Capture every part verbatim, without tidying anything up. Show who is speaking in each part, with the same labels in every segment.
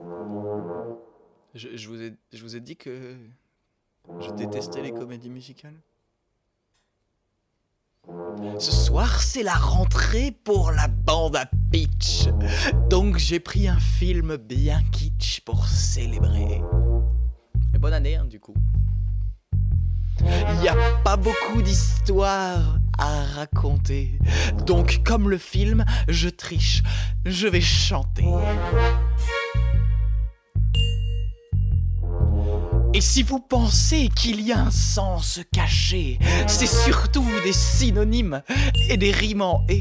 Speaker 1: Je, je, vous ai, je vous ai dit que je détestais les comédies musicales. Ce soir, c'est la rentrée pour la bande à pitch. Donc j'ai pris un film bien kitsch pour célébrer. Et bonne année, hein, du coup. Y a pas beaucoup d'histoires à raconter. Donc, comme le film, je triche. Je vais chanter. Et si vous pensez qu'il y a un sens caché, c'est surtout des synonymes et des rimes en « et ».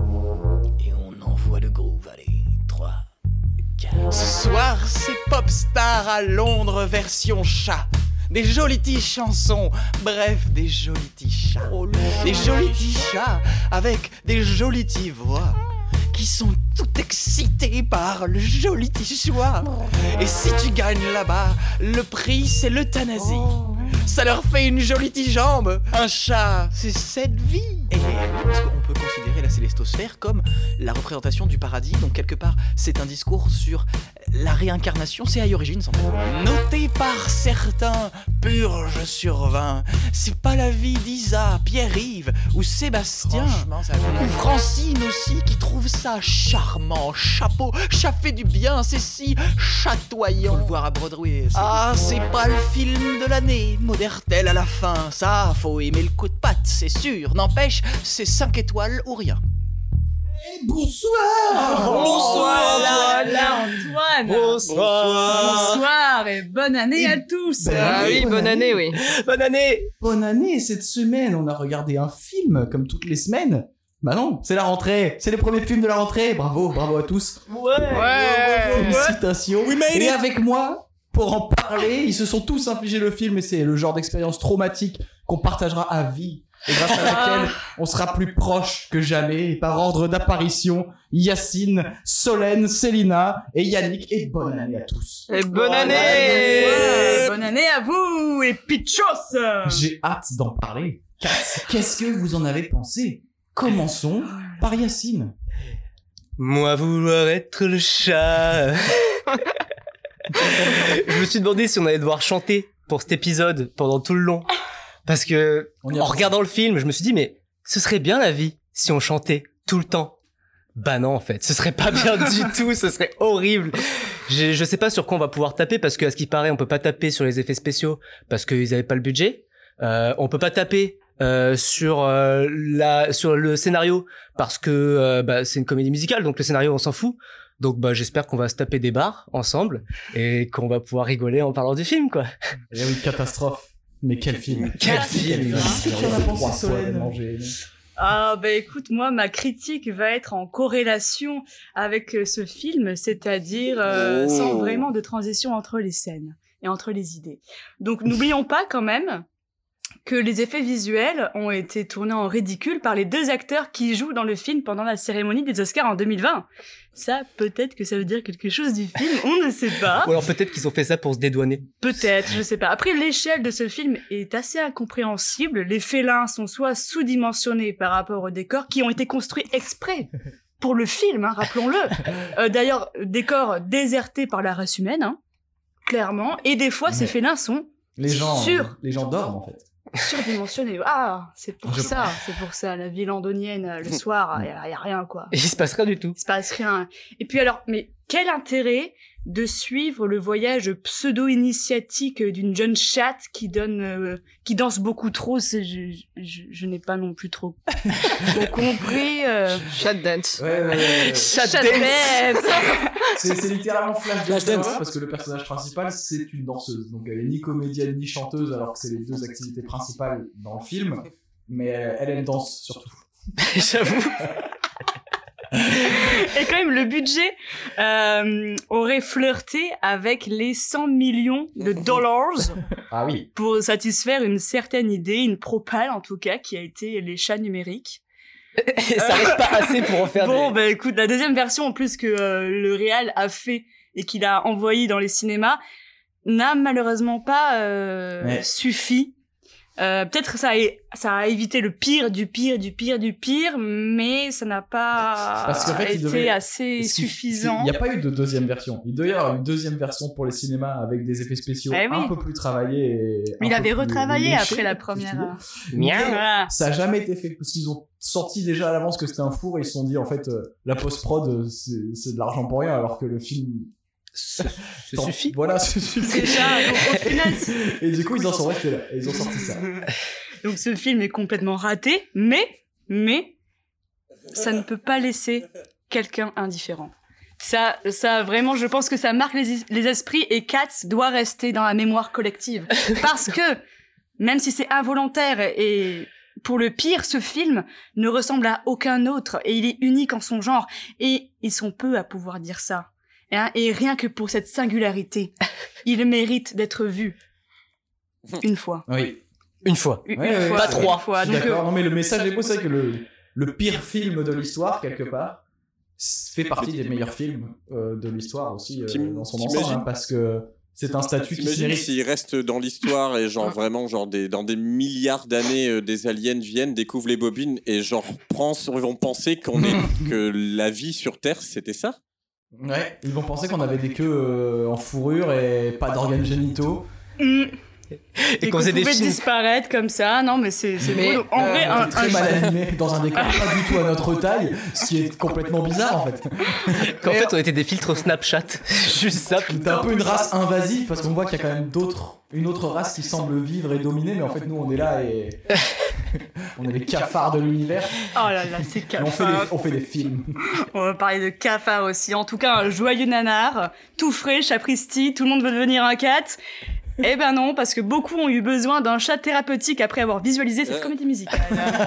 Speaker 1: Et on envoie le groove, allez, trois, quatre. Ce soir, c'est Popstar à Londres version chat. Des jolies petites chansons, bref, des jolis petits chats. Des jolis petits chats avec des jolies petites voix qui sont tout excités par le joli petit choix. Et si tu gagnes là-bas, le prix c'est l'euthanasie. Ça leur fait une jolie petite jambe. Un chat, c'est cette vie. Et parce qu'on peut considérer la célestosphère comme la représentation du paradis. Donc quelque part, c'est un discours sur la réincarnation. C'est High Origins en fait. Noté par certains, purge sur vingt. C'est pas la vie d'Isa, Pierre-Yves ou Sébastien. Ou Francine aussi qui trouve ça charmant. Chapeau, ça fait du bien, c'est si chatoyant. Faut le voir à Broadway. Ah, c'est pas le film de l'année. Modertel à la fin, ça, faut aimer le coup de patte, c'est sûr. N'empêche, c'est cinq étoiles ou rien.
Speaker 2: Et bonsoir.
Speaker 3: Oh,
Speaker 2: bonsoir
Speaker 3: là, là, Antoine.
Speaker 2: Bonsoir.
Speaker 3: Bonsoir et bonne année et à tous.
Speaker 2: Ben,
Speaker 4: Ah oui, bonne, bonne année, année, oui.
Speaker 2: Bonne année. Bonne année. Cette semaine, on a regardé un film comme toutes les semaines. Bah non, c'est la rentrée. C'est les premiers films de la rentrée. Bravo, bravo à tous.
Speaker 4: Ouais. ouais.
Speaker 2: Félicitations. Et avec moi, pour en parler, ils se sont tous infligés le film et c'est le genre d'expérience traumatique qu'on partagera à vie. Et grâce à laquelle on sera plus proche que jamais. Et par ordre d'apparition, Yacine, Solène, Célina et Yannick. Et bonne année à tous.
Speaker 4: Et bonne année.
Speaker 3: Ouais, bonne année à vous et pitchos.
Speaker 2: J'ai hâte d'en parler. Qu'est-ce que vous en avez pensé? Commençons par Yacine.
Speaker 4: Moi vouloir être le chat. Je me suis demandé si on allait devoir chanter pour cet épisode pendant tout le long. Parce que, en regardant le film, je me suis dit, mais ce serait bien la vie si on chantait tout le temps. Bah non, en fait, ce serait pas bien du tout, ce serait horrible. Je, je sais pas sur quoi on va pouvoir taper, parce que, à ce qui paraît, on peut pas taper sur les effets spéciaux, parce qu'ils avaient pas le budget. Euh, on peut pas taper euh, sur euh, la sur le scénario, parce que euh, bah, c'est une comédie musicale, donc le scénario, on s'en fout. Donc bah j'espère qu'on va se taper des barres ensemble, et qu'on va pouvoir rigoler en parlant du film, quoi.
Speaker 2: Et oui, catastrophe. Mais quel film!
Speaker 4: Quel film!
Speaker 2: Qu'est-ce que tu en as pensé, Solène?
Speaker 3: Ah bah écoute, moi ma critique va être en corrélation avec euh, ce film, c'est-à-dire euh, oh. sans vraiment de transition entre les scènes et entre les idées. Donc n'oublions pas quand même que les effets visuels ont été tournés en ridicule par les deux acteurs qui jouent dans le film pendant la cérémonie des Oscars en deux mille vingt. Ça, peut-être que ça veut dire quelque chose du film, on ne sait pas.
Speaker 4: Ou alors peut-être qu'ils ont fait ça pour se dédouaner.
Speaker 3: Peut-être, je sais pas. Après, l'échelle de ce film est assez incompréhensible. Les félins sont soit sous-dimensionnés par rapport aux décors qui ont été construits exprès pour le film, hein, rappelons-le. Euh, d'ailleurs, décors désertés par la race humaine, hein, clairement. Et des fois, Mais ces félins sont
Speaker 2: les gens,
Speaker 3: sur...
Speaker 2: Les gens dorment, en fait.
Speaker 3: Surdimensionné. Ah, c'est pour
Speaker 2: Je
Speaker 3: ça,
Speaker 2: pense.
Speaker 3: c'est pour ça. La vie londonienne, le soir, il y, a- y a rien, quoi.
Speaker 4: Et il se passe rien du tout.
Speaker 3: Il se passe rien. Et puis alors, mais quel intérêt de suivre le voyage pseudo-initiatique d'une jeune chatte qui donne, euh, qui danse beaucoup trop. C'est, je, je, je n'ai pas non plus trop, trop compris. Euh...
Speaker 4: Chat dance.
Speaker 2: Ouais, ouais, ouais.
Speaker 4: Chat
Speaker 3: Chat
Speaker 4: dance.
Speaker 3: dance.
Speaker 2: C'est, c'est littéralement Flash
Speaker 4: Flash
Speaker 2: Dance,
Speaker 4: Dance.
Speaker 2: parce que le personnage principal, c'est une danseuse. Donc elle est ni comédienne ni chanteuse, alors que c'est les deux activités principales dans le film. Mais elle, elle, elle danse surtout.
Speaker 4: J'avoue.
Speaker 3: Et quand même, le budget euh, aurait flirté avec les cent millions de dollars
Speaker 2: Ah oui.
Speaker 3: pour satisfaire une certaine idée, une propale en tout cas, qui a été les chats numériques.
Speaker 4: Et ça reste pas assez pour en faire
Speaker 3: Bon,
Speaker 4: des...
Speaker 3: bah écoute, la deuxième version en plus que euh, le réal a fait et qu'il a envoyé dans les cinémas n'a malheureusement pas euh,
Speaker 2: Ouais.
Speaker 3: suffi Euh, peut-être ça a, ça a évité le pire du pire du pire du pire, mais ça n'a pas
Speaker 2: Parce qu'en fait,
Speaker 3: été
Speaker 2: il devait...
Speaker 3: assez
Speaker 2: si,
Speaker 3: suffisant.
Speaker 2: Il n'y a pas eu de deuxième version. Il doit y avoir une deuxième version pour les cinémas avec des effets spéciaux
Speaker 3: eh oui.
Speaker 2: un peu plus travaillés. Et
Speaker 3: mais il avait
Speaker 2: plus
Speaker 3: retravaillé
Speaker 2: léchés,
Speaker 3: après la première.
Speaker 2: Mais
Speaker 3: voilà.
Speaker 2: ça n'a jamais été fait parce qu'ils ont senti déjà à l'avance que c'était un four et ils se sont dit en fait euh, la post-prod euh, c'est, c'est de l'argent pour rien alors que le film...
Speaker 4: Ça
Speaker 2: Tant,
Speaker 4: suffit.
Speaker 2: Voilà, ça suffit.
Speaker 3: C'est ça, donc au final...
Speaker 2: Et du coup, ils en sont restés là. Et ils ont sorti ça.
Speaker 3: Donc ce film est complètement raté, mais, mais, ça ne peut pas laisser quelqu'un indifférent. Ça, ça, vraiment, je pense que ça marque les, les esprits et Cats doit rester dans la mémoire collective. Parce que, même si c'est involontaire et pour le pire, ce film ne ressemble à aucun autre et il est unique en son genre. Et ils sont peu à pouvoir dire ça. Hein, et rien que pour cette singularité, il mérite d'être vu. Une fois.
Speaker 2: Oui.
Speaker 4: Une fois.
Speaker 3: Une
Speaker 2: Ouais, ouais,
Speaker 3: fois,
Speaker 4: pas trois.
Speaker 3: une fois.
Speaker 2: Je suis
Speaker 3: Donc,
Speaker 2: d'accord.
Speaker 3: euh,
Speaker 2: Non, mais le message est beau, c'est que le, le pire film de l'histoire, quelque part, fait partie des meilleurs films euh, de l'histoire aussi euh,
Speaker 5: T'im-
Speaker 2: dans son
Speaker 5: t'imagines-
Speaker 2: ensemble, hein, parce que c'est un statut qui se
Speaker 5: T'imagines
Speaker 2: mérite.
Speaker 5: s'il reste dans l'histoire et genre vraiment genre des, dans des milliards d'années euh, des aliens viennent, découvrent les bobines et genre pensent, vont penser qu'on est que la vie sur Terre c'était ça.
Speaker 2: Ouais, ils vont penser qu'on avait des queues euh, en fourrure et pas d'organes génitaux.
Speaker 3: mm.
Speaker 4: Et
Speaker 3: Et
Speaker 4: qu'on
Speaker 3: qu'on
Speaker 4: faisait des
Speaker 3: pouvait
Speaker 4: films.
Speaker 3: disparaître comme ça. Non, mais c'est, c'est
Speaker 2: Mais
Speaker 3: beau. Donc, en
Speaker 2: euh,
Speaker 3: vrai,
Speaker 2: on
Speaker 3: un,
Speaker 2: était très
Speaker 3: un-
Speaker 2: mal animé dans un décor pas du tout à notre taille, ce qui est complètement bizarre en fait.
Speaker 4: Qu'en fait, on était des filtres Snapchat. Juste ça.
Speaker 2: T'es un peu une race invasive parce qu'on voit qu'il y a quand même d'autres, une autre race qui semble vivre et dominer, mais en fait nous on est là et on est les cafards de l'univers.
Speaker 3: Oh là là, c'est
Speaker 2: Et on fait
Speaker 3: cafard.
Speaker 2: des, on fait des films.
Speaker 3: On va parler de cafard aussi. En tout cas, un joyeux nanar, tout frais, chapristi, tout le monde veut devenir un cat. Eh ben non, parce que beaucoup ont eu besoin d'un chat thérapeutique après avoir visualisé cette comédie musicale.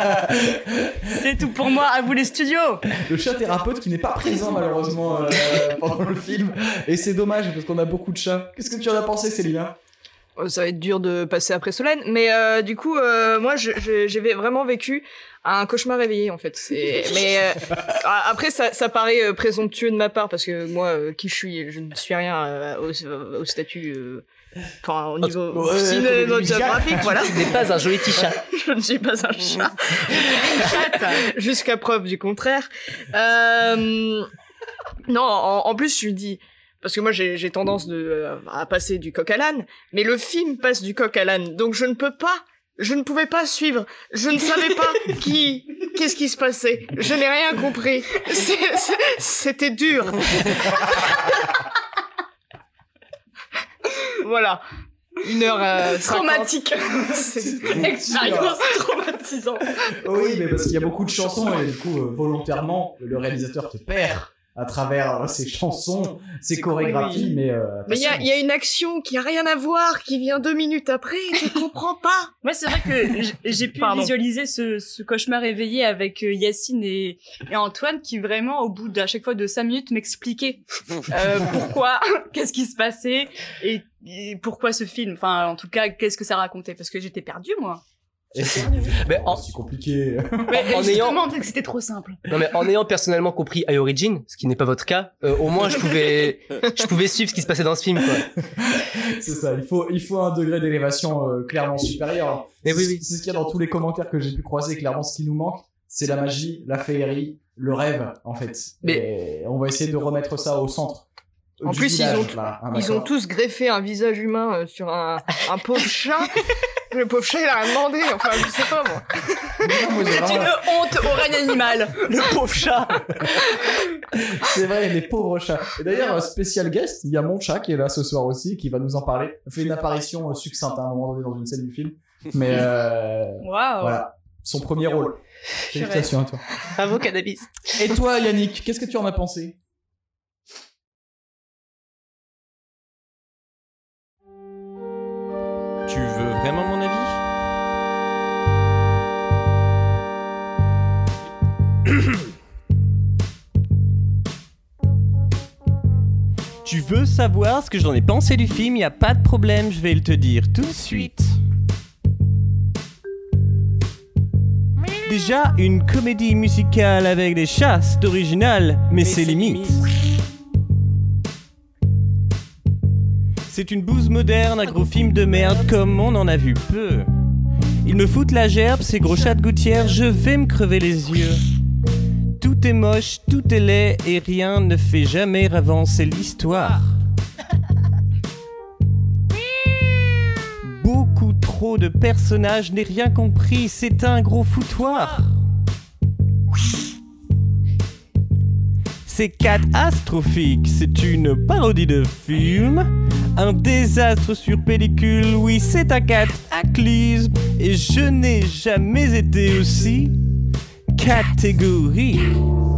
Speaker 3: C'est tout pour moi, à vous les studios.
Speaker 2: Le chat thérapeute qui n'est pas présent malheureusement euh, pendant le film. Et c'est dommage parce qu'on a beaucoup de chats. Qu'est-ce que tu en as pensé, Célina?
Speaker 6: Ça va être dur de passer après Solène, mais euh, du coup, euh, moi, je, je, j'ai vraiment vécu un cauchemar réveillé, en fait. C'est... Mais euh, après, ça, ça paraît euh, présomptueux de ma part, parce que moi, euh, qui je suis, je ne suis rien euh, au, au statut... Euh... Enfin, au niveau
Speaker 2: Ouais,
Speaker 6: cinématographique, voilà.
Speaker 4: Tu n'es pas un joli petit chat.
Speaker 6: Je ne suis pas un chat. Jusqu'à preuve du contraire. Euh... Non, en, en plus, je me dis... Parce que moi, j'ai, j'ai tendance de, euh, à passer du coq à l'âne, mais le film passe du coq à l'âne, donc je ne peux pas, je ne pouvais pas suivre, je ne savais pas qui, qu'est-ce qui se passait, je n'ai rien compris, c'est, c'est, c'était dur. Voilà. Une heure euh,
Speaker 3: Traumatique.
Speaker 6: C'est
Speaker 3: Expérience traumatisante.
Speaker 2: Oui, mais parce qu'il y a beaucoup de chansons et du coup, euh, volontairement, le réalisateur te perd à travers euh, ses chansons, ses chorégraphies,
Speaker 6: Oui.
Speaker 2: mais... Euh,
Speaker 6: Mais il y a, il y a une action qui a rien à voir, qui vient deux minutes après, et tu comprends pas.
Speaker 3: Moi, c'est vrai que j- j'ai pu
Speaker 6: Pardon.
Speaker 3: visualiser ce, ce cauchemar éveillé avec euh, Yacine et, et Antoine qui vraiment, au bout d'à chaque fois de cinq minutes, m'expliquaient euh, pourquoi, qu'est-ce qui se passait et, et pourquoi ce film. Enfin, en tout cas, qu'est-ce que ça racontait. Parce que j'étais perdue, moi.
Speaker 2: Et c'est
Speaker 4: Mais en,
Speaker 2: c'est compliqué.
Speaker 3: Mais
Speaker 4: en
Speaker 3: justement,
Speaker 4: ayant-
Speaker 3: peut-être que c'était trop simple.
Speaker 4: non mais en ayant personnellement compris iOrigin, ce qui n'est pas votre cas, euh, au moins je pouvais, je pouvais suivre ce qui se passait dans ce film, quoi.
Speaker 2: C'est ça, il faut, il faut un degré d'élévation euh, clairement supérieur.
Speaker 4: Mais
Speaker 2: C'est-
Speaker 4: oui, oui.
Speaker 2: C'est ce qu'il y a dans tous les commentaires que j'ai pu croiser. Clairement, ce qui nous manque, c'est la magie, la féerie, le rêve, en fait.
Speaker 4: Mais-
Speaker 2: Et on va essayer de remettre ça au centre.
Speaker 6: En
Speaker 2: du
Speaker 6: plus, ils
Speaker 2: village,
Speaker 6: ont-
Speaker 2: là, hein,
Speaker 6: Ils ont
Speaker 2: d'accord.
Speaker 6: tous greffé un visage humain euh, sur un, un pauvre chat. Le pauvre chat, il a rien demandé. Enfin, je sais pas, moi.
Speaker 2: Non, moi, j'ai
Speaker 3: C'est
Speaker 2: vraiment-
Speaker 3: une honte au règne animal.
Speaker 4: Le pauvre chat.
Speaker 2: C'est vrai, les pauvres chats. Et d'ailleurs, euh, spécial guest, il y a mon chat qui est là ce soir aussi, qui va nous en parler. Il fait une apparition euh, succincte à un moment donné dans une scène du film. Mais euh,
Speaker 3: Waouh.
Speaker 2: voilà, son premier rôle. Félicitations à toi.
Speaker 4: Bravo cannabis.
Speaker 2: Et toi, Yannick, qu'est-ce que tu en as pensé?
Speaker 7: Tu veux vraiment mon avis? Tu veux savoir ce que j'en ai pensé du film? Y a pas de problème, je vais le te dire tout de suite. Déjà, une comédie musicale avec des chats, c'est original, mais, c'est limite. C'est une bouse moderne, un gros film de merde comme on en a vu peu. Ils me foutent la gerbe, ces gros chats de gouttière, je vais me crever les yeux. Tout est moche, tout est laid, et rien ne fait jamais avancer l'histoire. Beaucoup trop de personnages, n'ai rien compris, c'est un gros foutoir. C'est catastrophique, c'est une parodie de film. Un désastre sur pellicule, oui c'est un cataclysme. Et je n'ai jamais été aussi catégorique.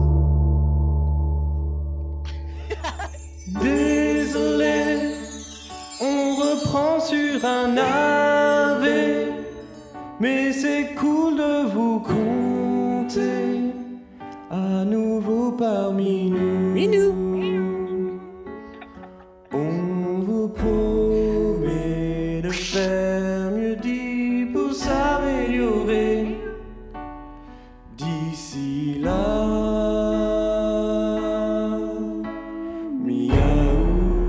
Speaker 7: Désolé, on reprend sur un A V. Mais c'est cool de vous compter à nouveau parmi nous. Et nous. On vous promet de faire mieux dit pour s'améliorer. D'ici là, miaou.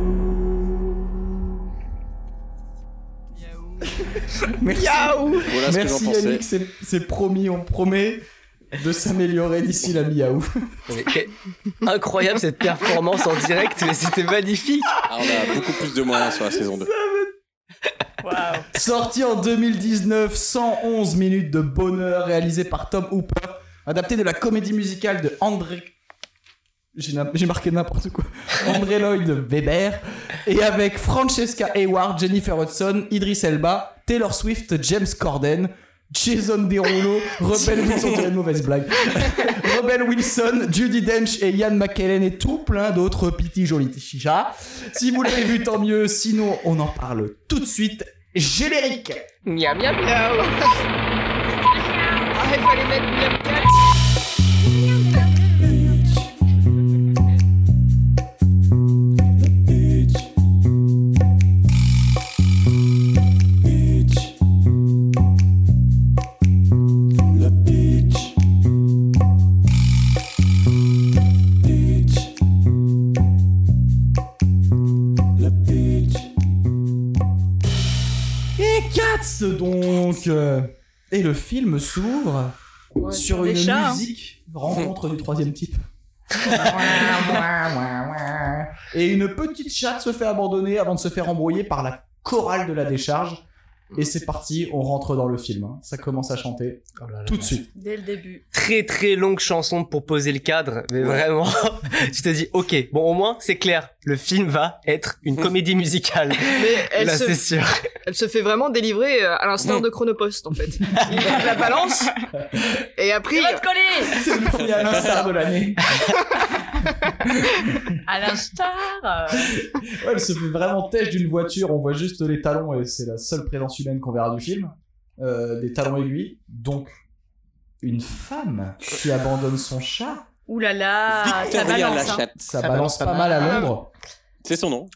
Speaker 2: Merci.
Speaker 5: Voilà ce que j'en
Speaker 2: Merci
Speaker 5: pensais.
Speaker 2: Yannick, c'est, c'est promis, on promet de s'améliorer d'ici la miaou.
Speaker 4: Mais quel- Incroyable cette performance en direct, mais c'était magnifique.
Speaker 5: Ah, on a beaucoup plus de moyens sur la saison deux.
Speaker 3: Waouh.
Speaker 2: Sorti en deux mille dix-neuf, cent onze minutes de bonheur réalisé par Tom Hooper, adapté de la comédie musicale de André... J'ai, na- j'ai marqué n'importe quoi. André Lloyd Webber, et avec Francesca Hayward, Jennifer Hudson, Idris Elba, Taylor Swift, James Corden, Jason Derulo, Rebel Wilson, on dirait une mauvaise blague. Rebel Wilson, Judi Dench et Ian McKellen et tout plein d'autres petits jolis chichas. Si vous l'avez vu, tant mieux. Sinon, on en parle tout de suite. Générique.
Speaker 6: Miam miam miam. Ah, il fallait mettre miam cat.
Speaker 2: Cats donc euh, et le film s'ouvre
Speaker 3: Ouais,
Speaker 2: sur
Speaker 3: sur
Speaker 2: une
Speaker 3: des chats, hein.
Speaker 2: musique rencontre du troisième type et une petite chatte se fait abandonner avant de se faire embrouiller par la chorale de la décharge. Et c'est parti, on rentre dans le film, hein. Ça commence à chanter tout de suite.
Speaker 3: Dès le début.
Speaker 4: Très très longue chanson pour poser le cadre, mais vraiment, tu te dis, ok, bon au moins c'est clair, le film va être une comédie musicale.
Speaker 6: Mais elle
Speaker 4: Là
Speaker 6: se,
Speaker 4: c'est sûr.
Speaker 6: elle se fait vraiment délivrer euh, à l'instar de Chronopost en fait. Il la balance et après
Speaker 3: Il va te coller.
Speaker 2: C'est le premier à l'instar de l'année.
Speaker 3: À l'instar. euh,
Speaker 2: Ouais, elle se fait vraiment têche d'une voiture, on voit juste les talons et c'est la seule présence humaine qu'on verra du film. Euh, des talons aiguilles, donc une femme qui abandonne son chat,
Speaker 3: Ouh là là, ça
Speaker 5: Victoria
Speaker 3: balance.
Speaker 5: la
Speaker 3: hein.
Speaker 5: chatte.
Speaker 2: ça, balance pas mal à Londres.
Speaker 5: C'est son nom.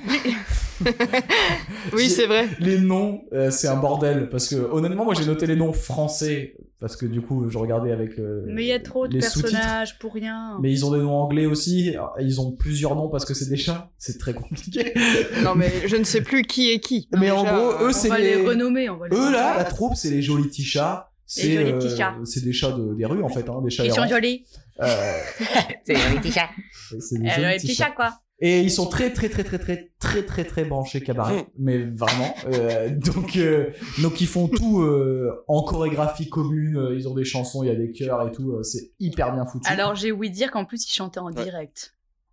Speaker 6: oui c'est vrai.
Speaker 2: Les noms, euh, c'est un bordel parce que honnêtement, moi j'ai noté les noms français parce que du coup je regardais avec euh,
Speaker 3: Mais il y a trop de
Speaker 2: les sous-titres.
Speaker 3: personnages pour rien.
Speaker 2: Mais ils ont des noms anglais aussi, alors, ils ont plusieurs noms parce que c'est des chats, c'est très compliqué.
Speaker 6: Non mais je ne sais plus qui est qui.
Speaker 2: Mais en
Speaker 6: Déjà,
Speaker 2: gros,
Speaker 6: euh,
Speaker 2: eux
Speaker 3: On
Speaker 2: c'est
Speaker 3: va
Speaker 2: les...
Speaker 3: les renommer, on va les
Speaker 2: Eux là,
Speaker 3: renommer.
Speaker 2: la troupe, c'est les jolis petits chats. C'est,
Speaker 3: jolis petits chats.
Speaker 2: c'est des chats de, des rues en fait, hein, des chats
Speaker 3: Ils sont
Speaker 2: errants.
Speaker 3: jolis.
Speaker 2: Euh,
Speaker 3: C'est les petits chats.
Speaker 2: c'est des
Speaker 3: Euh,
Speaker 2: jolis
Speaker 3: Les
Speaker 2: petits
Speaker 3: petits
Speaker 2: chats.
Speaker 3: chats, quoi.
Speaker 2: Et ils sont très très très très très très très très branchés cabaret, mais vraiment. Euh, donc euh, donc ils font tout euh, en chorégraphie commune. euh, Ils ont des chansons, il y a des chœurs et tout. euh, C'est hyper bien foutu.
Speaker 3: Alors, j'ai ouï dire qu'en plus, ils chantaient en
Speaker 5: Ouais.
Speaker 3: direct.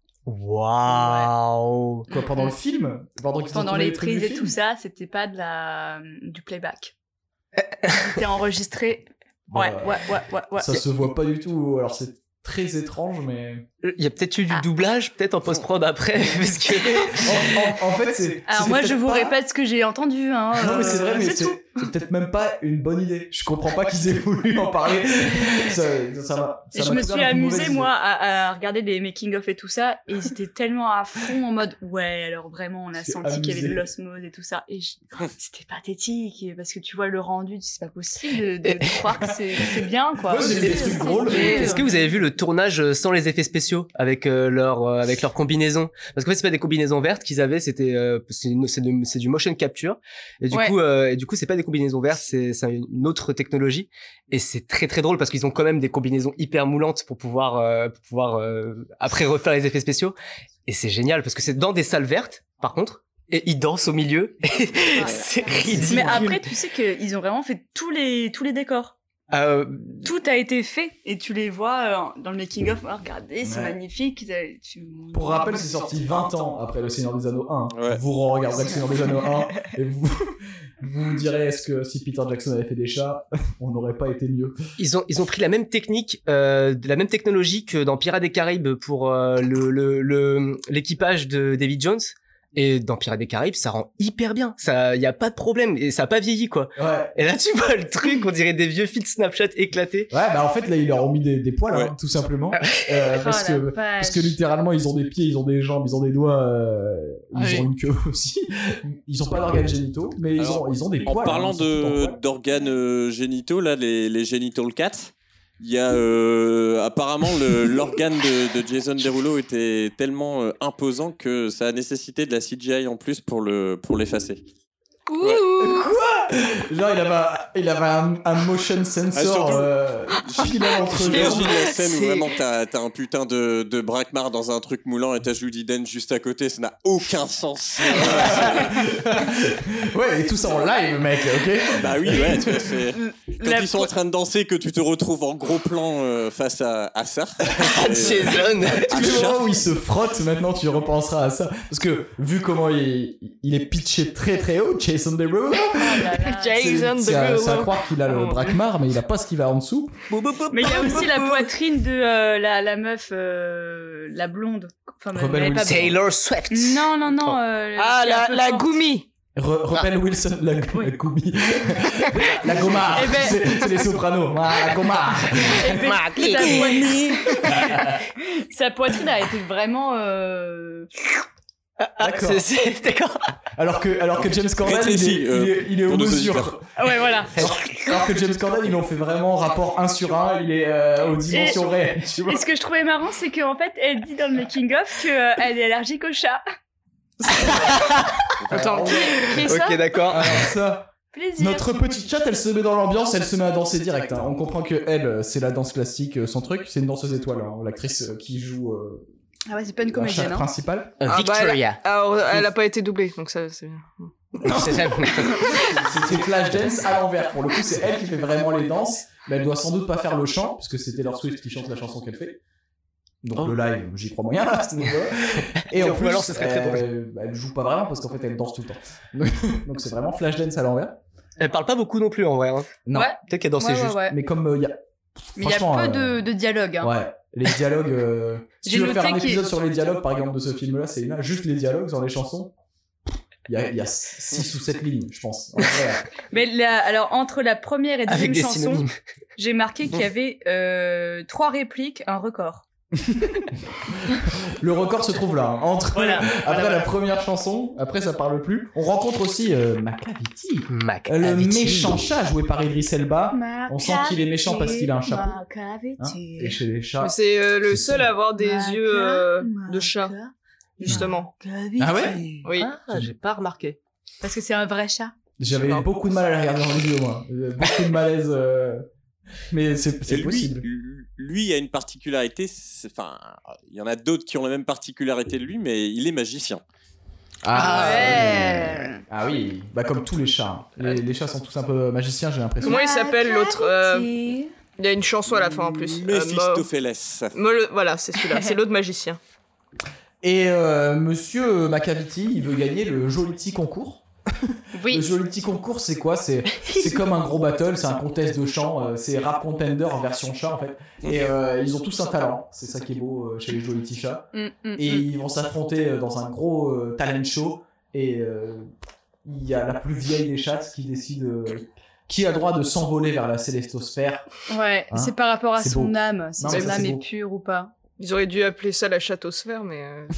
Speaker 4: Waouh.
Speaker 2: Quoi, pendant le film, pendant, qu'ils ont
Speaker 3: Pendant
Speaker 2: tourné
Speaker 3: les
Speaker 2: trucs du
Speaker 3: prises et
Speaker 2: film
Speaker 3: tout ça, c'était pas de la... du playback. C'était enregistré. Ouais,
Speaker 2: Bah,
Speaker 3: ouais, ouais, ouais, ouais.
Speaker 2: Ça se voit pas du tout. Alors c'est très étrange, mais
Speaker 4: Il y a peut-être eu du
Speaker 3: Ah.
Speaker 4: doublage, peut-être en post-prod après, parce que...
Speaker 2: en, en- en fait c'est.
Speaker 3: Alors
Speaker 2: c'était
Speaker 3: moi, je
Speaker 2: peut-être
Speaker 3: vous
Speaker 2: pas-
Speaker 3: répète ce que j'ai entendu. Hein,
Speaker 2: Non mais c'est vrai,
Speaker 3: euh,
Speaker 2: mais
Speaker 3: c'est
Speaker 2: c'est,
Speaker 3: tout.
Speaker 2: c'est peut-être même pas une bonne idée. Je comprends pas qu'ils aient voulu en parler. Ça, ça m'a, ça
Speaker 3: Je
Speaker 2: m'a
Speaker 3: me
Speaker 2: tout
Speaker 3: suis
Speaker 2: l'air d'une
Speaker 3: amusée,
Speaker 2: mauvaise
Speaker 3: moi, à, à regarder des making-of et tout ça, et ils étaient tellement à fond en mode, ouais, alors vraiment, on a
Speaker 2: C'est
Speaker 3: senti qu'il y avait de
Speaker 2: amusé.
Speaker 3: l'osmose et tout ça, et je- c'était pathétique, et parce que tu vois le rendu, c'est pas possible de, de- de croire que c'est, que c'est bien, quoi.
Speaker 2: Moi, j'ai vu des trucs drôles.
Speaker 3: Et,
Speaker 4: Est-ce que vous avez vu le tournage sans les effets spéciaux spéciaux avec euh, leur euh, avec leurs combinaisons. Parce qu'en fait, c'est pas des combinaisons vertes qu'ils avaient, c'était euh, c'est, une- c'est, de- c'est du motion capture. Et du
Speaker 3: Ouais.
Speaker 4: coup, euh, et du coup, c'est pas des combinaisons vertes, c'est, c'est une autre technologie. Et c'est très très drôle parce qu'ils ont quand même des combinaisons hyper moulantes pour pouvoir euh, pour pouvoir euh, après refaire les effets spéciaux. Et c'est génial parce que c'est dans des salles vertes, par contre. Et ils dansent au milieu. c'est ridicule.
Speaker 3: Mais après, tu sais qu'ils ont vraiment fait tous les, tous les décors.
Speaker 4: Euh,
Speaker 3: Tout a été fait et tu les vois euh, dans le making of. Oh, regardez, c'est
Speaker 2: Ouais.
Speaker 3: magnifique. Ils avaient- tu-
Speaker 2: Pour rappel, c'est sorti vingt ans après Le Seigneur des Anneaux un.
Speaker 5: Ouais.
Speaker 2: Vous regarderez Le Seigneur des Anneaux un et vous vous vous direz est-ce que si Peter Jackson avait fait des chats, on n'aurait pas été mieux.
Speaker 4: Ils ont ils ont pris la même technique, euh, de la même technologie que dans Pirates des Caraïbes pour euh, le le le l'équipage de Davy Jones. Et dans Pirates des Caraïbes, ça rend hyper bien. Ça, y a pas de problème et ça a pas vieilli quoi.
Speaker 2: Ouais.
Speaker 4: Et là, tu vois le truc, on dirait des vieux fils Snapchat éclatés.
Speaker 2: Ouais, bah en fait là ils leur ont mis des, des poils, hein,
Speaker 5: Ouais.
Speaker 2: tout simplement, euh, parce
Speaker 3: Oh la
Speaker 2: que
Speaker 3: vache.
Speaker 2: parce que littéralement ils ont des pieds, ils ont des jambes, ils ont des doigts, euh, ils
Speaker 3: Ah oui.
Speaker 2: ont une queue aussi. Ils ont pas d'organes génitaux, mais ils
Speaker 5: Alors,
Speaker 2: ont ils ont des
Speaker 5: En
Speaker 2: poils.
Speaker 5: parlant
Speaker 2: hein, ils sont tout en
Speaker 5: de
Speaker 2: poils.
Speaker 5: d'organes euh, génitaux, là, les, les genital cats, il y a euh, apparemment le- l'organe de, de Jason Derulo était tellement euh, imposant que ça a nécessité de la C G I en plus pour le pour l'effacer.
Speaker 6: Ouh.
Speaker 2: Genre il avait un, il avait un, un motion
Speaker 5: Ah,
Speaker 2: sensor
Speaker 5: surtout-
Speaker 2: euh, filant entre eux.
Speaker 5: J'imagine la scène où
Speaker 6: c'est-
Speaker 5: vraiment t'as t'as un putain de, de braquemar dans un truc moulant et t'as Judi Dench juste à côté, ça n'a aucun sens.
Speaker 2: Ouais, et tout ça en live, mec, ok.
Speaker 5: Bah oui, ouais, tu vois, c'est... Quand
Speaker 3: La
Speaker 5: ils sont en train de danser, que tu te retrouves en gros plan euh, face à, à ça. C'est-
Speaker 4: Jason.
Speaker 2: Tous les moments où il se frotte, maintenant tu repenseras à ça. Parce que vu comment il, il est pitché très très haut, Jason Derulo,
Speaker 3: Oh là là.
Speaker 2: c'est
Speaker 6: Jason
Speaker 2: c'est à,
Speaker 6: Derulo.
Speaker 2: c'est à croire qu'il a le
Speaker 6: Oh.
Speaker 2: braquemar, mais il a pas ce qui va en dessous.
Speaker 3: Mais il y a aussi la poitrine de euh, la, la meuf, euh, la blonde. Enfin,
Speaker 2: Rebel
Speaker 3: elle est pas
Speaker 2: Wilson.
Speaker 3: blonde.
Speaker 4: Taylor Swift.
Speaker 3: Non, non, non. euh,
Speaker 6: Ah,
Speaker 3: qui est un
Speaker 6: la,
Speaker 3: peu
Speaker 6: la
Speaker 3: forte.
Speaker 6: Goumi.
Speaker 2: Re- Rebel Wilson, la, la Goubi. La Gomar,
Speaker 3: Eh ben-
Speaker 2: c'est c'est les sopranos. Ah, la Gomar.
Speaker 3: Eh ben, sa, poitrine... sa poitrine a été vraiment. Euh...
Speaker 4: Ah,
Speaker 2: D'accord.
Speaker 4: c'est, c'est, d'accord.
Speaker 2: Alors que, alors que James Corden, il
Speaker 5: Rétréci,
Speaker 2: est,
Speaker 5: euh,
Speaker 2: il est, il est aux
Speaker 5: pour nos
Speaker 2: mesures.
Speaker 5: auditeurs.
Speaker 3: Ah ouais, voilà.
Speaker 2: Alors, alors que James Corden, ils l'ont fait vraiment rapport un sur un, il est euh, aux dimensions réelles, tu vois.
Speaker 3: Et ce que je trouvais marrant, c'est qu'en fait, elle dit dans le making-of qu'elle est allergique aux chats.
Speaker 6: Attends,
Speaker 2: Alors,
Speaker 6: qui est ça?
Speaker 4: Ok, d'accord.
Speaker 2: alors ça,
Speaker 3: Plaisir.
Speaker 2: notre petite chatte, elle se met dans l'ambiance, elle se met à danser direct. Hein. On comprend que elle, euh, c'est la danse classique, euh, son truc, c'est une danseuse étoile, hein, l'actrice euh, qui joue euh,
Speaker 3: Ah ouais, c'est pas une
Speaker 2: la
Speaker 3: comédienne.
Speaker 2: chatte
Speaker 3: Hein.
Speaker 2: principale.
Speaker 6: Ah, bah,
Speaker 4: Victoria.
Speaker 6: Alors, elle a pas été doublée, donc ça, c'est bien.
Speaker 4: Non, c'est ça.
Speaker 2: C'est c'est Flashdance à l'envers. Pour le coup, c'est elle qui fait vraiment les danses, mais elle doit sans doute pas faire le chant, puisque c'est Taylor Swift qui chante la chanson qu'elle fait. Donc
Speaker 4: Oh.
Speaker 2: le live, j'y crois moyen à ce niveau-là. Et en
Speaker 4: Ou
Speaker 2: plus,
Speaker 4: alors, ce serait très drôle.
Speaker 2: euh, bah, elle joue pas vraiment parce qu'en fait elle danse tout le temps. Donc c'est vraiment Flashdance à l'envers.
Speaker 4: Elle parle pas beaucoup non plus en vrai. Hein.
Speaker 2: Non,
Speaker 3: Ouais.
Speaker 4: Peut-être qu'elle dansait
Speaker 3: Ouais, ouais,
Speaker 4: juste.
Speaker 3: ouais.
Speaker 2: mais comme il y a
Speaker 3: Mais il y a
Speaker 2: franchement,
Speaker 3: peu
Speaker 2: euh,
Speaker 3: de, de dialogue. Hein.
Speaker 2: ouais, les dialogues. euh, Si
Speaker 3: J'ai
Speaker 2: tu veux
Speaker 3: noté
Speaker 2: faire un
Speaker 3: qu'il-
Speaker 2: épisode sur les dialogues, par exemple, de ce film-là, c'est là, juste les dialogues sur les chansons. Il y a, il y a six ou sept lignes, je pense. En vrai,
Speaker 3: Mais la- alors, entre la première et
Speaker 4: Avec
Speaker 3: deuxième
Speaker 4: des
Speaker 3: chanson,
Speaker 4: synonymes.
Speaker 3: j'ai marqué qu'il y avait euh, trois répliques, un record.
Speaker 2: le record se trouve là. Hein. Entre
Speaker 3: Voilà.
Speaker 2: après
Speaker 3: Voilà,
Speaker 2: la
Speaker 3: voilà.
Speaker 2: première chanson, après ça parle plus. On rencontre aussi euh, Macavity,
Speaker 4: Mac.
Speaker 2: Euh, le
Speaker 4: Avicii.
Speaker 2: méchant chat joué par Idris Elba. On sent qu'il est méchant parce qu'il a un chapeau. Hein, et chez les chats.
Speaker 6: Mais c'est euh, le
Speaker 2: C'est
Speaker 6: seul
Speaker 2: ça.
Speaker 6: à avoir des yeux euh, de chat, justement.
Speaker 2: Ah ouais
Speaker 6: Oui.
Speaker 4: Ah, j'ai pas remarqué.
Speaker 3: Parce que c'est un vrai chat.
Speaker 2: J'avais
Speaker 6: Non.
Speaker 2: beaucoup de mal à la regarder dans les yeux, moi. Euh, Beaucoup de malaise. euh, Mais c'est
Speaker 5: Et
Speaker 2: c'est
Speaker 5: lui,
Speaker 2: possible.
Speaker 5: lui a une particularité, c'est- enfin, il y en a d'autres qui ont la même particularité de lui, mais il est magicien.
Speaker 2: Ah
Speaker 3: ouais.
Speaker 2: oui. Ah oui. Bah comme tous les chats. Les, les chats sont tous un peu magiciens, j'ai l'impression.
Speaker 6: Comment il s'appelle l'autre euh, Il y a une chanson à la fin en plus. Euh,
Speaker 5: Mephistopheles.
Speaker 6: Mo- Mo- Voilà, c'est celui-là, c'est l'autre magicien.
Speaker 2: Et euh, Monsieur Macavity, il veut gagner le joli petit concours. Le
Speaker 6: Oui.
Speaker 2: joli petit concours, c'est quoi? C'est c'est comme un gros battle, c'est un contest de chant, euh, c'est Rap Contender en version chat en fait. Et euh, ils ont tous un talent, c'est ça qui est beau euh, chez les jolis petits chats.
Speaker 3: Mm, mm,
Speaker 2: Et
Speaker 3: mm.
Speaker 2: ils vont s'affronter euh, dans un gros euh, talent show. Et euh, il y a la plus vieille des chattes qui décide euh, qui a le droit de s'envoler vers la célestosphère.
Speaker 3: Ouais,
Speaker 2: Hein,
Speaker 3: c'est par rapport à
Speaker 2: c'est
Speaker 3: son
Speaker 2: beau.
Speaker 3: âme, si
Speaker 2: Non, mais
Speaker 3: son
Speaker 2: ça,
Speaker 3: âme
Speaker 2: c'est
Speaker 3: est
Speaker 2: beau.
Speaker 3: pure ou pas.
Speaker 6: Ils auraient dû appeler ça la chatosphère, mais... euh,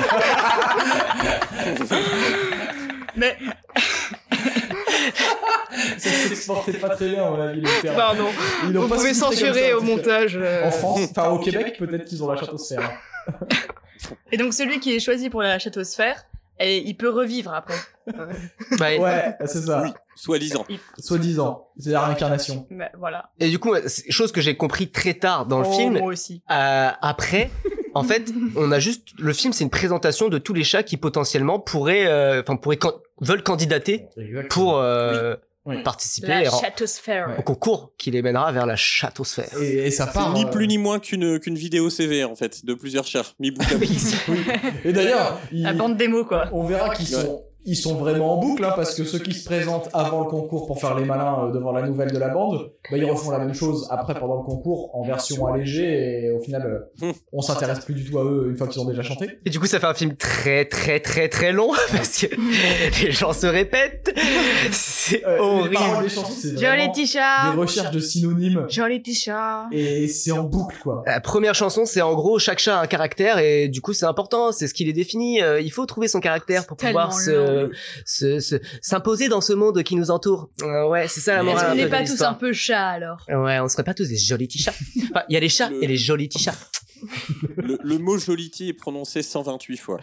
Speaker 3: Mais
Speaker 2: Ça s'exportait pas très bien, à mon avis, les termes.
Speaker 6: Pardon.
Speaker 2: Ils l'ont
Speaker 6: Vous
Speaker 2: pas
Speaker 6: pouvez
Speaker 2: sous-titré
Speaker 6: censurer
Speaker 2: comme
Speaker 6: au
Speaker 2: ça, en tout cas.
Speaker 6: montage. euh.
Speaker 2: En France, enfin au Québec, peut-être qu'ils ont la châteausphère.
Speaker 3: Et donc celui qui est choisi pour la châteausphère, et il peut revivre après.
Speaker 4: Bah,
Speaker 2: Ouais, c'est ça.
Speaker 5: Oui, soi-disant.
Speaker 2: Soi-disant. C'est la réincarnation.
Speaker 3: Bah, voilà.
Speaker 4: Et du coup, c'est chose que j'ai compris très tard dans le
Speaker 3: Oh,
Speaker 4: film.
Speaker 3: moi aussi.
Speaker 4: Euh, après, en fait, on a juste le film, c'est une présentation de tous les chats qui potentiellement pourraient, euh, enfin pourraient can- veulent candidater
Speaker 2: Exactement.
Speaker 4: pour euh,
Speaker 2: Oui.
Speaker 4: participer
Speaker 3: La
Speaker 4: en-
Speaker 3: châteausphère.
Speaker 2: Ouais.
Speaker 4: au concours qui les mènera vers la châteausphère.
Speaker 2: Et, et ça
Speaker 5: C'est
Speaker 2: part.
Speaker 5: ni
Speaker 2: euh,
Speaker 5: plus ni moins qu'une qu'une vidéo C V en fait, de plusieurs chats, mis bout à bout.
Speaker 2: Et d'ailleurs, ils-
Speaker 3: La bande démo, quoi.
Speaker 2: on verra qu'ils sont, ils sont vraiment en boucle, hein, parce que ceux qui se présentent avant le concours pour faire les malins euh, devant la nouvelle de la bande, bah, ils refont la même chose après pendant le concours en version allégée, et au final, euh, on s'intéresse plus du tout à eux une fois qu'ils ont déjà chanté.
Speaker 4: Et du coup, ça fait un film très très très très long parce que les gens se répètent. C'est
Speaker 2: Euh, les paroles
Speaker 4: horrible.
Speaker 2: des chansons, c'est
Speaker 3: Joli
Speaker 2: vraiment
Speaker 3: t-shirt.
Speaker 2: des recherches de synonymes,
Speaker 3: Joli t-shirt.
Speaker 2: et c'est en boucle, quoi.
Speaker 4: La première chanson, c'est en gros chaque chat a un caractère et du coup c'est important, c'est ce qui les définit. Euh, il faut trouver son caractère pour pouvoir
Speaker 3: Tellement
Speaker 4: se, se, se s'imposer dans ce monde qui nous entoure. Euh, ouais, c'est ça la
Speaker 3: Est-ce
Speaker 4: morale.
Speaker 3: qu'on
Speaker 4: un peu
Speaker 3: n'est
Speaker 4: de
Speaker 3: pas tous
Speaker 4: l'histoire.
Speaker 3: un peu chats alors?
Speaker 4: Ouais, on serait pas tous des jolis petits chats. Enfin, il y a les chats
Speaker 5: Le-
Speaker 4: et les jolis petits chats.
Speaker 5: Le, le mot Jolity est prononcé cent vingt-huit fois.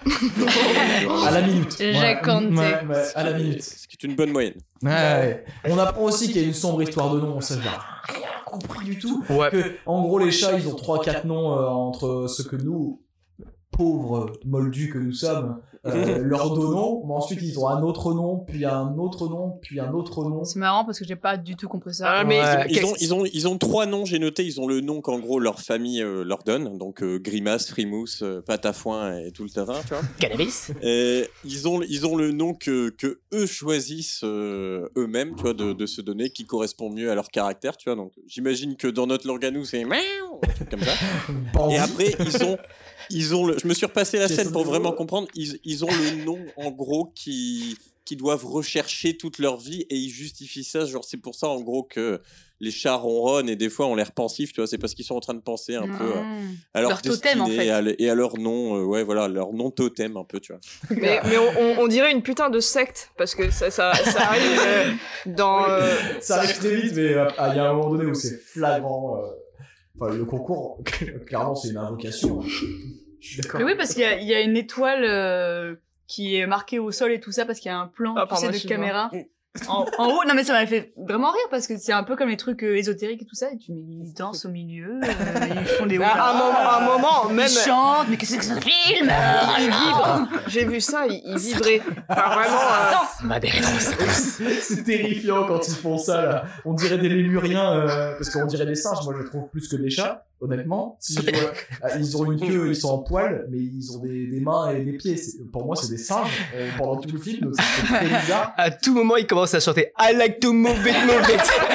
Speaker 2: À la minute.
Speaker 3: J'ai
Speaker 2: Ouais,
Speaker 3: compté.
Speaker 2: ouais, ouais, à la minute.
Speaker 5: Ce qui est une bonne moyenne.
Speaker 2: Ouais, ouais. On apprend aussi qu'il y a une sombre histoire de nom, ça j'ai rien compris du tout.
Speaker 4: Ouais.
Speaker 2: Que, en gros, les chats, ils ont trois quatre noms euh, entre ce que nous, pauvres moldus que nous sommes, euh, leur donnons, mais ensuite ils ont un autre nom, puis un autre nom, puis un autre nom.
Speaker 3: C'est marrant parce que j'ai pas du tout compris ça.
Speaker 6: Ah, mais
Speaker 4: Ouais.
Speaker 5: Ils ont, ils, ont, ils ont trois noms, j'ai noté, ils ont le nom qu'en gros leur famille euh, leur donne, donc euh, Grimace, Frimousse, euh, Pâte à foin et tout le tatin, tu vois.
Speaker 4: Cannabis.
Speaker 5: Et ils ont, ils ont le nom que, que eux choisissent euh, eux-mêmes, tu vois, de, de se donner, qui correspond mieux à leur caractère, tu vois. Donc j'imagine que dans notre Lorganou c'est miaou, un truc comme ça.
Speaker 2: Bandit.
Speaker 5: Et après ils ont, ils ont le, je me suis repassé la
Speaker 2: C'est
Speaker 5: scène
Speaker 2: ça.
Speaker 5: pour vraiment comprendre. Ils, ils ont le nom en gros qui, qui doivent rechercher toute leur vie et ils justifient ça. Genre c'est pour ça en gros que les chats ronronnent et des fois ont l'air pensifs, tu vois. C'est parce qu'ils sont en train de penser un peu à,
Speaker 3: Mmh.
Speaker 5: à leur,
Speaker 3: Leur totem, en
Speaker 5: destinée
Speaker 3: fait.
Speaker 5: et, à, le- et à leur nom, euh, ouais voilà, leur nom totem un peu, tu vois.
Speaker 6: Mais, mais on, on- on dirait une putain de secte parce que ça, ça, ça arrive euh, dans. euh,
Speaker 2: Ça arrive très vite, mais euh, il y a un moment donné où c'est flagrant. euh, Enfin, le concours, clairement, c'est une invocation. Je suis d'accord.
Speaker 3: Mais oui, parce qu'il y a, il y a une étoile euh, qui est marquée au sol et tout ça, parce qu'il y a un plan
Speaker 6: Ah,
Speaker 3: tu
Speaker 6: pardon,
Speaker 3: sais, de
Speaker 6: excuse-moi.
Speaker 3: caméra. En, en haut, non mais ça m'a fait vraiment rire parce que c'est un peu comme les trucs euh, ésotériques et tout ça. Et tu, mais ils dansent au milieu, euh, ils font des
Speaker 6: à, un moment, à un moment, même.
Speaker 3: ils chantent, mais qu'est-ce que c'est que ce film
Speaker 6: Il vibre. J'ai vu ça, il, il vibrait. Enfin, vraiment. euh,
Speaker 4: Bah, des rétros.
Speaker 2: C'est terrifiant quand ils font ça, là. On dirait des lémuriens, euh, parce qu'on dirait des singes, moi je trouve plus que des chats, honnêtement. Si je vois- ah, ils ont une queue, ils sont en poil, mais ils ont des, des mains et des pieds. C'est- Pour moi, c'est des singes euh, pendant tout le film, donc c'est très bizarre.
Speaker 4: À tout moment, il commence à chanter I like to move it, move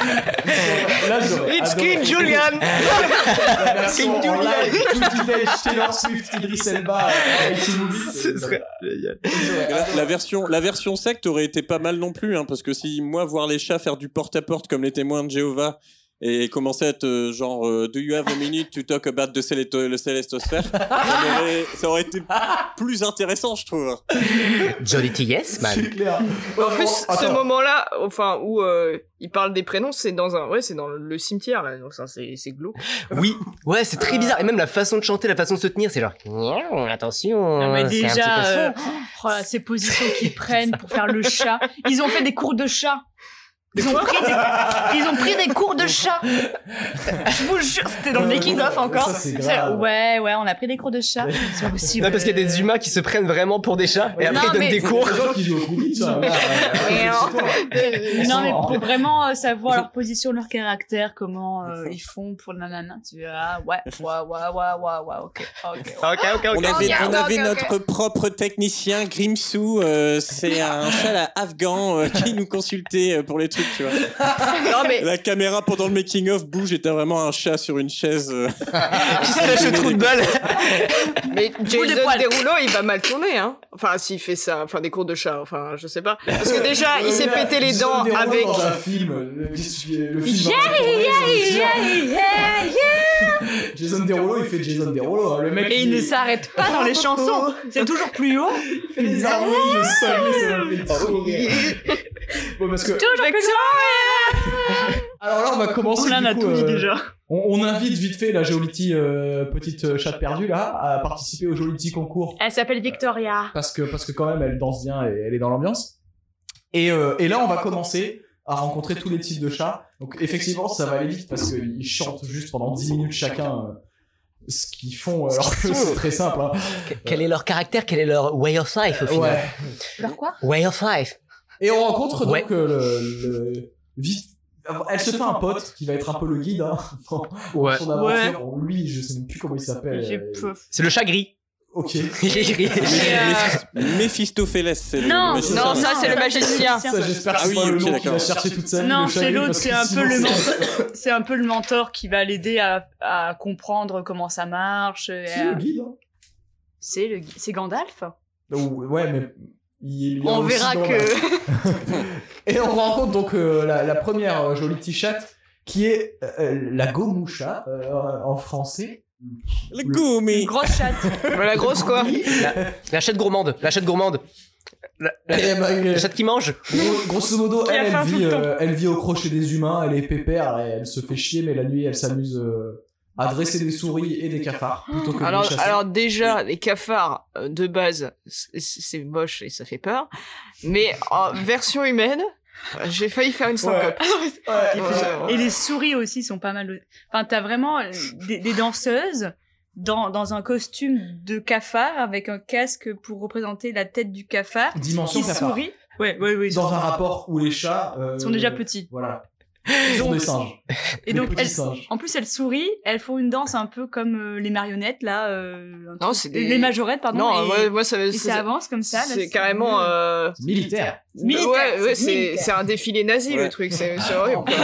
Speaker 4: it.
Speaker 2: Là, j'aurais
Speaker 6: It's
Speaker 2: adoré.
Speaker 6: King Julian!
Speaker 2: La version
Speaker 6: King
Speaker 2: en
Speaker 6: Julian.
Speaker 2: live, Judy Dench, Taylor Swift, Idris Elba, euh, avec Tim Movie,
Speaker 4: Ce serait génial.
Speaker 5: La, la version, la version secte aurait été pas mal non plus, hein, parce que si moi voir les chats faire du porte-à-porte comme les témoins de Jéhovah et commencer à être euh, genre euh, Do you have a minute to talk about the céléto- le célestosphère, ça aurait, ça aurait été plus intéressant, je trouve.
Speaker 4: Jolly T, yes, man.
Speaker 2: C'est clair.
Speaker 6: En plus, ce
Speaker 2: Attends.
Speaker 6: moment-là, enfin, où euh, il parle des prénoms, c'est dans un, ouais, c'est dans le cimetière là, donc ça, c'est, c'est glauque.
Speaker 4: Oui, ouais, c'est très bizarre. Et même la façon de chanter, la façon de se tenir, c'est genre, Miaou, attention.
Speaker 3: Non, mais
Speaker 4: c'est un petit peu
Speaker 3: déjà, euh,
Speaker 4: sombre.
Speaker 3: oh là, ces positions qu'ils prennent pour faire le chat. Ils ont fait des cours de chat. Ils ont, pris des, ils ont pris des cours de chat. Je vous jure, c'était dans le making of encore.
Speaker 2: Ça, c'est
Speaker 3: C'est-
Speaker 2: grave.
Speaker 3: Ouais, ouais, on a pris des cours de chat. C'est pas possible.
Speaker 4: Non, parce qu'il y a des humains qui se prennent vraiment pour des chats et après
Speaker 3: Non,
Speaker 4: ils donnent
Speaker 3: mais-
Speaker 4: des cours.
Speaker 2: Les gens qui jouent au Quidditch, hein, là, euh,
Speaker 3: Non, mais
Speaker 2: sont-
Speaker 3: pour vraiment euh, savoir leur position, leur caractère, comment euh, ils font pour le nanana, tu dis, ah ouais, ouais, ouais, ouais, ouais, ouais, ok, ok.
Speaker 4: Ok, ok,
Speaker 5: On
Speaker 4: ok.
Speaker 5: avait,
Speaker 6: ok,
Speaker 5: on avait
Speaker 6: ok,
Speaker 5: notre propre technicien, Grimsou, euh, c'est un chat là, afghan euh, qui nous consultait euh, pour les trucs, tu vois.
Speaker 6: Non, mais
Speaker 5: La caméra pendant le making-of bouge et t'as vraiment un chat sur une chaise. euh,
Speaker 4: Qui se lâche le trou de balle.
Speaker 6: Mais Jason
Speaker 3: de poil.
Speaker 6: Derulo, il va mal tourner, hein. Enfin, s'il fait ça, enfin, des cours de chat, enfin, je sais pas. Parce que déjà, il s'est pété les
Speaker 2: Jason
Speaker 6: dents
Speaker 2: Derulo
Speaker 6: avec.
Speaker 2: dans un film, le, le film. Jason Derulo, il fait Jason Derulo, hein, le mec.
Speaker 3: Et il ne s'arrête pas dans les chansons. C'est toujours plus haut.
Speaker 2: fait des harmonies de sol, ça m'a fait trop rire. Bon, parce que...
Speaker 3: Toujours plus loin.
Speaker 2: Alors là, on va commencer.
Speaker 3: On en
Speaker 2: du
Speaker 3: a
Speaker 2: coup,
Speaker 3: tout dit
Speaker 2: euh,
Speaker 3: déjà.
Speaker 2: On, on invite vite fait la Jolity, euh, petite chatte perdue là, à participer au Jolity concours.
Speaker 3: Elle s'appelle Victoria.
Speaker 2: Parce que, parce que quand même, elle danse bien et elle est dans l'ambiance. Et, euh, et là, on va commencer à rencontrer tous les types de chats. Donc effectivement, ça va aller vite parce qu'ils chantent juste pendant dix minutes chacun euh, ce qu'ils font, alors que c'est très simple. Hein.
Speaker 4: Quel est leur caractère? Quel est leur way of life au final?
Speaker 2: Ouais.
Speaker 3: Leur quoi?
Speaker 4: Way of life.
Speaker 2: Et on rencontre
Speaker 4: Ouais.
Speaker 2: donc euh, le, le vite. Elle se fait un pote qui va être un peu le guide hein, dans
Speaker 4: Ouais.
Speaker 2: son aventure. Bon, lui, je sais même plus comment il s'appelle.
Speaker 3: J'ai
Speaker 2: euh,
Speaker 3: peur.
Speaker 4: C'est le chat gris.
Speaker 2: Ok.
Speaker 5: Méphistophélès, c'est le
Speaker 3: Non,
Speaker 5: magicien.
Speaker 6: Non, ça c'est le
Speaker 3: Ça,
Speaker 6: magicien.
Speaker 2: Ça, j'espère que
Speaker 5: Ah
Speaker 2: c'est
Speaker 5: oui,
Speaker 2: pas le
Speaker 5: ok,
Speaker 2: nom qu'il
Speaker 5: d'accord.
Speaker 2: va chercher toute sa vie.
Speaker 3: Non,
Speaker 2: le
Speaker 3: c'est
Speaker 2: chagrin,
Speaker 3: l'autre,
Speaker 2: parce
Speaker 3: c'est
Speaker 2: que
Speaker 3: un
Speaker 2: sinon,
Speaker 3: peu le
Speaker 2: c'est-
Speaker 3: mentor, c'est un peu le mentor qui va l'aider à, à comprendre comment ça marche. et
Speaker 2: C'est
Speaker 3: à-
Speaker 2: le guide. Hein.
Speaker 3: C'est le, c'est Gandalf.
Speaker 2: Ou- Ouais, mais il y a
Speaker 6: On
Speaker 2: aussi
Speaker 6: verra
Speaker 2: dans
Speaker 6: que.
Speaker 2: la- Et on rencontre donc euh, la, la première euh, jolie petite chatte qui est euh, la Gomoucha euh, en français.
Speaker 5: Le gourmet.
Speaker 3: Une grosse chatte.
Speaker 6: Bah, la grosse quoi.
Speaker 4: La chatte gourmande. La chatte gourmande. La, la-
Speaker 2: Et, bah,
Speaker 4: la chatte qui mange.
Speaker 2: gros- grosso modo,
Speaker 3: Qui a
Speaker 2: elle,
Speaker 3: faim
Speaker 2: elle,
Speaker 3: tout
Speaker 2: vit,
Speaker 3: le temps.
Speaker 2: euh, elle vit au crochet des humains, elle est pépère, elle, elle se fait chier, mais la nuit, elle s'amuse euh, à dresser des souris et des cafards plutôt que de
Speaker 6: Alors,
Speaker 2: les chasser.
Speaker 6: alors déjà, les cafards euh, de base, c'est c'est moche et ça fait peur. Mais en version humaine, j'ai failli faire une syncope.
Speaker 2: Ouais,
Speaker 6: Ouais,
Speaker 2: ouais.
Speaker 3: Et les souris aussi sont pas mal. Enfin, t'as vraiment des, des danseuses dans, dans un costume de cafard avec un casque pour représenter la tête du cafard
Speaker 2: Dimension
Speaker 3: qui
Speaker 2: cafard.
Speaker 3: sourit. Ouais, ouais, ouais. ils
Speaker 2: Dans
Speaker 3: sont-
Speaker 2: un rapport où les chats euh,
Speaker 3: Ils sont déjà petits.
Speaker 2: Voilà. Ils sont
Speaker 3: Donc-
Speaker 2: des singes.
Speaker 3: Et
Speaker 2: Des
Speaker 3: donc,
Speaker 2: petits
Speaker 3: elles,
Speaker 2: singes.
Speaker 3: en plus, elles sourient, elles font une danse un peu comme euh, les marionnettes, là. Euh, un
Speaker 6: Non,
Speaker 3: truc-
Speaker 6: c'est des-
Speaker 3: Les majorettes, pardon.
Speaker 6: Non,
Speaker 3: et,
Speaker 6: moi, moi ça,
Speaker 3: et
Speaker 6: ça,
Speaker 3: ça avance comme ça. là,
Speaker 6: c'est carrément. Euh...
Speaker 2: Militaire.
Speaker 3: Militaire,
Speaker 6: ouais, ouais,
Speaker 3: c'est
Speaker 6: c'est
Speaker 3: militaire.
Speaker 6: c'est un défilé nazi
Speaker 5: Ouais.
Speaker 6: le truc, c'est c'est horrible. quoi.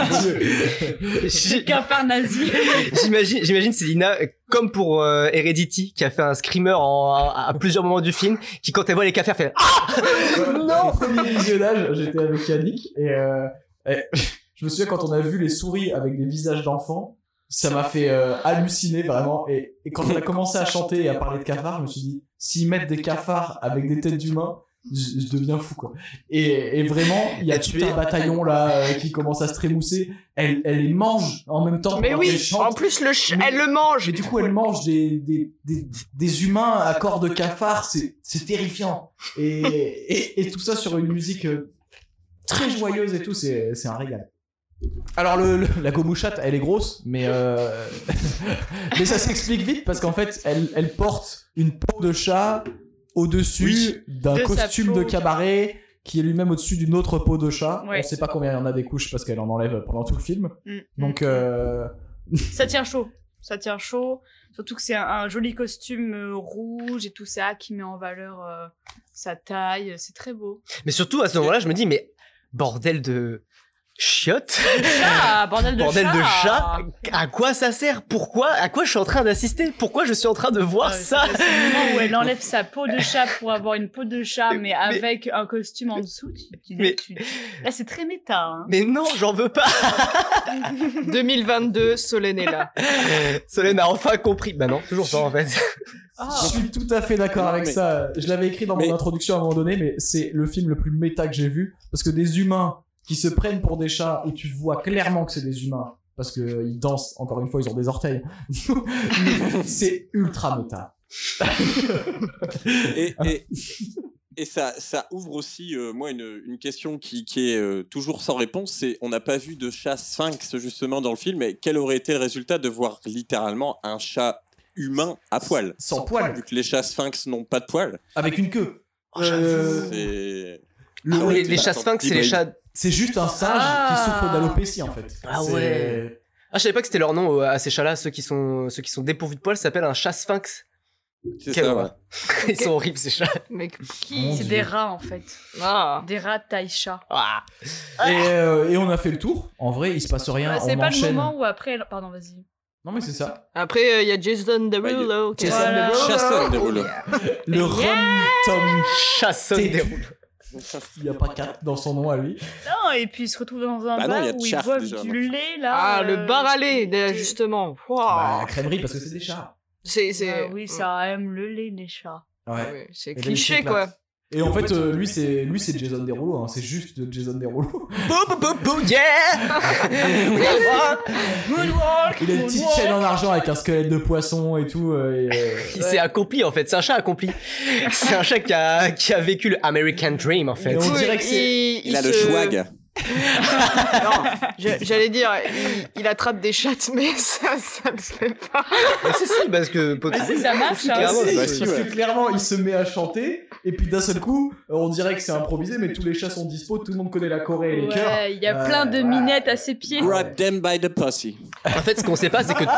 Speaker 3: Le cafard nazi.
Speaker 4: J'imagine, j'imagine Célina, euh, comme pour euh, Heredity, qui a fait un screamer en, à, à plusieurs moments du film, qui quand elle voit les cafards fait ah
Speaker 2: Non. Au premier visionnage, j'étais avec Yannick et, euh, et je me souviens quand on a vu les souris avec des visages d'enfants, ça m'a fait euh, halluciner vraiment. Et, et quand on a commencé à chanter et à parler de cafards, je me suis dit, s'ils mettent des cafards avec des têtes d'humains, je, je deviens fou quoi. Et, et vraiment, il y a
Speaker 4: Et
Speaker 2: tout
Speaker 4: tu es-
Speaker 2: un bataillon là euh, qui commence à se trémousser. Elle, elle les mange en même temps.
Speaker 6: Mais
Speaker 2: pendant qu'elle
Speaker 6: oui,
Speaker 2: chante.
Speaker 6: en plus, le ch-
Speaker 2: Mais-
Speaker 6: elle le mange.
Speaker 2: Mais du coup, elle mange des, des, des, des humains à corps de cafard, c'est, c'est terrifiant. Et, et, et tout ça sur une musique euh, très joyeuse et tout, c'est, c'est un régal. Alors, le, le- la Gomouchate, elle est grosse, mais, euh, mais ça s'explique vite parce qu'en fait, elle, elle porte une peau de chat au-dessus d'un
Speaker 3: de sa
Speaker 2: costume
Speaker 3: peau.
Speaker 2: de cabaret qui est lui-même au-dessus d'une autre peau de chat.
Speaker 3: Ouais.
Speaker 2: On sait pas combien il y en a des couches parce qu'elle en enlève pendant tout le film.
Speaker 3: Mm.
Speaker 2: Donc, euh,
Speaker 3: Ça tient chaud. Ça tient chaud. Surtout que c'est un, un joli costume euh, rouge et tout ça qui met en valeur euh, sa taille. C'est très beau.
Speaker 4: Mais surtout à ce moment-là, je me dis mais bordel de chiottes,
Speaker 3: Ah, bordel de
Speaker 4: bordel
Speaker 3: chat.
Speaker 4: de chat, à quoi ça sert? Pourquoi? À quoi je suis en train d'assister? Pourquoi je suis en train de voir
Speaker 3: Ouais,
Speaker 4: ça?
Speaker 3: C'est le moment où elle enlève sa peau de chat pour avoir une peau de chat, mais,
Speaker 4: Mais-
Speaker 3: avec un costume en dessous. Tu, tu-
Speaker 4: Mais-
Speaker 3: tu- Là, c'est très méta. Hein.
Speaker 4: Mais non, j'en veux pas.
Speaker 6: deux mille vingt-deux, Solène est là.
Speaker 4: Solène a enfin compris. Bah non, toujours pas en fait.
Speaker 3: Ah.
Speaker 2: Je suis tout à fait d'accord
Speaker 5: Non,
Speaker 2: avec
Speaker 5: mais-
Speaker 2: ça. Je l'avais écrit dans
Speaker 5: mais-
Speaker 2: mon introduction à un moment donné, mais c'est le film le plus méta que j'ai vu. Parce que des humains qui se prennent pour des chats, et tu vois clairement que c'est des humains, parce que euh, ils dansent, encore une fois, ils ont des orteils. C'est ultra méta.
Speaker 5: Et, et, et ça, ça ouvre aussi, euh, moi, une, une question qui, qui est euh, toujours sans réponse. C'est, on n'a pas vu de chat sphinx, justement, dans le film. Mais quel aurait été le résultat de voir littéralement un chat humain à poil?
Speaker 2: Sans poil.
Speaker 5: Vu que les chats sphinx n'ont pas de poil.
Speaker 2: Avec une queue.
Speaker 4: Oh,
Speaker 2: Euh,
Speaker 5: C'est...
Speaker 2: le-
Speaker 4: Ah oui, les
Speaker 5: bah,
Speaker 4: chats sphinx, c'est les chats.
Speaker 2: C'est juste un singe
Speaker 3: Ah.
Speaker 2: qui souffre d'alopécie, en fait.
Speaker 4: Ah
Speaker 2: C'est-
Speaker 4: ouais. Ah, je savais pas que c'était leur nom euh, à ces chats-là, ceux qui sont ceux qui sont dépourvus de poils, ça s'appelle un chat sphinx.
Speaker 5: C'est
Speaker 4: Quelle
Speaker 5: ça,
Speaker 4: horreur. Ils sont horribles ces chats.
Speaker 6: Mais qui
Speaker 2: Mon
Speaker 3: C'est
Speaker 2: Dieu.
Speaker 3: des rats, en fait.
Speaker 6: Ah.
Speaker 3: Des rats taille chat.
Speaker 4: Ah.
Speaker 2: Et, euh, et on a fait le tour. En vrai, il se passe rien.
Speaker 3: Ouais, c'est
Speaker 2: on
Speaker 3: pas
Speaker 2: enchaîne.
Speaker 3: le moment où après... elle- Pardon, vas-y.
Speaker 2: Non, mais c'est ça.
Speaker 6: Après, il y a Jason Derulo. qui est-
Speaker 2: Jason
Speaker 3: Voilà.
Speaker 2: Derulo.
Speaker 5: Chasseur des rouleaux.
Speaker 2: Le rum Tom.
Speaker 4: Chassonne
Speaker 2: T'es-
Speaker 4: des rouleaux.
Speaker 2: Il n'y a pas quatre dans son nom à lui.
Speaker 3: Non, et puis il se retrouve dans un
Speaker 5: Bah non,
Speaker 3: bar
Speaker 5: il y a
Speaker 3: où ils
Speaker 5: Tchar,
Speaker 3: boivent
Speaker 5: déjà,
Speaker 3: du
Speaker 5: non.
Speaker 3: lait, là.
Speaker 6: Ah, le
Speaker 3: euh,
Speaker 6: bar à lait,
Speaker 3: et-
Speaker 6: déjà, justement. Wow.
Speaker 2: Bah, la crèmerie, parce que c'est des chats.
Speaker 6: C'est, c'est...
Speaker 3: Ah oui, ça aime le lait, les chats.
Speaker 2: Ouais.
Speaker 6: Ouais, c'est
Speaker 2: Et là, il
Speaker 6: cliché,
Speaker 2: s'éclate.
Speaker 6: quoi.
Speaker 2: Et en fait, euh, lui, c'est lui, c'est Jason Derulo. Hein. C'est juste Jason Derulo.
Speaker 4: Bou, bou, bou, yeah.
Speaker 2: Il a une petite chaîne en argent avec un squelette de poisson et tout. Euh, et, euh...
Speaker 4: Il s'est accompli en fait. C'est un chat accompli. C'est un chat qui a qui a vécu le American Dream en fait.
Speaker 2: Et on
Speaker 6: Oui,
Speaker 2: dirait que c'est.
Speaker 6: il,
Speaker 5: Il,
Speaker 6: il
Speaker 5: a
Speaker 6: se...
Speaker 5: le swag.
Speaker 6: Non, je- j'allais dire, il, il attrape des chattes, mais ça, ça le fait pas.
Speaker 4: Mais si si parce que
Speaker 3: Bah, si, ça marche,
Speaker 4: Si,
Speaker 3: hein.
Speaker 4: carrément,
Speaker 2: Si,
Speaker 4: c'est-
Speaker 5: bah,
Speaker 2: parce
Speaker 5: si,
Speaker 2: que
Speaker 5: ouais.
Speaker 2: clairement, il se met à chanter, et puis d'un seul coup, on dirait que c'est improvisé, mais tous les chats sont dispo, tout le monde connaît la Corée et les chœurs.
Speaker 3: Ouais, il y a
Speaker 2: Euh,
Speaker 3: plein de
Speaker 2: voilà.
Speaker 3: minettes à ses pieds.
Speaker 5: Grab them by the pussy.
Speaker 4: En fait, ce qu'on sait pas, c'est que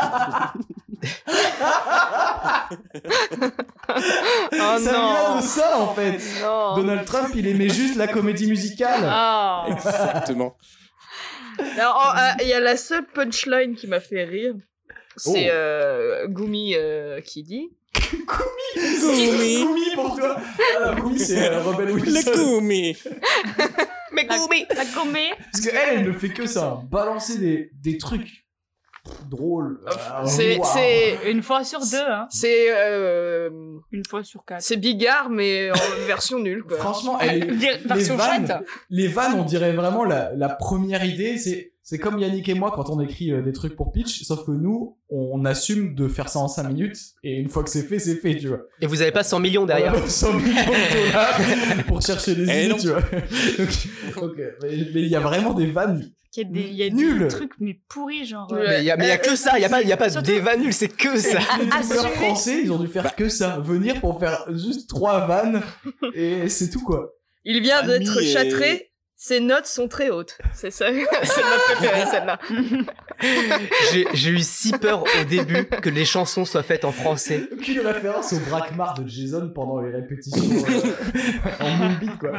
Speaker 6: Oh
Speaker 2: ça vient
Speaker 6: non.
Speaker 2: de ça, en fait.
Speaker 6: Non.
Speaker 2: Donald Trump, il aimait juste la comédie musicale.
Speaker 6: Ah.
Speaker 5: Exactement.
Speaker 6: Alors, oh, ah, il y a la seule punchline qui m'a fait rire. C'est
Speaker 2: Oh.
Speaker 6: euh, Gumi euh, qui dit.
Speaker 2: Gumi Gumi pour toi. Ah, Gumi, c'est euh, Rebel Wilson.
Speaker 5: Le Gumi.
Speaker 6: Mais Gumi.
Speaker 3: La gommée.
Speaker 2: Parce qu'elle, elle ne fait que ça, balancer des, des trucs drôles. Euh,
Speaker 6: C'est,
Speaker 2: waouh.
Speaker 6: c'est,
Speaker 3: Une fois sur deux, hein.
Speaker 6: c'est, euh,
Speaker 3: Une fois sur quatre.
Speaker 6: c'est Bigard, mais en version nulle, quoi.
Speaker 2: Franchement, elle est-
Speaker 3: Ver-
Speaker 2: les
Speaker 3: Version
Speaker 2: vannes,
Speaker 3: chatte.
Speaker 2: les vannes, on dirait vraiment la, la première idée. C'est, c'est comme Yannick et moi quand on écrit euh, des trucs pour pitch, sauf que nous, on assume de faire ça en cinq minutes, et une fois que c'est fait, c'est fait, tu vois.
Speaker 4: et vous avez pas cent millions derrière.
Speaker 2: On a cent millions de dollars pour chercher des
Speaker 5: Eh
Speaker 2: idées,
Speaker 5: non.
Speaker 2: tu vois. Donc, donc, euh, mais mais il y a vraiment des vannes.
Speaker 3: Il y a des, il y a
Speaker 2: Nul.
Speaker 3: des trucs, mais pourris, genre. euh,
Speaker 6: Ouais.
Speaker 4: Mais il y a mais il y a que ça, il y a pas il y a pas
Speaker 3: Surtout-
Speaker 4: des vannes nulles, c'est que ça.
Speaker 2: Les doubleurs
Speaker 3: assumer.
Speaker 2: français, ils ont dû faire que ça. Venir pour faire juste trois vannes, et c'est tout, quoi.
Speaker 6: Il vient
Speaker 5: Ami
Speaker 6: d'être
Speaker 5: et-
Speaker 6: châtré. Ses notes sont très hautes. C'est ça. C'est ma préférée, celle-là.
Speaker 4: J'ai j'ai eu si peur au début que les chansons soient faites en français.
Speaker 2: Aucune référence au braquemar de Jason pendant les répétitions euh, en moonbeat, quoi.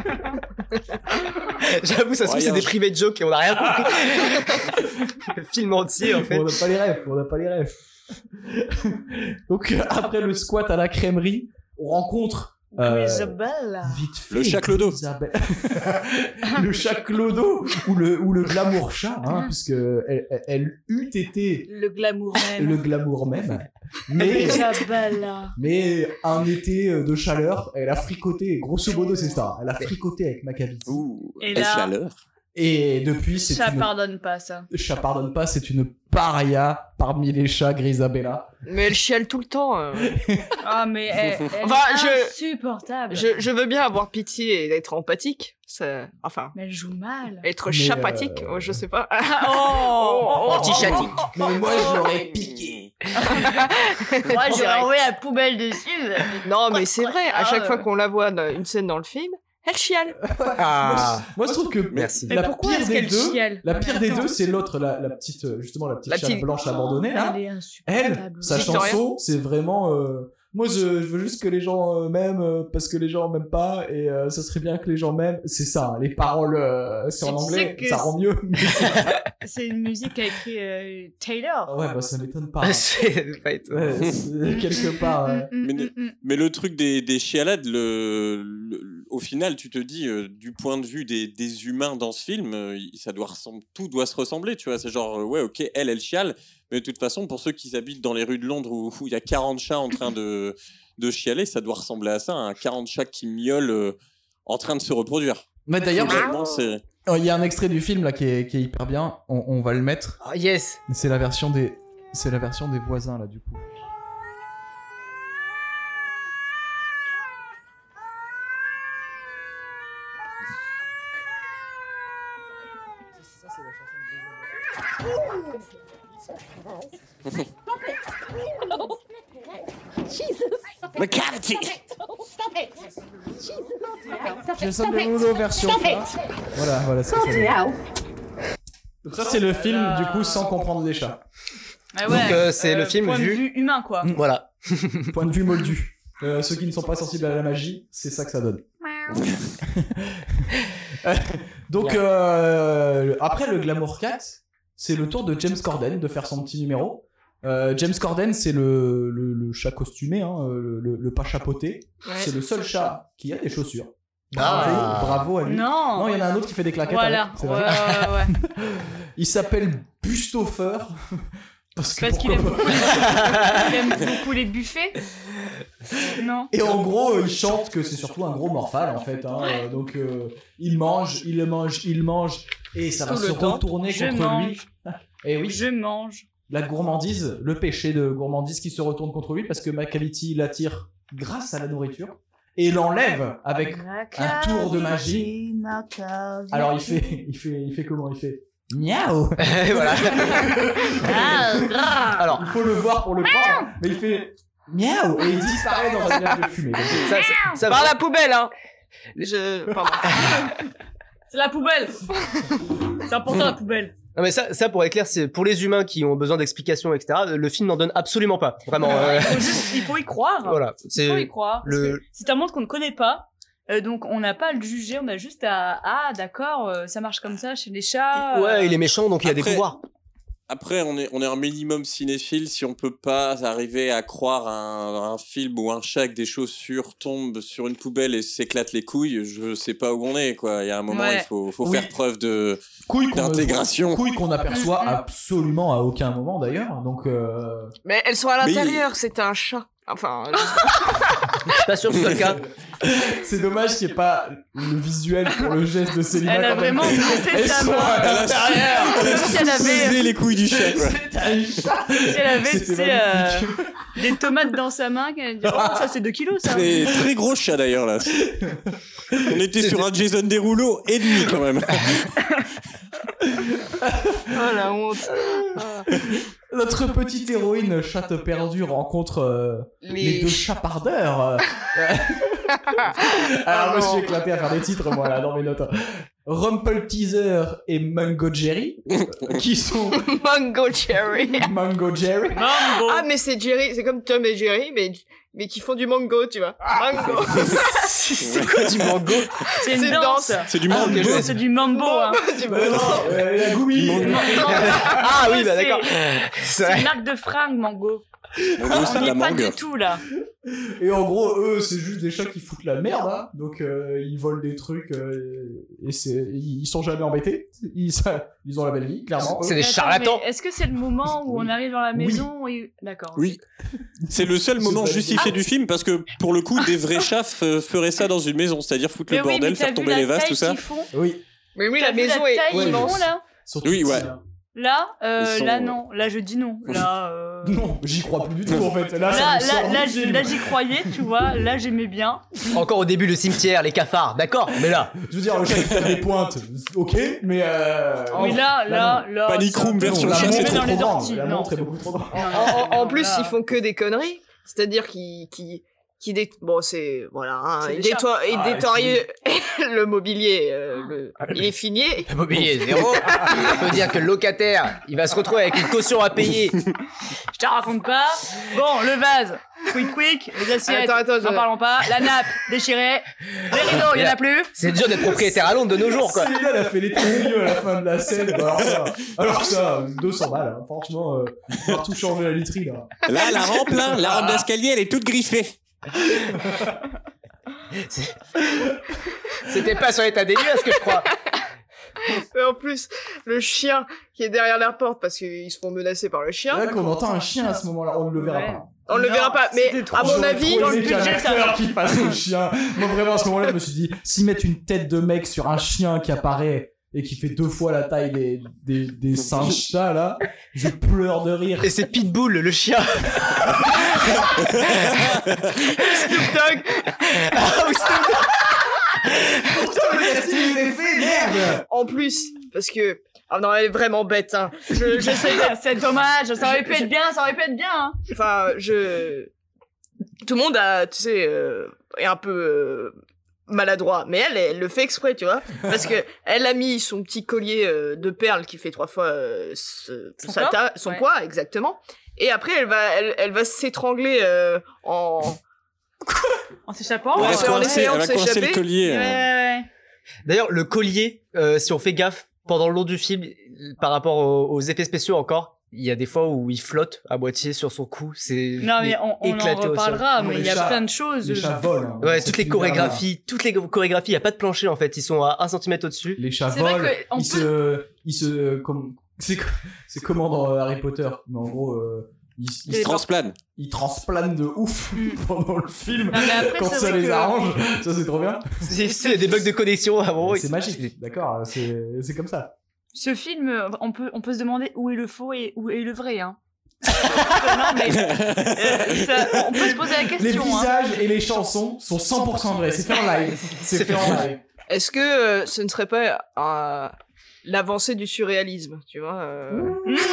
Speaker 4: J'avoue, ça se trouve
Speaker 5: Ouais,
Speaker 4: c'est
Speaker 5: y a
Speaker 4: des
Speaker 5: un-
Speaker 4: privés de jokes et on a rien compris. Le film entier en fait.
Speaker 2: On n'a pas les rêves, on n'a pas les rêves. Donc, euh, après le squat à la crèmerie, on rencontre euh,
Speaker 3: Isabelle.
Speaker 2: vite fait
Speaker 5: Le chat Clodo.
Speaker 2: Isabelle. Le chat Clodo ou le, ou le glamour chat, hein, puisque elle, elle- elle eût été
Speaker 3: Le glamour même.
Speaker 2: le glamour même. Mais,
Speaker 3: Isabelle.
Speaker 2: mais un été de chaleur, elle a fricoté, grosso modo c'est ça, elle a fricoté avec Maccabi.
Speaker 5: Ouh,
Speaker 3: Et
Speaker 5: quelle
Speaker 3: là-
Speaker 5: chaleur.
Speaker 2: Et depuis, c'est
Speaker 3: Ça
Speaker 2: une...
Speaker 3: pardonne pas, ça.
Speaker 2: Chat pardonne pas, c'est une paria parmi les chats, Grisabella.
Speaker 6: Mais elle chiale tout le temps. euh.
Speaker 3: Ah, mais elle, elle
Speaker 6: Enfin,
Speaker 3: est
Speaker 6: je-
Speaker 3: insupportable.
Speaker 6: Je, je veux bien avoir pitié et être empathique. Ça, enfin,
Speaker 3: Mais elle joue mal.
Speaker 6: être
Speaker 2: Mais,
Speaker 6: chapathique,
Speaker 2: euh,
Speaker 6: oh, je sais pas.
Speaker 3: Oh,
Speaker 6: oh,
Speaker 4: Petit chatique.
Speaker 2: Mais moi, je l'aurais piqué.
Speaker 3: Moi, j'aurais
Speaker 6: Direct.
Speaker 3: envoyé la poubelle dessus.
Speaker 6: Non, mais c'est vrai, à chaque
Speaker 3: Ah,
Speaker 6: fois
Speaker 3: ouais.
Speaker 6: qu'on la voit dans une scène dans le film, elle chiale.
Speaker 4: Ah.
Speaker 2: Moi, je trouve que
Speaker 4: Merci.
Speaker 3: Mais
Speaker 2: la
Speaker 3: pourquoi
Speaker 2: pire
Speaker 3: est-ce
Speaker 2: des
Speaker 3: qu'elle
Speaker 2: deux,
Speaker 3: chiale
Speaker 2: la
Speaker 3: Non,
Speaker 2: pire
Speaker 3: mais
Speaker 2: des
Speaker 3: attends.
Speaker 2: deux, c'est l'autre, la, la petite, euh, justement, la petite
Speaker 6: La
Speaker 2: chatte
Speaker 6: petite-
Speaker 2: blanche abandonnée, là.
Speaker 3: Elle est
Speaker 2: Elle,
Speaker 3: insupportable.
Speaker 2: sa
Speaker 6: Victoria.
Speaker 2: chanson, c'est vraiment, euh, moi, je, je veux juste que les gens euh, m'aiment euh, parce que les gens m'aiment pas et euh, ça serait bien que les gens m'aiment. C'est ça, hein, les paroles, euh, c'est en
Speaker 3: Tu sais
Speaker 2: anglais,
Speaker 3: que
Speaker 2: ça rend mieux. mais c'est-
Speaker 3: C'est une musique qu'a écrit euh, Taylor.
Speaker 2: Ah ouais, bah ça m'étonne pas. hein.
Speaker 4: C'est ouais,
Speaker 2: Ouais, c'est quelque part. ouais.
Speaker 3: Mm, mm,
Speaker 5: Mais
Speaker 3: mm,
Speaker 5: ne-
Speaker 3: mm.
Speaker 5: Mais le truc des, des chialades, le, le- au final, tu te dis, euh, du point de vue des, des humains dans ce film, euh, il- ça doit ressembler, tout doit se ressembler, tu vois. C'est genre, euh, ouais, ok, elle, elle chiale, mais de toute façon, pour ceux qui habitent dans les rues de Londres où où il y a quarante chats en train de, de chialer, ça doit ressembler à ça, un quarante chats qui miaulent euh, en train de se reproduire.
Speaker 2: Mais d'ailleurs,
Speaker 5: Globalement, c'est...
Speaker 2: oh, il y a un extrait du film là qui est, qui est hyper bien. On, on va le mettre.
Speaker 4: Oh, yes.
Speaker 2: C'est la version des, c'est la version des voisins là du coup.
Speaker 5: The cavity.
Speaker 2: Jason Derulo version. hein. Voilà, voilà, c'est ça. Donc ça c'est le film du coup sans comprendre les chats.
Speaker 3: Ah
Speaker 4: Donc, euh, c'est le film
Speaker 3: point de
Speaker 4: vu-
Speaker 3: vue humain, quoi.
Speaker 4: Voilà.
Speaker 2: Point de vue moldu. Euh, ceux qui ne sont pas sensibles à la magie, c'est ça que ça donne. Donc euh, après le Glamour quatre, c'est le tour de James Corden de faire son petit numéro. Euh, James Corden, c'est le, le, le chat costumé, hein, le, le, le pas chapeauté.
Speaker 6: Ouais.
Speaker 2: C'est le seul chat qui a des chaussures.
Speaker 4: Ah.
Speaker 2: Bravo, bravo à lui.
Speaker 3: Non.
Speaker 2: Non, il y en a un autre qui fait des claquettes.
Speaker 3: Voilà.
Speaker 2: avec, c'est
Speaker 3: Ouais,
Speaker 2: vrai.
Speaker 3: ouais, ouais.
Speaker 2: Il s'appelle Bustofer. Parce, que
Speaker 3: Parce qu'il aime, beaucoup les... il aime beaucoup les buffets. Non.
Speaker 2: Et en gros, il chante que c'est surtout un gros morphale en fait. Hein. Euh, donc euh, il mange, il mange, il mange, et ça va
Speaker 6: Tout
Speaker 2: se
Speaker 6: le temps.
Speaker 2: retourner
Speaker 3: Je
Speaker 2: contre
Speaker 3: mange.
Speaker 2: lui. Et oui,
Speaker 3: Je mange.
Speaker 2: la gourmandise, le péché de gourmandise qui se retourne contre lui parce que Macavity l'attire grâce à la nourriture et l'enlève avec un tour de magie. Alors il fait, il fait, il fait comment? Il fait miaou.
Speaker 4: Et voilà. Alors,
Speaker 2: Il faut le voir pour le croire, mais il fait miaou et il disparaît dans un nuage de fumée. Donc,
Speaker 4: ça, ça, ça
Speaker 6: Par la poubelle, hein. Je... Pardon.
Speaker 3: C'est la poubelle. C'est important la poubelle.
Speaker 4: Non mais ça, ça pour être clair, c'est pour les humains qui ont besoin d'explications, et cetera. Le film n'en donne absolument pas, vraiment. euh,
Speaker 3: Il faut, juste, il faut y croire.
Speaker 4: voilà,
Speaker 3: Il faut y
Speaker 4: c'est
Speaker 3: croire. Parce
Speaker 4: le-
Speaker 3: que c'est un monde qu'on ne connaît pas. Euh, donc on n'a pas à le juger, on a juste à ah d'accord, euh, ça marche comme ça chez les chats. euh,
Speaker 4: ouais, il est méchant, donc il a des
Speaker 5: Après-
Speaker 4: pouvoirs.
Speaker 5: Après, on est, on est un minimum cinéphile si on peut pas arriver à croire à un, un film où un chat avec des chaussures tombe sur une poubelle et s'éclate les couilles. Je sais pas où on est, quoi. Il y a un moment,
Speaker 3: Ouais.
Speaker 5: il faut, faut
Speaker 2: Oui.
Speaker 5: faire preuve de.
Speaker 2: couilles qu'on
Speaker 5: D'intégration.
Speaker 2: couilles qu'on aperçoit
Speaker 3: Mhm.
Speaker 2: absolument à aucun moment d'ailleurs. Donc euh,
Speaker 6: Mais elles sont à
Speaker 5: Mais-
Speaker 6: l'intérieur, c'est un chat. Enfin,
Speaker 4: Pas sûr que ce soit le cas.
Speaker 2: c'est dommage qu'il n'y ait pas le visuel pour le geste de Célina.
Speaker 3: Elle a
Speaker 2: quand
Speaker 3: vraiment
Speaker 2: fait.
Speaker 3: monté
Speaker 2: Elles
Speaker 3: sa
Speaker 2: sont
Speaker 3: main.
Speaker 2: à
Speaker 5: Elle a
Speaker 2: l'intérieur.
Speaker 3: Si elle avait,
Speaker 5: Baiser les couilles du chat, quoi.
Speaker 2: C'est un chat.
Speaker 3: si elle avait tu
Speaker 2: C'était
Speaker 3: sais, euh,
Speaker 2: magnifique.
Speaker 3: des tomates dans sa main, qu'elle dit oh ça c'est deux kilos ça.
Speaker 5: Très, très gros chat d'ailleurs là. On était sur un Jason Derulo et demi quand même.
Speaker 6: oh la honte. Ah.
Speaker 2: Notre petite héroïne chatte perdue rencontre euh, les...
Speaker 6: Les-
Speaker 2: deux chapardeurs. euh. Alors, je me suis éclaté à faire des titres, moi, là, dans mes notes. Rumple Teaser et Mango Jerry, euh, qui sont
Speaker 6: Mango Cherry.
Speaker 2: Mango Jerry.
Speaker 3: Mambo.
Speaker 6: Ah, mais c'est Jerry, c'est comme Tom et Jerry, mais, mais qui font du mango, tu vois. Mango.
Speaker 4: C'est quoi du mango?
Speaker 3: c'est une
Speaker 6: c'est une
Speaker 3: danse.
Speaker 6: danse.
Speaker 5: C'est du
Speaker 2: Ah,
Speaker 5: mango.
Speaker 2: ok, je-
Speaker 3: C'est du mambo. Hein.
Speaker 6: Du
Speaker 2: Bah non, euh, la goumi.
Speaker 5: Mango.
Speaker 4: Ah oui, bah
Speaker 3: C'est-
Speaker 4: d'accord.
Speaker 3: C'est
Speaker 4: C'est
Speaker 3: une marque de fringues mango.
Speaker 5: Mango, c'est
Speaker 3: On
Speaker 5: de
Speaker 3: n'y
Speaker 5: la
Speaker 3: est pas
Speaker 5: mangue.
Speaker 3: du tout là.
Speaker 2: Et en gros, eux, c'est juste des chats qui foutent la merde, hein. Donc euh, ils volent des trucs euh, et c'est, ils sont jamais embêtés. Ils, ça- ils ont la belle vie, clairement.
Speaker 4: C'est
Speaker 2: eux.
Speaker 4: des
Speaker 3: Mais attends,
Speaker 4: charlatans.
Speaker 3: mais Est-ce que c'est le moment où on arrive dans la
Speaker 2: Oui.
Speaker 3: maison et... D'accord.
Speaker 5: Oui. C'est le seul
Speaker 2: C'est
Speaker 5: moment
Speaker 2: validé.
Speaker 5: justifié du film parce que pour le coup, des vrais chats f- feraient ça dans une maison, c'est-à-dire foutre
Speaker 3: Mais
Speaker 5: le
Speaker 3: oui,
Speaker 5: bordel,
Speaker 3: mais t'as
Speaker 5: faire
Speaker 3: vu
Speaker 5: tomber
Speaker 3: la
Speaker 5: les vases,
Speaker 3: taille
Speaker 5: tout ça.
Speaker 3: qu'ils font
Speaker 2: Oui.
Speaker 6: Mais oui,
Speaker 3: T'as
Speaker 6: la
Speaker 3: vu
Speaker 6: maison
Speaker 3: la
Speaker 6: est
Speaker 3: taille qu'ils
Speaker 6: immense.
Speaker 3: font là.
Speaker 2: Surtout
Speaker 5: Oui,
Speaker 2: petits,
Speaker 5: ouais.
Speaker 2: hein.
Speaker 3: Là, euh,
Speaker 5: Ils sont-
Speaker 3: là non. Là je dis non. Là. Euh...
Speaker 2: Non, j'y crois plus du tout en fait. Là, ça
Speaker 3: Là,
Speaker 2: me sort
Speaker 3: là,
Speaker 2: du
Speaker 3: là,
Speaker 2: film.
Speaker 3: là, j'y croyais, tu vois. Là, j'aimais bien.
Speaker 4: Encore au début, le cimetière, les cafards, d'accord. Mais là,
Speaker 2: Je veux dire, le chat qui tape des pointes, ok, mais euh...
Speaker 3: Oui, là, là, là.
Speaker 5: Panic
Speaker 3: ça-
Speaker 5: Room
Speaker 2: non,
Speaker 5: version
Speaker 2: la
Speaker 5: chat,
Speaker 2: montre
Speaker 5: c'est
Speaker 2: est
Speaker 5: trop
Speaker 3: dans
Speaker 2: trop
Speaker 3: les
Speaker 2: grande.
Speaker 3: orties.
Speaker 2: La
Speaker 3: Non.
Speaker 2: montre est beaucoup trop grande.
Speaker 3: Non, non,
Speaker 6: En, en- en
Speaker 3: non,
Speaker 6: plus,
Speaker 3: là.
Speaker 6: ils font que des conneries. C'est-à-dire qu'ils, qu'ils, qu'ils dé... bon, c'est, voilà, hein,
Speaker 3: C'est
Speaker 6: ils
Speaker 3: des chats.
Speaker 6: détoient, ils
Speaker 2: Ah,
Speaker 6: détoient le mobilier, euh, le, il est fini.
Speaker 4: le mobilier est zéro. Ça veut dire que le locataire, il va se retrouver avec une caution à payer.
Speaker 3: Je te raconte pas. Bon, le vase. Quick, quick. Les assiettes.
Speaker 6: Attends, attends,
Speaker 3: N'en
Speaker 6: je-
Speaker 3: parlons pas. La nappe déchirée. Les rideaux, il y en a plus.
Speaker 4: C'est dur d'être propriétaire à Londres de nos jours, quoi.
Speaker 2: Céline, elle a fait les milieu à la fin de la scène. Bah, alors ça, alors ça, deux cents balles, hein. Franchement, euh, on va tout changer la literie, là.
Speaker 5: Là, la rampe, là, la rampe d'escalier, elle est toute griffée.
Speaker 4: C'était pas sur l'état des lieux, à ce que je crois.
Speaker 6: Et en plus, le chien qui est derrière la porte parce qu'ils se font menacer par le chien.
Speaker 2: Là qu'on entend un chien à ce moment-là, on ne le verra
Speaker 3: Ouais.
Speaker 2: pas.
Speaker 6: On le
Speaker 3: Non,
Speaker 6: verra pas, mais
Speaker 3: c'était trop
Speaker 6: à mon
Speaker 2: J'aurais
Speaker 6: avis,
Speaker 2: trop
Speaker 3: dans le
Speaker 2: aimé qu'il y ait un
Speaker 3: budget, ça
Speaker 2: acteur
Speaker 3: va.
Speaker 2: qui fasse le chien. Moi vraiment à ce moment-là, je me suis dit, s'ils mettent une tête de mec sur un chien qui apparaît et qui fait deux fois la taille des, des, des singes chats là, je pleure de rire.
Speaker 4: Et c'est Pitbull, le chien.
Speaker 6: Snoop Dogg,
Speaker 4: Ah, oui, c'est-
Speaker 2: Putain, le casting il est fait, merde.
Speaker 6: en plus, parce que, ah non, elle est vraiment bête, hein. Je, j'essaie d'être,
Speaker 3: C'est dommage. Ça aurait pu être bien. Ça aurait pu être bien. Hein.
Speaker 6: enfin, je, tout le monde a, tu sais, euh, est un peu, euh, maladroit, mais elle, elle le fait exprès, tu vois, parce que elle a mis son petit collier euh, de perles qui fait trois fois euh, ce-
Speaker 3: Son
Speaker 6: sa
Speaker 3: poids
Speaker 6: ta- son
Speaker 3: Ouais.
Speaker 6: poids, exactement, et après elle va, elle, elle va s'étrangler euh, en,
Speaker 3: En s'échappant.
Speaker 5: Elle
Speaker 6: Ouais,
Speaker 5: va
Speaker 6: c'est en
Speaker 5: coincer,
Speaker 6: essayant
Speaker 5: elle
Speaker 6: de
Speaker 5: va coincer le
Speaker 6: s'échapper.
Speaker 5: collier.
Speaker 3: Ouais,
Speaker 5: euh.
Speaker 3: ouais.
Speaker 4: D'ailleurs, le collier, euh, si on fait gaffe, pendant le long du film, par rapport aux, aux effets spéciaux encore, il y a des fois où il flotte à moitié sur son cou. C'est
Speaker 3: Non, mais on, on en
Speaker 4: éclaté au sol.
Speaker 3: reparlera.
Speaker 2: Non,
Speaker 3: Mais
Speaker 2: les
Speaker 3: il y a
Speaker 2: chats-
Speaker 3: plein de choses.
Speaker 2: Les chats volent. hein, dans
Speaker 4: Ouais,
Speaker 2: cet
Speaker 4: toutes les
Speaker 2: univers-là.
Speaker 4: chorégraphies, toutes les chorégraphies, il y a pas de plancher en fait, ils sont à un centimètre au-dessus.
Speaker 2: Les chats
Speaker 3: C'est vrai
Speaker 2: volent,
Speaker 3: que, en
Speaker 2: ils
Speaker 3: plus-
Speaker 2: se, ils se, comme, C'est, c'est comment dans Harry Potter. Mais en gros, euh, ils, ils,
Speaker 5: Il transplane.
Speaker 2: ils transplanent de ouf pendant le film.
Speaker 3: Non, mais après,
Speaker 2: quand
Speaker 3: c'est
Speaker 2: ça
Speaker 3: vrai
Speaker 2: les
Speaker 3: que-
Speaker 2: arrange. Ça, c'est trop bien.
Speaker 4: C'est c'est des bugs de connexion avant.
Speaker 2: C'est magique, d'accord. C'est, c'est comme ça.
Speaker 3: Ce film, euh, on peut, on peut se demander où est le faux et où est le vrai. Hein. non, mais euh, ça, on peut se poser la
Speaker 2: Les
Speaker 3: question. hein.
Speaker 2: visages et les chansons sont cent pour cent vrais. C'est fait en live. C'est,
Speaker 4: C'est
Speaker 2: fait en live.
Speaker 6: Est-ce que euh, ce ne serait pas euh, l'avancée du surréalisme, tu vois euh,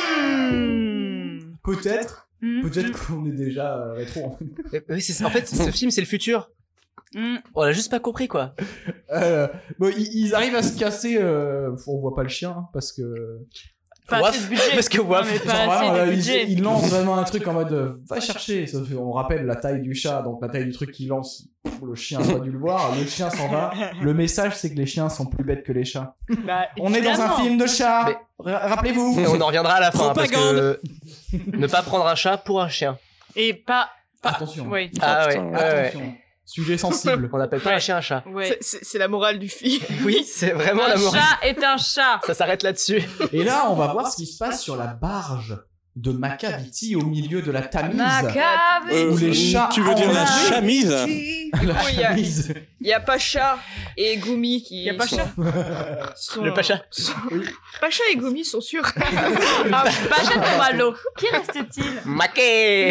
Speaker 3: Mmh.
Speaker 2: Peut-être.
Speaker 3: Mmh.
Speaker 2: Peut-être qu'on est déjà euh, rétro. En fait.
Speaker 4: Euh, Oui, c'est ça. En fait, ce film, c'est le futur.
Speaker 3: Mmh.
Speaker 4: On l'a juste pas compris, quoi.
Speaker 2: Euh, bon, ils, ils arrivent à se casser. Euh... On voit pas le chien hein, parce que.
Speaker 3: Pas
Speaker 4: Waf.
Speaker 3: assez de budget.
Speaker 4: Parce que
Speaker 3: Non,
Speaker 4: Waf.
Speaker 3: mais pas
Speaker 2: Genre,
Speaker 3: assez
Speaker 2: vraiment,
Speaker 3: de
Speaker 2: là,
Speaker 3: budget.
Speaker 2: il, il lance vraiment un truc en mode euh, va chercher. Sauf qu'on rappelle la taille du chat, donc la taille du truc qu'il lance. Le chien n'a pas dû le voir. Le chien s'en va. Le message, c'est que les chiens sont plus bêtes que les chats.
Speaker 3: Bah,
Speaker 2: On est dans un
Speaker 3: évidemment.
Speaker 2: film de chat.
Speaker 4: Mais-
Speaker 2: Ra- Rappelez-vous.
Speaker 4: Et on en reviendra à la fin, parce
Speaker 5: Propagande.
Speaker 4: que ne pas prendre un chat pour un chien.
Speaker 3: Et pas. pas...
Speaker 2: Attention.
Speaker 3: Oui.
Speaker 4: Ah ouais,
Speaker 5: putain.
Speaker 4: ouais, ouais.
Speaker 2: Attention. Sujet sensible.
Speaker 4: On n'appelle pas un chien un chat.
Speaker 3: Ouais.
Speaker 6: c'est- c'est, c'est la morale du film.
Speaker 4: Oui, c'est vraiment
Speaker 3: Un
Speaker 4: la morale.
Speaker 3: chat est un chat.
Speaker 4: Ça s'arrête là-dessus.
Speaker 2: Et là, on va voir ce qui se passe sur la barge de Macavity au milieu de la Tamise.
Speaker 3: Macabre.
Speaker 5: Euh,
Speaker 2: Ou les chats
Speaker 5: Tu veux dire la
Speaker 2: enlagés.
Speaker 5: chamise
Speaker 2: La
Speaker 6: Oui, il y a-
Speaker 2: Tamise.
Speaker 6: Il y a Pacha et Gumi qui.
Speaker 3: Y a Pacha
Speaker 6: sont- sont-
Speaker 4: Le Pacha.
Speaker 6: sont- Pacha et Gumi sont sûrs.
Speaker 3: Ah, Pacha tombe à l'eau. Qui reste-t-il
Speaker 4: Maquet.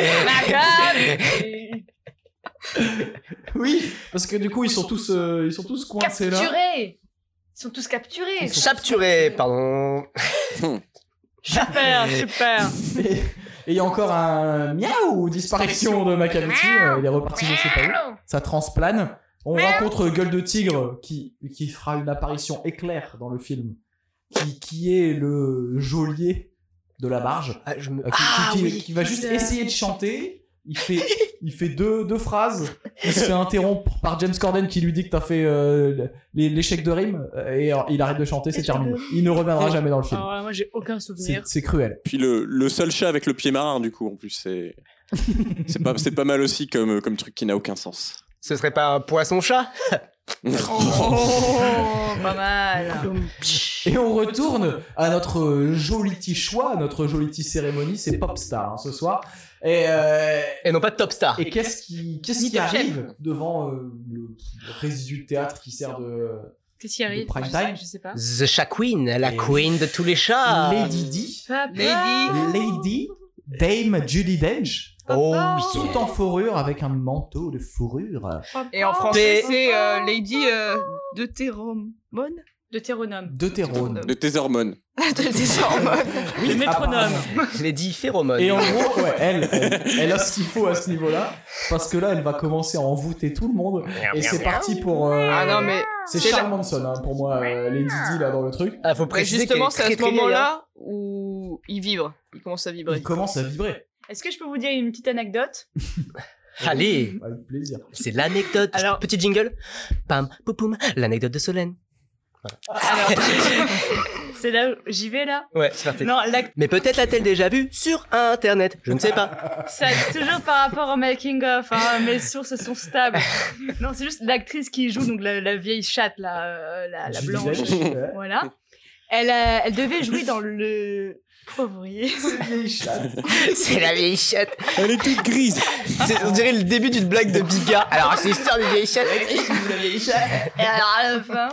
Speaker 3: Macabre.
Speaker 2: Oui, parce que du coup, ils sont tous, euh, ils sont tous coincés là.
Speaker 3: Capturés. Ils sont tous capturés.
Speaker 2: Ils sont-
Speaker 4: Capturé, pardon.
Speaker 3: Super, super.
Speaker 2: Et et il y a encore un miaou, disparition de Macavity. euh, il est reparti, je sais pas où. Ça transplane. On rencontre Gueule de Tigre qui, qui fera une apparition éclair dans le film. Qui, qui est le geôlier de la barge.
Speaker 4: Ah, je me...
Speaker 2: Euh, qui,
Speaker 4: Ah,
Speaker 2: qui- qui-
Speaker 4: oui.
Speaker 2: qui va juste
Speaker 3: putain.
Speaker 2: essayer de chanter. Il fait, il fait deux, deux phrases. Il se fait interrompre par James Corden qui lui dit que t'as fait euh, les- l'échec de rime. euh, Et il arrête de chanter, c'est
Speaker 3: Échec
Speaker 2: terminé.
Speaker 3: de
Speaker 2: Il ne reviendra jamais dans le film.
Speaker 3: Alors là, moi, j'ai aucun
Speaker 2: C'est
Speaker 3: souvenir.
Speaker 2: c'est cruel.
Speaker 5: Puis le, le seul chat avec le pied marin, du coup, en plus, c'est. C'est pas, c'est pas mal aussi comme, comme truc qui n'a aucun sens.
Speaker 4: Ce serait pas un poisson-chat?
Speaker 3: Oh, pas mal.
Speaker 2: Et on retourne à notre joli petit choix, notre joli petit cérémonie, c'est Popstar hein, ce soir. Et, euh,
Speaker 4: Et non pas Top Star.
Speaker 2: et qu'est-ce qui, qu'est-ce qui arrive devant euh, le, le résidu de théâtre qui sert de
Speaker 3: Qu'est-ce qui arrive
Speaker 2: De prime
Speaker 3: Je sais-
Speaker 2: time.
Speaker 3: Je sais pas.
Speaker 4: The Chat Queen, la
Speaker 2: Et-
Speaker 4: queen de tous les chats.
Speaker 2: Lady D,
Speaker 3: Papa.
Speaker 2: Lady Dame Judi Dench,
Speaker 4: Oh
Speaker 2: tout
Speaker 4: yeah.
Speaker 2: en fourrure avec un manteau de fourrure.
Speaker 6: Et en français,
Speaker 4: Mais-
Speaker 6: c'est euh, Lady euh, Deutéromone.
Speaker 3: Deutéronome.
Speaker 2: Deutérone.
Speaker 5: De tes hormones.
Speaker 6: Deutéromone.
Speaker 3: Le métronome.
Speaker 4: Lady Phéromone.
Speaker 2: Et en gros, ouais, elle, elle, elle a ce qu'il faut à ce niveau-là, parce que là, elle va commencer à envoûter tout le monde, et c'est parti pour... euh,
Speaker 6: Ah non, mais
Speaker 2: c'est
Speaker 6: c'est
Speaker 2: Charles
Speaker 6: là-
Speaker 2: Manson, hein, pour moi, euh, Lady Di, là, dans le truc.
Speaker 4: Ah, faut
Speaker 6: mais
Speaker 4: préciser
Speaker 6: justement,
Speaker 4: qu'elle
Speaker 6: c'est
Speaker 4: est
Speaker 6: à
Speaker 4: très,
Speaker 6: ce
Speaker 4: très vieille, hein.
Speaker 6: moment-là où il vibre. Il commence à vibrer.
Speaker 2: Il commence à vibrer.
Speaker 3: Est-ce que je peux vous dire une petite anecdote?
Speaker 4: Allez,
Speaker 2: Avec plaisir.
Speaker 4: c'est l'anecdote.
Speaker 3: Alors-
Speaker 4: Petit jingle. Pam, poupoum, l'anecdote de Solène.
Speaker 3: Alors, c'est là où j'y vais là.
Speaker 4: Ouais, c'est parti.
Speaker 3: Non, l'ac-
Speaker 4: Mais peut-être l'a-t-elle déjà vu sur Internet. Je ne sais pas.
Speaker 3: ça toujours par rapport au making of. Hein, mes sources sont stables. Non, c'est juste l'actrice qui joue donc la, la vieille chatte là, euh, la, la
Speaker 2: Judy
Speaker 3: blanche.
Speaker 2: Dench, ouais.
Speaker 3: Voilà. Elle, euh, elle devait jouer dans le pauvrier.
Speaker 2: Vieille chatte.
Speaker 4: C'est la vieille chatte.
Speaker 5: Elle est toute grise.
Speaker 4: C'est, on dirait le début d'une blague de Bigard. Alors, c'est l'histoire des vieilles chattes.
Speaker 2: La vieille chatte.
Speaker 3: Et alors à la fin,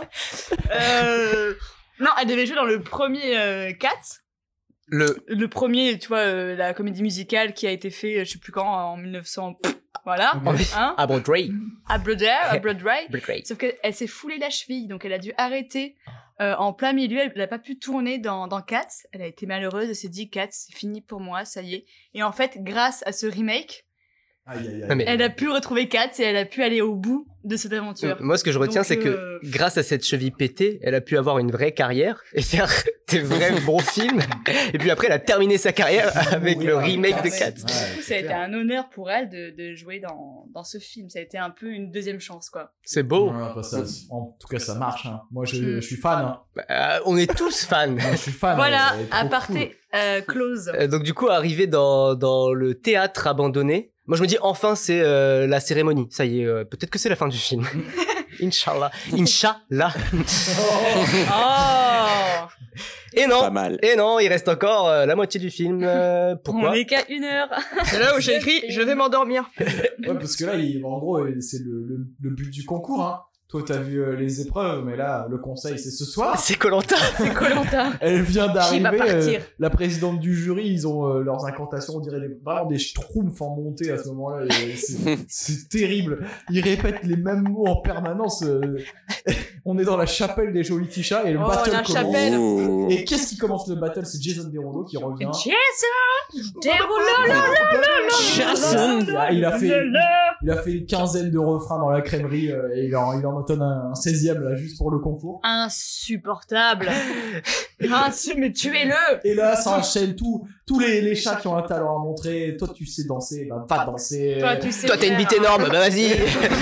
Speaker 3: euh, non, elle devait jouer dans le premier euh, Cats.
Speaker 4: Le,
Speaker 3: Le premier, tu vois, euh, la comédie musicale qui a été fait, euh, je sais plus quand, en mille neuf cents. Voilà.
Speaker 2: Ok.
Speaker 3: Hein,
Speaker 4: ah bon, Dre.
Speaker 3: à Broadway, à Broadway.
Speaker 4: Dre.
Speaker 3: Sauf qu'elle s'est foulée la cheville, donc elle a dû arrêter euh, en plein milieu. Elle n'a pas pu tourner dans, dans Cats. Elle a été malheureuse. Elle s'est dit, Cats, c'est fini pour moi, ça y est. Et en fait, grâce à ce remake,
Speaker 2: Aïe, aïe,
Speaker 4: Non,
Speaker 2: aïe.
Speaker 4: mais-
Speaker 3: elle a pu retrouver Cats et elle a pu aller au bout de cette aventure.
Speaker 4: Moi, ce que je retiens,
Speaker 3: Donc,
Speaker 4: c'est que
Speaker 3: euh,
Speaker 4: grâce à cette cheville pétée, elle a pu avoir une vraie carrière et faire des vrais bons films. Et puis après, elle a terminé sa carrière avec
Speaker 2: Oui,
Speaker 4: le
Speaker 2: ouais,
Speaker 4: remake de
Speaker 2: ouais.
Speaker 4: Cats.
Speaker 3: Du coup, ça a été un honneur pour elle de, de jouer dans, dans ce film. Ça a été un peu une deuxième chance, quoi.
Speaker 4: C'est beau.
Speaker 2: Ouais, bah, ça- en tout cas, ça marche. hein. Moi, je,
Speaker 3: Mm.
Speaker 2: je suis fan. hein.
Speaker 4: Euh, on est tous fans.
Speaker 2: Moi, je suis fan.
Speaker 3: Voilà,
Speaker 2: elle est trop
Speaker 3: aparté euh, close.
Speaker 4: Euh, donc du coup, arrivé dans, dans le théâtre abandonné, moi je me dis enfin c'est euh, la cérémonie. Ça y est, euh, peut-être que c'est la fin du film. Inch'Allah. Inch'Allah.
Speaker 2: cool.
Speaker 3: Oh
Speaker 4: Et non.
Speaker 5: Pas mal.
Speaker 4: Et non, il reste encore euh, la moitié du film. Euh, pourquoi
Speaker 3: On est qu'à une heure.
Speaker 6: C'est là où j'ai écrit, je vais m'endormir.
Speaker 2: Ouais, parce que là, il, en gros, c'est le, le, le but du concours. Hein. Toi, t'as vu euh, les épreuves, mais là, le conseil, c'est ce soir.
Speaker 4: C'est Koh-Lanta.
Speaker 3: C'est Koh-Lanta.
Speaker 2: Elle vient
Speaker 3: Qui va
Speaker 2: d'arriver.
Speaker 3: partir
Speaker 2: euh, la présidente du jury, ils ont euh, leurs incantations, on dirait des, vraiment des schtroumpfs en montée à ce moment-là. et C'est, c'est terrible. Ils répètent les mêmes mots en permanence. euh. On est dans la chapelle des jolis petits chats et le
Speaker 3: Oh,
Speaker 2: battle
Speaker 3: la
Speaker 2: commence.
Speaker 3: chapelle.
Speaker 5: Oh.
Speaker 2: Et qu'est-ce qui commence le battle? C'est Jason Derulo qui revient.
Speaker 3: Jason Derulo.
Speaker 5: Jason.
Speaker 2: Il a, il a fait, il a fait une quinzaine de refrains dans la crèmerie euh, et il en, il en entonne un, un seizième là juste pour le concours.
Speaker 3: Insupportable. Insu- mais tuez-le.
Speaker 2: Et là, ça enchaîne tout, tous les, les chats qui ont un talent à montrer. Toi, tu sais danser, bah va danser.
Speaker 3: Toi, tu sais
Speaker 4: Toi, t'as une
Speaker 3: faire.
Speaker 4: bite énorme, bah vas-y.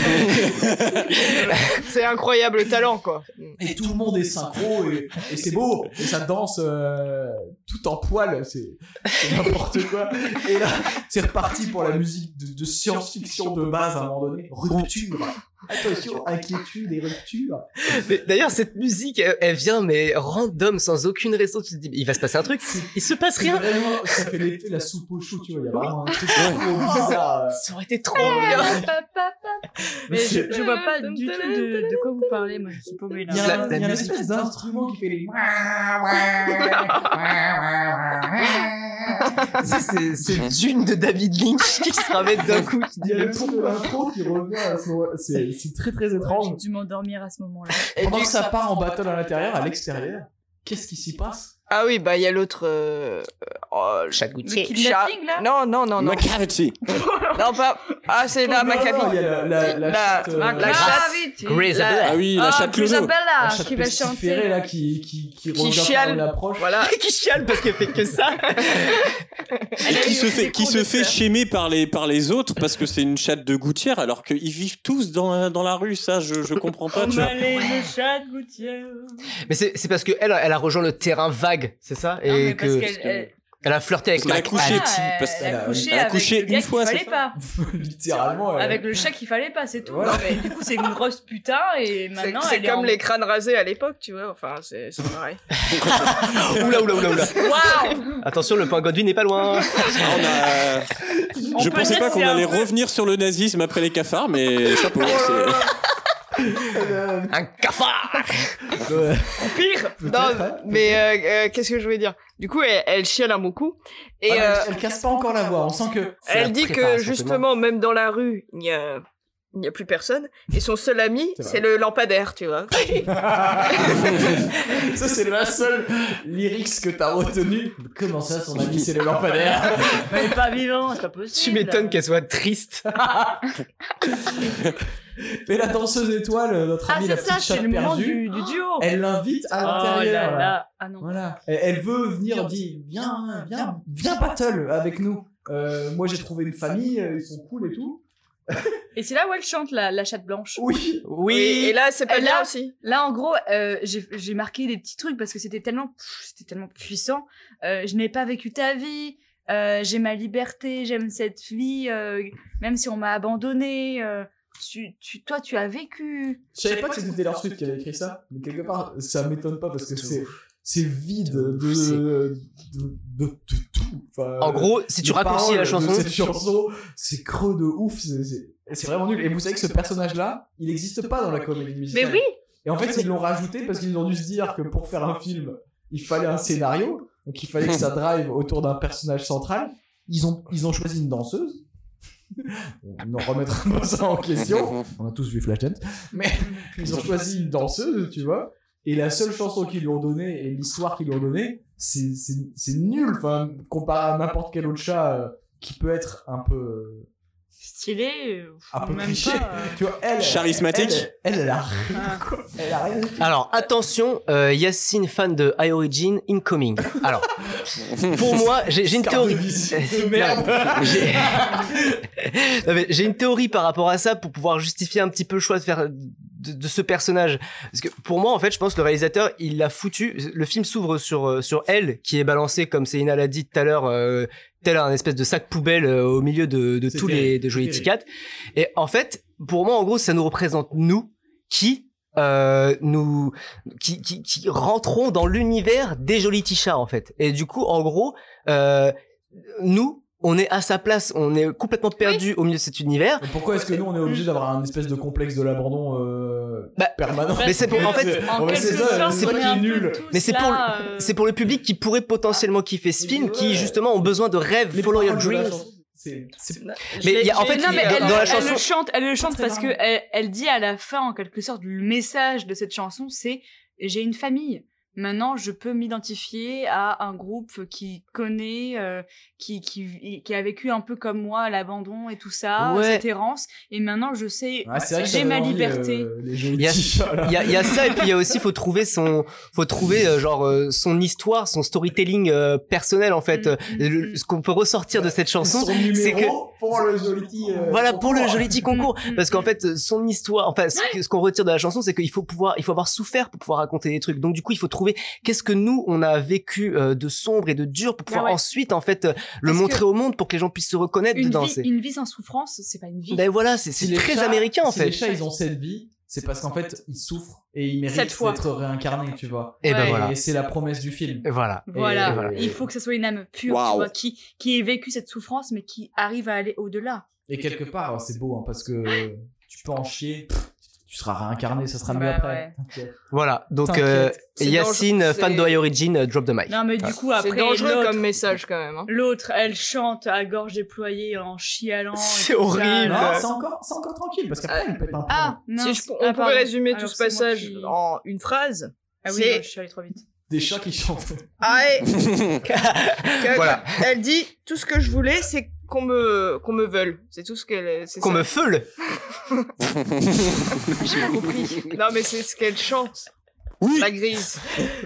Speaker 6: C'est incroyable le talent, quoi.
Speaker 2: Et tout le monde est synchro et, et c'est beau. Et ça danse euh, tout en poil. C'est, c'est n'importe quoi. Et là, c'est reparti pour la musique de, de science-fiction de base à un moment donné. Rupture. Attention, inquiétude et rupture.
Speaker 4: Mais d'ailleurs, cette musique, elle, elle vient, mais random, sans aucune raison. Tu te dis, il va se passer un truc. Il se passe
Speaker 2: C'est
Speaker 4: rien.
Speaker 2: vraiment, ça fait l'effet de la soupe au chou, tu vois. Il y a vraiment un truc trop bizarre.
Speaker 4: Ça aurait été trop bien.
Speaker 3: Mais je, je vois pas
Speaker 6: Mais
Speaker 3: du tout de, de quoi vous parlez. Moi, je suis paumée
Speaker 2: Il y
Speaker 3: là.
Speaker 2: a,
Speaker 4: La-
Speaker 2: un-
Speaker 4: la
Speaker 2: il y a une
Speaker 4: musique.
Speaker 2: espèce d'instrument qui fait les...
Speaker 4: C'est, c'est, c'est Dune de David Lynch qui se ramène d'un coup. Tu
Speaker 2: Il
Speaker 4: dis,
Speaker 2: y a
Speaker 4: mais
Speaker 2: le son de l'intro qui revient à ce moment. C'est, c'est très très
Speaker 3: J'ai
Speaker 2: étrange.
Speaker 3: dû m'endormir à ce moment-là.
Speaker 6: Et
Speaker 2: Pendant
Speaker 6: du-
Speaker 2: que ça part en battle à l'intérieur, à l'extérieur, qu'est-ce qui s'y passe?
Speaker 6: Ah oui, bah il y a l'autre. Euh... Oh,
Speaker 4: Chat
Speaker 3: Le
Speaker 4: Goutier.
Speaker 3: kidnapping là.
Speaker 6: Non, non, non, non.
Speaker 5: McCavity.
Speaker 6: Non, pas. Ah, c'est la
Speaker 2: Non, il y
Speaker 6: Macavie.
Speaker 2: a la, la, la,
Speaker 6: La-
Speaker 2: chatte, euh,
Speaker 6: la
Speaker 2: la
Speaker 6: chatte.
Speaker 4: Grisabella.
Speaker 5: Ah oui, la
Speaker 3: Ah,
Speaker 5: chatte Clodo.
Speaker 3: Grisabella
Speaker 2: la chatte
Speaker 3: qui va
Speaker 2: pestiférée,
Speaker 3: chanter.
Speaker 2: là, qui, qui, qui,
Speaker 6: Qui
Speaker 2: regarde
Speaker 6: chiale.
Speaker 2: quand on approche.
Speaker 6: Voilà.
Speaker 4: Qui chiale parce qu'elle fait que ça.
Speaker 5: Et qui se fait, qui se fait schémer par les, par les autres parce que c'est une chatte de gouttière alors qu'ils vivent tous dans, dans la rue. Ça, je, je comprends pas, tu vois.
Speaker 3: Allez, le chat de gouttière.
Speaker 4: Mais c'est, c'est parce que elle, elle a rejoint le terrain vague, c'est ça?
Speaker 3: Non,
Speaker 4: Et
Speaker 3: mais parce
Speaker 4: que,
Speaker 3: qu'elle- elle-
Speaker 4: elle a flirté avec
Speaker 5: Parce qu'elle a
Speaker 4: Mac-
Speaker 5: couché.
Speaker 4: Alexis.
Speaker 3: Ah,
Speaker 5: parce
Speaker 3: elle a
Speaker 2: qu'elle a-
Speaker 3: couché
Speaker 5: elle a
Speaker 3: avec
Speaker 5: couché
Speaker 3: le gars
Speaker 5: une
Speaker 3: qu'il
Speaker 5: fois,
Speaker 3: fallait
Speaker 5: c'est
Speaker 3: pas.
Speaker 2: Littéralement. elle-
Speaker 3: Avec le chat qu'il fallait pas, c'est tout.
Speaker 2: Voilà.
Speaker 3: Non, mais du coup, c'est une grosse putain et
Speaker 6: C'est,
Speaker 3: maintenant
Speaker 6: c'est
Speaker 3: elle est
Speaker 6: comme
Speaker 3: en-
Speaker 6: les crânes rasés à l'époque, tu vois. Enfin, c'est, c'est pareil.
Speaker 4: Oula, oula, oula, oula.
Speaker 3: Waouh.
Speaker 4: Attention, le point Godwin n'est pas loin.
Speaker 5: On a...
Speaker 3: On
Speaker 5: Je
Speaker 3: peut
Speaker 5: pensais
Speaker 3: dire
Speaker 5: pas
Speaker 3: que
Speaker 5: qu'on
Speaker 3: c'est un
Speaker 5: allait
Speaker 3: peu-
Speaker 5: revenir sur le nazisme après les cafards, mais chapeau. c'est-
Speaker 2: Euh,
Speaker 4: Un cafard.
Speaker 2: ouais.
Speaker 6: Pire.
Speaker 2: Peut-être,
Speaker 6: Non,
Speaker 2: hein,
Speaker 6: mais euh, euh, qu'est-ce que je voulais dire? Du coup, elle, elle chiale un bon coup. Et
Speaker 2: Ah, mais
Speaker 6: euh,
Speaker 2: elle, elle casse pas encore la voix. On sent que.
Speaker 4: C'est la
Speaker 6: elle dit
Speaker 4: préparation,
Speaker 6: que justement, même dans la rue, il y a, il n'y a plus personne. Et son seul ami,
Speaker 2: C'est vrai.
Speaker 6: c'est le lampadaire, tu vois.
Speaker 2: Ça, c'est la seule lyrics que t'as retenu. Comment ça, son ami, c'est le lampadaire?
Speaker 3: Mais elle est pas vivant, c'est pas possible.
Speaker 4: Tu m'étonnes qu'elle soit triste.
Speaker 2: Mais la danseuse étoile, notre
Speaker 3: Ah,
Speaker 2: amie
Speaker 3: c'est
Speaker 2: la
Speaker 3: ça,
Speaker 2: petite
Speaker 3: c'est
Speaker 2: chatte
Speaker 3: le moment
Speaker 2: perdue,
Speaker 3: du, du duo.
Speaker 2: elle l'invite à
Speaker 3: Oh
Speaker 2: l'intérieur.
Speaker 3: là là. Ah non.
Speaker 2: Voilà. Elle, elle veut venir, dit viens, viens, viens battle avec nous. Euh, moi j'ai trouvé une famille, euh, ils sont cool et tout.
Speaker 3: Et c'est là où elle chante la, la chatte blanche.
Speaker 2: Oui.
Speaker 4: Oui.
Speaker 6: Et là, c'est pas
Speaker 3: Et
Speaker 6: bien
Speaker 3: là-
Speaker 6: aussi.
Speaker 3: Là, en gros, euh, j'ai j'ai marqué des petits trucs parce que c'était tellement, pff, c'était tellement puissant. Euh, je n'ai pas vécu ta vie. Euh, j'ai ma liberté. J'aime cette vie, euh, même si on m'a abandonné. Euh, tu, tu, toi, tu as vécu.
Speaker 2: Je savais pas que c'était Taylor Swift qui avait écrit ça, mais quelque part ça m'étonne pas parce que c'est c'est vide de de,
Speaker 4: C'est-
Speaker 2: de, de, de tout. Enfin,
Speaker 4: En gros, si tu
Speaker 2: les
Speaker 4: raccourcis la
Speaker 2: paroles
Speaker 4: chanson,
Speaker 2: de cette chanson, c'est creux de ouf. C'est c'est- c'est vraiment nul. Et vous savez que ce personnage-là, il n'existe pas dans la comédie musicale.
Speaker 3: Mais oui.
Speaker 2: Et en fait, ils l'ont rajouté parce qu'ils ont dû se dire que pour faire un film, il fallait un scénario. Donc il fallait que ça drive autour d'un personnage central. Ils ont, ils ont choisi une danseuse. On ne remettra pas ça en question. On a tous vu Flashdance. Mais ils ont choisi une danseuse, tu vois. Et la seule chanson qu'ils lui ont donnée et l'histoire qu'ils lui ont donnée, c'est, c'est, c'est nul. Enfin, comparé à n'importe quel autre chat euh, qui peut être un peu... euh,
Speaker 3: Stylé. euh,
Speaker 2: un peu
Speaker 3: même
Speaker 2: cliché.
Speaker 3: pas, euh.
Speaker 2: Tu vois, elle...
Speaker 5: Charismatique.
Speaker 2: Elle, elle, elle a rien,
Speaker 3: Ah.
Speaker 2: quoi. Elle a rien du tout.
Speaker 4: Alors attention, euh, Yacine fan de High Origin incoming. Alors pour moi, j'ai, j'ai une
Speaker 2: Carte
Speaker 4: théorie.
Speaker 2: de visite de merde.
Speaker 4: j'ai... Non, mais j'ai une théorie par rapport à ça pour pouvoir justifier un petit peu le choix de faire de, de ce personnage. Parce que pour moi, en fait, je pense que le réalisateur, il l'a foutu. Le film s'ouvre sur euh, sur elle, qui est balancée comme Céline l'a dit tout à l'heure. Euh, tel un espèce de sac poubelle euh, au milieu de, de
Speaker 2: C'est
Speaker 4: tous
Speaker 2: terrible,
Speaker 4: les de Jolie
Speaker 2: c'est
Speaker 4: Ticat. Et en fait, pour moi, en gros, ça nous représente nous qui euh, nous, qui, qui, qui rentrons dans l'univers des Joli Tisha en fait. Et du coup, en gros, euh, nous, on est à sa place, on est complètement perdu oui. au milieu de cet univers.
Speaker 2: Et pourquoi est-ce que nous on est obligé d'avoir un espèce de complexe de l'abandon euh,
Speaker 4: bah,
Speaker 2: permanent?
Speaker 4: Mais c'est pour en fait,
Speaker 3: en
Speaker 4: mais c'est ça,
Speaker 3: c'est
Speaker 2: pas nul.
Speaker 4: Mais c'est pour euh... c'est pour le public qui pourrait potentiellement kiffer ce film, ouais. qui justement ont besoin de rêves,
Speaker 2: les
Speaker 4: follow your dreams.
Speaker 2: C'est, c'est...
Speaker 4: Mais y a, en fait,
Speaker 3: non, mais
Speaker 4: dans,
Speaker 3: elle,
Speaker 4: dans la
Speaker 3: elle
Speaker 4: chanson,
Speaker 3: le chante, elle le chante parce que elle, elle dit à la fin en quelque sorte le message de cette chanson, c'est j'ai une famille. Maintenant, je peux m'identifier à un groupe qui connaît, euh, qui, qui, qui a vécu un peu comme moi l'abandon et tout ça,
Speaker 4: ouais.
Speaker 3: cette errance. Et maintenant, je sais,
Speaker 2: ouais, c'est vrai
Speaker 3: j'ai ma envie, liberté.
Speaker 2: Euh, il
Speaker 4: y, y, y a ça et puis il y a aussi, faut trouver son, faut trouver euh, genre euh, son histoire, son storytelling euh, personnel en fait. Mm-hmm. Le, ce qu'on peut ressortir de cette chanson, c'est que
Speaker 2: pour le Jolity, euh,
Speaker 4: voilà
Speaker 2: concours.
Speaker 4: pour le Jolity concours, mm-hmm. parce qu'en fait son histoire, enfin ce, ce qu'on retire de la chanson, c'est qu'il faut pouvoir, il faut avoir souffert pour pouvoir raconter des trucs. Donc du coup, il faut trouver qu'est-ce que nous on a vécu euh, de sombre et de dur pour pouvoir ah ouais. ensuite en fait euh, le Parce montrer au monde pour que les gens puissent se reconnaître
Speaker 3: une
Speaker 4: dedans.
Speaker 3: Vie, une vie sans souffrance, c'est pas une vie.
Speaker 4: Ben voilà, c'est, c'est si très
Speaker 2: chats,
Speaker 4: américain en
Speaker 2: si
Speaker 4: fait.
Speaker 2: Les chats ils ont cette vie, c'est parce qu'en fait ils souffrent et ils méritent d'être réincarnés, tu vois.
Speaker 4: Et
Speaker 2: ouais.
Speaker 4: ben voilà.
Speaker 2: Et c'est la promesse du film.
Speaker 4: Et voilà.
Speaker 3: Voilà.
Speaker 2: Et voilà.
Speaker 3: Il faut que ça soit une âme pure, wow. tu vois, qui qui ait vécu cette souffrance mais qui arrive à aller au-delà.
Speaker 2: Et quelque part, c'est beau hein, parce que tu peux en chier. Tu seras réincarné, ça sera mieux
Speaker 3: bah,
Speaker 2: après.
Speaker 3: Ouais.
Speaker 4: Voilà, donc euh, Yacine,
Speaker 6: dangereux,
Speaker 4: fan de High Origin, uh, drop the mic.
Speaker 3: Non mais du coup après,
Speaker 6: c'est dangereux comme message quand même. Hein.
Speaker 3: L'autre, elle chante à gorge déployée en chialant.
Speaker 4: C'est horrible.
Speaker 2: Non, c'est encore, c'est encore tranquille parce qu'après elle pète un peu.
Speaker 3: Ah, non,
Speaker 6: si je, on ah, pourrait résumer Alors, tout ce passage qui... en une phrase.
Speaker 3: Ah oui, moi, je suis allée trop vite.
Speaker 2: Des chats qui chantent.
Speaker 6: Ah et... voilà. Elle dit tout ce que je voulais, c'est qu'on me qu'on me veuille. C'est tout ce qu'elle. C'est
Speaker 4: qu'on
Speaker 6: ça.
Speaker 4: me feule.
Speaker 6: J'ai pas compris. Non mais c'est ce qu'elle chante.
Speaker 5: Oui.
Speaker 6: La grise.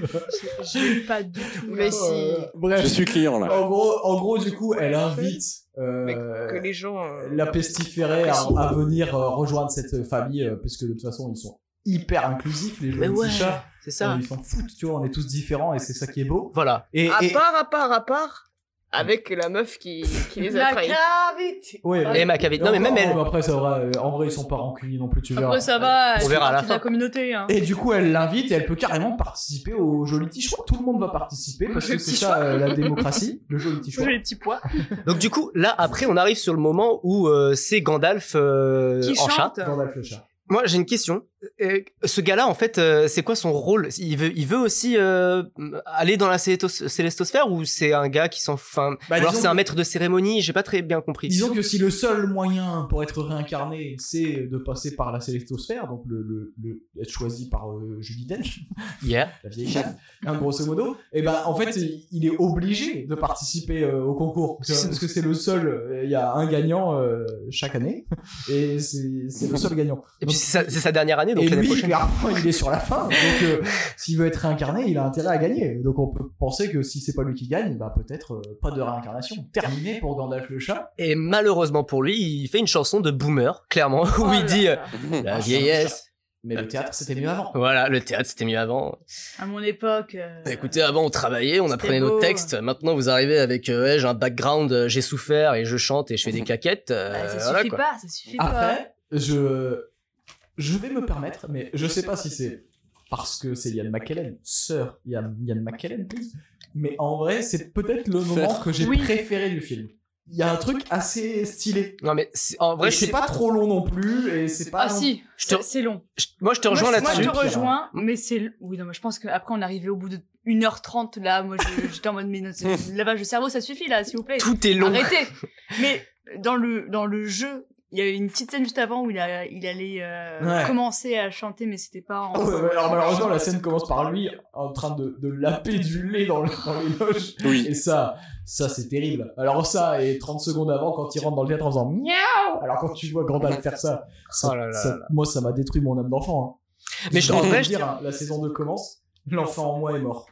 Speaker 3: J'ai pas du tout.
Speaker 6: Mais si.
Speaker 2: Euh, bref.
Speaker 5: Je suis client là.
Speaker 2: En gros, en gros, du coup, elle invite euh,
Speaker 6: que les gens euh,
Speaker 2: la pestiférée à, à venir euh, rejoindre cette famille, euh, parce que de toute façon, ils sont hyper inclusifs, les jeunes
Speaker 4: ouais,
Speaker 2: chats.
Speaker 4: C'est ça.
Speaker 2: Euh, ils s'en foutent, tu vois. On est tous différents et c'est ça qui est beau.
Speaker 4: Voilà.
Speaker 2: Et,
Speaker 6: à
Speaker 2: et...
Speaker 6: part, à part, à part. Avec la meuf qui, qui les a trahis.
Speaker 3: Macavite.
Speaker 2: Ouais.
Speaker 4: Et Macavite. Non mais même elle.
Speaker 2: Après ça va. En vrai ils sont pas rancuniers non plus, tu verras.
Speaker 3: Après ça va.
Speaker 4: On verra à la fin.
Speaker 3: De la communauté. Hein.
Speaker 2: Et du coup elle l'invite et elle peut carrément participer au Jolity Choix. Tout le monde va participer parce que c'est ça euh, la démocratie, le Jolity Choix.
Speaker 3: Les petits pois.
Speaker 4: Donc du coup là après on arrive sur le moment où euh, c'est Gandalf euh,
Speaker 3: qui
Speaker 4: en
Speaker 3: chante.
Speaker 4: chat.
Speaker 2: Gandalf le chat.
Speaker 4: Moi, j'ai une question. Euh, ce gars-là, en fait, euh, c'est quoi son rôle ? Il veut, il veut aussi euh, aller dans la célétos- célestosphère ou c'est un gars qui s'en fout ? Enfin,
Speaker 2: bah,
Speaker 4: alors c'est
Speaker 2: que...
Speaker 4: un maître de cérémonie. J'ai pas très bien compris.
Speaker 2: Disons que si le seul moyen pour être réincarné, c'est de passer par la célestosphère, donc le, le, le être choisi par euh, Judi Dench,
Speaker 4: yeah.
Speaker 2: la vieille chef, hein, grosso modo, et ben en fait, il est obligé de participer euh, au concours parce que c'est le seul. Il y a un gagnant euh, chaque année et c'est, c'est le seul gagnant.
Speaker 4: Et puis c'est sa, c'est sa dernière année, donc
Speaker 2: et
Speaker 4: l'année
Speaker 2: lui,
Speaker 4: prochaine.
Speaker 2: clairement, il est sur la fin. Donc, euh, s'il veut être réincarné, il a intérêt à gagner. Donc, on peut penser que si c'est pas lui qui gagne, bah peut-être euh, pas de réincarnation. Terminé pour Gandalf le chat.
Speaker 4: Et malheureusement pour lui, il fait une chanson de boomer, clairement, où
Speaker 3: oh
Speaker 4: il dit euh,
Speaker 3: là.
Speaker 4: la vieillesse.
Speaker 2: Mais le théâtre, c'était mieux avant.
Speaker 4: Voilà, le théâtre, c'était mieux avant.
Speaker 3: À mon époque. Euh...
Speaker 4: Bah, écoutez, avant, on travaillait, on apprenait
Speaker 3: beau.
Speaker 4: nos textes. Maintenant, vous arrivez avec, euh, ouais, j'ai un background, euh, j'ai souffert et je chante et je fais des caquettes. Euh,
Speaker 3: bah, ça
Speaker 4: voilà,
Speaker 3: suffit
Speaker 4: quoi.
Speaker 3: pas, ça suffit
Speaker 2: Après, pas. je, je vais me permettre, mais je sais pas si c'est parce que c'est Ian McKellen, sœur Ian, Ian McKellen, mais en vrai, c'est peut-être le moment que j'ai
Speaker 3: oui.
Speaker 2: préféré du film. Il y a un truc assez stylé.
Speaker 4: Non mais c'est, en vrai,
Speaker 2: et c'est, c'est pas trop long non plus et c'est pas.
Speaker 3: Ah si, je te... c'est long.
Speaker 4: Je... Moi je te rejoins
Speaker 3: moi,
Speaker 4: là-dessus.
Speaker 3: Moi je te rejoins, mais c'est oui non mais je pense qu'après on est arrivé au bout de une heure trente là, moi je... j'étais en mode mais notre lavage de cerveau ça suffit là s'il vous plaît.
Speaker 4: Tout est long.
Speaker 3: Arrêtez. Mais dans le dans le jeu, il y a une petite scène juste avant où il, a, il allait euh, ouais. commencer à chanter, mais c'était pas en...
Speaker 2: Oh, ouais, alors malheureusement, la scène commence par lui en train de, de laper du lait dans, le, dans les loges.
Speaker 5: Oui.
Speaker 2: Et ça, ça c'est terrible. Alors ça, et trente secondes avant, quand il rentre dans le théâtre en faisant miaou. Alors quand tu vois Gandalf faire ça, ça,
Speaker 4: oh là là
Speaker 2: ça
Speaker 4: là là.
Speaker 2: moi ça m'a détruit mon âme d'enfant. Hein.
Speaker 4: Mais je en vrai,
Speaker 2: je dire, hein, la saison deux commence. L'enfant en moi est mort.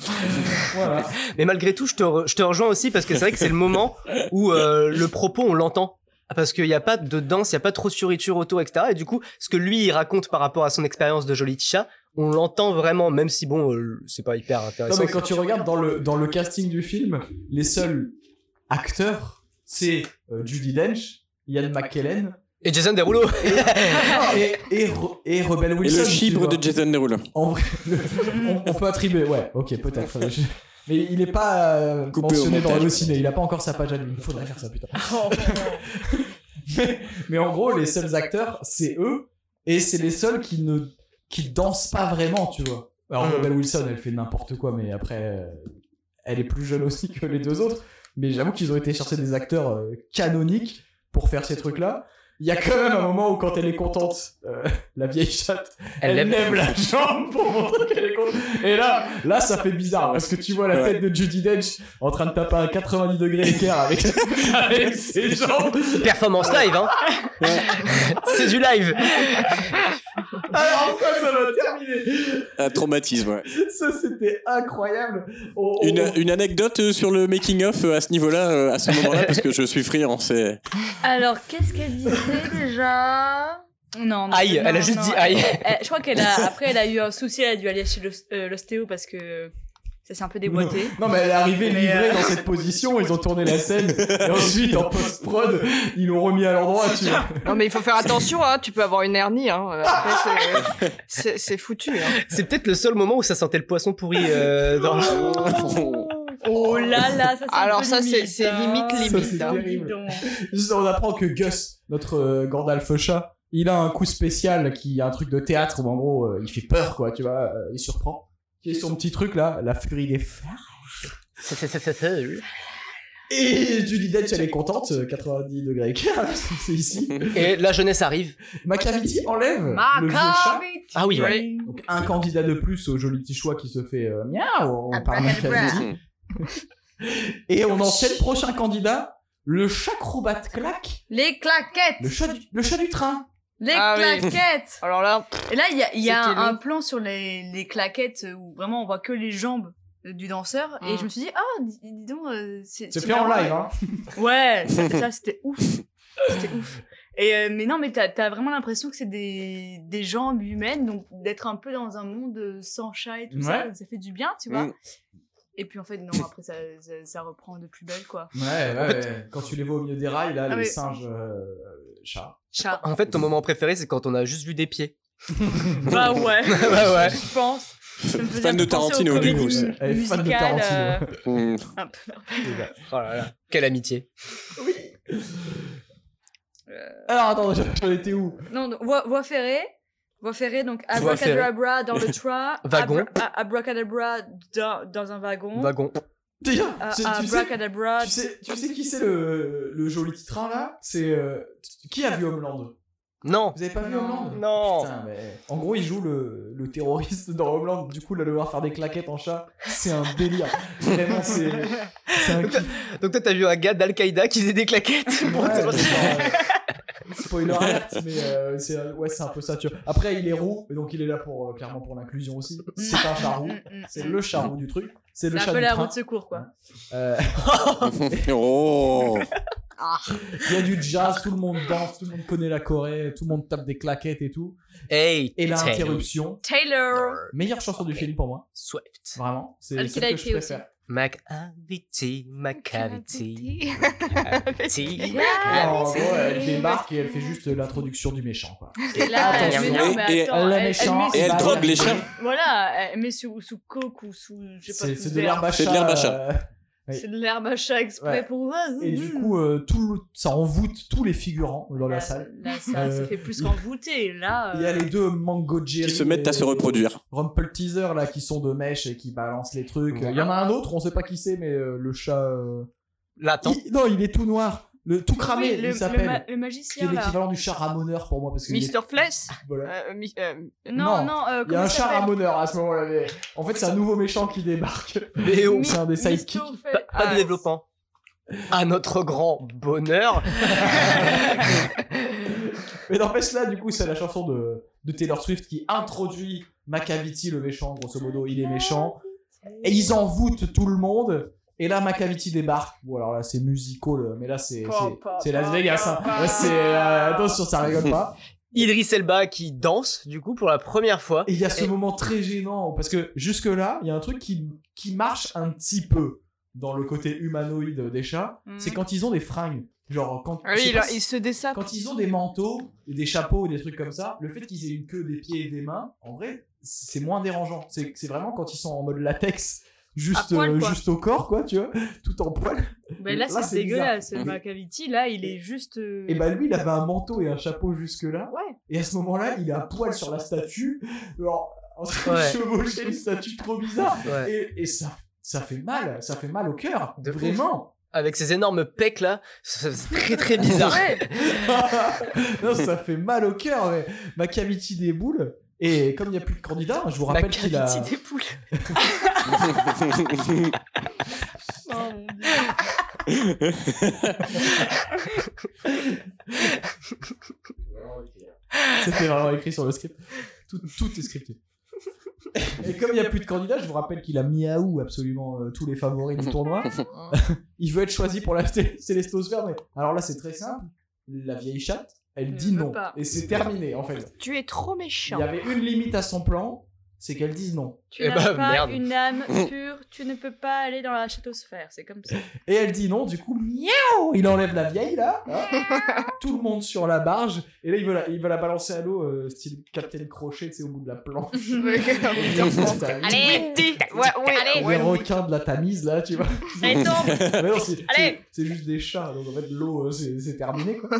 Speaker 2: Voilà.
Speaker 4: Mais malgré tout, je te, re- je te rejoins aussi parce que c'est vrai que c'est le moment où euh, le propos, on l'entend. Parce qu'il n'y a pas de danse, il n'y a pas trop de fioriture autour, et cetera. Et du coup, ce que lui, il raconte par rapport à son expérience de Joli Tisha, on l'entend vraiment, même si bon, euh, c'est pas hyper intéressant.
Speaker 2: Non, mais quand tu regardes dans le, dans le casting du film, les seuls acteurs, c'est euh, Judi Dench, Ian McKellen,
Speaker 4: Et Jason Derulo.
Speaker 2: et, et, et, et Rebel Wilson.
Speaker 5: Et le chibre de Jason Derulo.
Speaker 2: En vrai, le, on, on peut attribuer, ouais, ok, peut-être. Je, mais il est pas euh, mentionné dans le ciné, il a pas encore sa page à lui. Il faudrait faire ça, putain.
Speaker 3: Oh.
Speaker 2: mais, mais en gros, les seuls acteurs, c'est eux, et c'est les seuls qui ne qui dansent pas vraiment, tu vois. Alors,
Speaker 4: Mm.
Speaker 2: Rebel Wilson, elle fait n'importe quoi, mais après, euh, elle est plus jeune aussi que les deux autres. Mais j'avoue qu'ils ont été chercher des acteurs euh, canoniques pour faire ces trucs-là. Il y a quand même un moment où quand elle est contente, euh, la vieille chatte,
Speaker 4: Elle
Speaker 2: elle,
Speaker 4: lève-
Speaker 2: lève la jambe pour montrer qu'elle est contente. Et là, là, ça fait bizarre parce que tu vois la tête de Judi Dench en train de taper un quatre-vingt-dix degrés écart avec, avec ses jambes.
Speaker 4: Performance live, hein. C'est du live.
Speaker 2: Alors enfin, ça va terminer.
Speaker 5: Un traumatisme, ouais.
Speaker 2: Ça, c'était incroyable. On- on-
Speaker 5: Une, une anecdote euh, sur le making-of euh, à ce niveau-là, euh, à ce moment-là, parce que je suis friand, c'est...
Speaker 3: Alors, qu'est-ce qu'elle disait déjà? Non, non.
Speaker 4: Aïe,
Speaker 3: non,
Speaker 4: elle a juste
Speaker 3: non,
Speaker 4: dit
Speaker 3: elle-
Speaker 4: aïe.
Speaker 3: elle- je crois qu'elle a, après, elle a eu un souci, elle a dû aller chez l'os- euh, l'ostéo parce que ça s'est un peu déboîté.
Speaker 2: Non, mais elle est arrivée
Speaker 3: Mais,
Speaker 2: livrée
Speaker 3: euh,
Speaker 2: dans cette position, ils ont tourné la scène, et ensuite, en post-prod, ils l'ont remis à l'endroit, tu vois.
Speaker 6: Non, mais il faut faire attention, hein. Tu peux avoir une hernie, hein. Après, c'est- c'est, c'est foutu, hein.
Speaker 4: C'est peut-être le seul moment où ça sentait le poisson pourri euh, dans le...
Speaker 3: Oh là là, ça c'est un
Speaker 6: Alors
Speaker 3: peu
Speaker 6: ça, c'est,
Speaker 3: limite,
Speaker 6: c'est
Speaker 3: hein.
Speaker 6: limite,
Speaker 2: Ça,
Speaker 6: limite,
Speaker 2: c'est
Speaker 6: hein.
Speaker 2: terrible.
Speaker 3: Dis donc.
Speaker 2: Juste, on apprend que Gus, notre euh, Gandalf chat, il a un coup spécial qui a un truc de théâtre où en gros euh, il fait peur quoi, tu vois, euh, il surprend. Qui est son petit truc là, la furie des fers. Et Judi Dench elle est contente, euh, quatre-vingt-dix degrés écart, c'est ici.
Speaker 4: Et la jeunesse arrive.
Speaker 2: Macavity enlève le vieux chat.
Speaker 4: Ah oui, ouais.
Speaker 6: Ouais.
Speaker 2: Donc un candidat de plus au joli petit choix qui se fait euh, miaou par
Speaker 6: Abracadabra.
Speaker 2: Macavity. Et on enchaîne prochain candidat, le chat acrobat claque,
Speaker 3: Les claquettes.
Speaker 2: le chat du, le chat du train.
Speaker 3: Les
Speaker 6: Ah oui.
Speaker 3: claquettes.
Speaker 6: Alors là,
Speaker 3: Et là, il y a, il y a
Speaker 6: C'était
Speaker 3: un,
Speaker 6: long.
Speaker 3: un plan sur les, les claquettes où vraiment on voit que les jambes du danseur. Et
Speaker 6: Mm.
Speaker 3: je me suis dit, ah, dis, dis donc, euh, c'est
Speaker 2: C'est
Speaker 3: c'est
Speaker 2: fait en
Speaker 3: marrant.
Speaker 2: live, hein.
Speaker 3: Ouais, ça, ça, c'était ouf. C'était ouf. Et euh, mais non, mais t'as as vraiment l'impression que c'est des, des jambes humaines, donc d'être un peu dans un monde sans chat et tout ça,
Speaker 2: Ouais.
Speaker 3: donc ça fait du bien, tu vois.
Speaker 5: Mm.
Speaker 3: Et puis en fait, non, après ça, ça, ça reprend de plus belle, quoi.
Speaker 2: Ouais, ouais, ouais. Quand tu les vois au milieu des rails, là,
Speaker 3: Ah
Speaker 2: les
Speaker 3: oui.
Speaker 2: singes euh, chats.
Speaker 3: Chat.
Speaker 4: En fait, ton moment préféré, c'est quand on a juste vu des pieds.
Speaker 3: Bah ouais,
Speaker 4: Bah ouais.
Speaker 3: je pense. Ça me faisait
Speaker 5: Fan de
Speaker 3: un peu penser aux
Speaker 5: Tarantino, du coup.
Speaker 3: comédies
Speaker 5: c'est-
Speaker 2: Elle est fan de
Speaker 3: musicales,
Speaker 2: Tarantino.
Speaker 3: euh,
Speaker 5: Mm.
Speaker 3: un peu.
Speaker 4: Oh là là. Quelle amitié.
Speaker 2: Alors attends, j'en étais où?
Speaker 3: Non, donc, voie, voie ferrée. Voie ferrée, donc
Speaker 4: Voie ferrée.
Speaker 3: abracadabra dans le train.
Speaker 4: Wagon.
Speaker 3: abra- a- abracadabra dans, dans un wagon.
Speaker 4: Wagon.
Speaker 2: Déjà,
Speaker 3: A-
Speaker 2: tu, tu sais,
Speaker 3: abracadabra.
Speaker 2: tu sais, tu sais qui c'est le, le joli petit train là? C'est euh, qui a vu Homeland?
Speaker 4: Non.
Speaker 2: Vous avez pas vu
Speaker 3: Non.
Speaker 2: Homeland?
Speaker 4: Non.
Speaker 2: Putain, mais en gros, il joue le, le terroriste dans Homeland. Du coup, là, le voir faire des claquettes en chat, c'est un délire. Vraiment, c'est c'est un kiff.
Speaker 4: Donc toi, t'as vu un gars d'Al-Qaïda qui faisait des claquettes. Bon,
Speaker 2: Ouais,
Speaker 4: t'es-
Speaker 2: genre, euh, spoiler alert, mais euh, c'est ouais, c'est un peu ça. Tu vois. Après, il est roux, et donc il est là pour euh, clairement pour l'inclusion aussi. C'est un chat roux.
Speaker 3: Mm, mm,
Speaker 2: C'est
Speaker 3: mm.
Speaker 2: le chat roux du truc. C'est le
Speaker 3: C'est un
Speaker 2: chat
Speaker 3: peu
Speaker 2: du
Speaker 3: la
Speaker 2: train.
Speaker 3: roue de secours, quoi.
Speaker 2: Euh,
Speaker 5: Oh.
Speaker 2: Il y a du jazz, tout le monde danse, tout le monde connaît la Corée, tout le monde tape des claquettes et tout.
Speaker 4: Hey.
Speaker 2: Et
Speaker 4: Taylor
Speaker 2: l'interruption,
Speaker 3: Taylor.
Speaker 2: meilleure chanson du film pour moi.
Speaker 4: Swift.
Speaker 2: Vraiment, c'est
Speaker 3: Elle
Speaker 2: celle
Speaker 3: qu'il a
Speaker 2: que je
Speaker 3: écrit
Speaker 2: préfère.
Speaker 4: Macavity, Macavity, Macavity.
Speaker 3: Ah,
Speaker 2: En
Speaker 3: mais
Speaker 2: gros,
Speaker 3: c'est-
Speaker 2: elle débarque et elle fait juste l'introduction du méchant, quoi.
Speaker 3: Et là, elle-
Speaker 2: Attention.
Speaker 3: mais non, mais
Speaker 5: Et-
Speaker 3: attends,
Speaker 2: le
Speaker 3: elle- elle
Speaker 2: méchant,
Speaker 3: met
Speaker 5: Et
Speaker 3: sous-
Speaker 5: elle
Speaker 2: Bah,
Speaker 5: drogue les
Speaker 2: ouais.
Speaker 5: chats.
Speaker 3: Voilà, elle met sous, sous coke ou sous, je sais pas,
Speaker 2: C'est
Speaker 3: sous
Speaker 2: c'est de
Speaker 3: verre.
Speaker 2: l'herbe à
Speaker 5: C'est de
Speaker 2: chat,
Speaker 5: l'herbe à chat.
Speaker 2: euh, oui.
Speaker 3: C'est de l'herbe à chat exprès
Speaker 2: Ouais.
Speaker 3: pour.
Speaker 2: Et du coup, euh, tout le- ça envoûte tous les figurants dans la
Speaker 3: Là,
Speaker 2: salle.
Speaker 3: là, ça,
Speaker 2: Euh,
Speaker 3: ça fait plus
Speaker 2: il-
Speaker 3: qu'envoûter. Là,
Speaker 2: Il y a
Speaker 3: euh,
Speaker 2: les deux Mango Jerry
Speaker 5: Qui se mettent à
Speaker 2: et-
Speaker 5: se reproduire.
Speaker 2: Rumple Teaser là qui sont de mèche et qui balancent les trucs. Il y en a un autre, on sait pas qui c'est, mais euh, le chat. euh,
Speaker 4: L'attends.
Speaker 2: il- Non, il est tout noir, le tout cramé.
Speaker 3: oui, le,
Speaker 2: il
Speaker 3: le,
Speaker 2: s'appelle.
Speaker 3: ma- le
Speaker 2: Qui est
Speaker 3: magicien là.
Speaker 2: l'équivalent du chat ramoneur pour moi parce que il est-
Speaker 6: Mister Fless.
Speaker 2: voilà.
Speaker 6: Euh, mi- euh,
Speaker 3: Non,
Speaker 2: Non,
Speaker 3: non, euh,
Speaker 2: Il y a
Speaker 3: comment
Speaker 2: un
Speaker 3: ça
Speaker 2: chat
Speaker 3: s'appelle
Speaker 2: ramoneur à ce moment-là. mais En fait, c'est un nouveau méchant qui débarque.
Speaker 4: Léo.
Speaker 2: C'est un des
Speaker 3: Misto
Speaker 2: sidekicks.
Speaker 3: fait-
Speaker 4: Pas, pas de
Speaker 6: Ah,
Speaker 4: développement. À notre grand bonheur.
Speaker 2: Mais n'empêche là, du coup, c'est la chanson de, de Taylor Swift qui introduit Macavity, le méchant, grosso modo, il est méchant. Et ils envoûtent tout le monde. Et là, Macavity débarque. Bon, alors là, c'est musical, mais là, c'est c'est- c'est Las Vegas. Hein. Là, c'est euh, attention, ça rigole pas.
Speaker 4: Idris Elba qui danse, du coup, pour la première fois.
Speaker 2: Et il y a ce
Speaker 4: Et-
Speaker 2: moment très gênant parce que jusque là, il y a un truc qui qui marche un petit peu dans le côté humanoïde des chats.
Speaker 3: Mhm.
Speaker 2: C'est quand ils ont des fringues. Genre, quand,
Speaker 6: Ah
Speaker 2: je
Speaker 6: oui,
Speaker 2: sais
Speaker 6: il,
Speaker 2: pas
Speaker 6: a-
Speaker 2: si-
Speaker 6: il se dessape.
Speaker 2: quand ils ont des manteaux, et des chapeaux, et des trucs comme ça, le fait qu'ils aient une queue, des pieds et des mains, en vrai, c'est moins dérangeant. C'est, c'est vraiment quand ils sont en mode latex, juste,
Speaker 3: À poil,
Speaker 2: euh,
Speaker 3: quoi.
Speaker 2: juste au corps, quoi, tu vois, tout en poil.
Speaker 3: Ben là,
Speaker 2: Là,
Speaker 3: c'est
Speaker 2: c'est
Speaker 3: dégueulasse.
Speaker 2: bizarre.
Speaker 3: Macavity, là, il est juste. euh,
Speaker 2: Et bah lui, il avait un manteau et un chapeau jusque-là.
Speaker 3: Ouais.
Speaker 2: Et à ce moment-là, il est à poil sur la statue, genre, en train de
Speaker 4: Ouais.
Speaker 2: chevaucher une statue trop bizarre.
Speaker 4: Ouais.
Speaker 2: Et, et ça, ça fait mal, ça fait mal au cœur,
Speaker 4: De
Speaker 2: vraiment.
Speaker 4: Avec ces énormes pecs là, c'est c'est très très bizarre.
Speaker 3: Ouais.
Speaker 2: Non, ça fait mal au cœur. Mais Macavity déboule. Et comme il n'y a plus de candidats, je vous rappelle qu'il a.
Speaker 3: Macavity des poules. Oh mon dieu.
Speaker 2: C'était vraiment écrit sur le script. Tout, tout est scripté. Et comme il n'y a plus de candidats, je vous rappelle qu'il a mis à ou absolument euh, tous les favoris du tournoi. Il veut être choisi pour la Cé- Célestosphère, mais alors là c'est très simple. La vieille chatte, elle
Speaker 3: Elle
Speaker 2: dit
Speaker 3: veut
Speaker 2: non.
Speaker 3: pas.
Speaker 2: Et c'est terminé en fait.
Speaker 6: Tu es trop
Speaker 2: Il
Speaker 6: méchant.
Speaker 2: y avait une limite à son plan, c'est qu'elle dise non.
Speaker 3: Tu
Speaker 4: Eh
Speaker 3: n'as
Speaker 4: bah,
Speaker 3: pas
Speaker 4: merde.
Speaker 3: une âme pure, tu ne peux pas aller dans la châteausphère, c'est comme ça.
Speaker 2: Et elle dit non, du coup, miaou, il enlève la vieille là, hein. Tout le monde sur la barge, et là il veut la, il veut la balancer à l'eau, euh, style Captain Crochet, tu sais, au bout de la planche.
Speaker 3: Allez,
Speaker 6: Ouais, ouais,
Speaker 3: Allez.
Speaker 6: ouais.
Speaker 2: Les requins de la Tamise là, tu vois.
Speaker 3: Allez, tombe.
Speaker 2: Mais non, c'est,
Speaker 3: Allez.
Speaker 2: c'est, c'est juste des chats, donc en fait l'eau euh, c'est, c'est terminé quoi.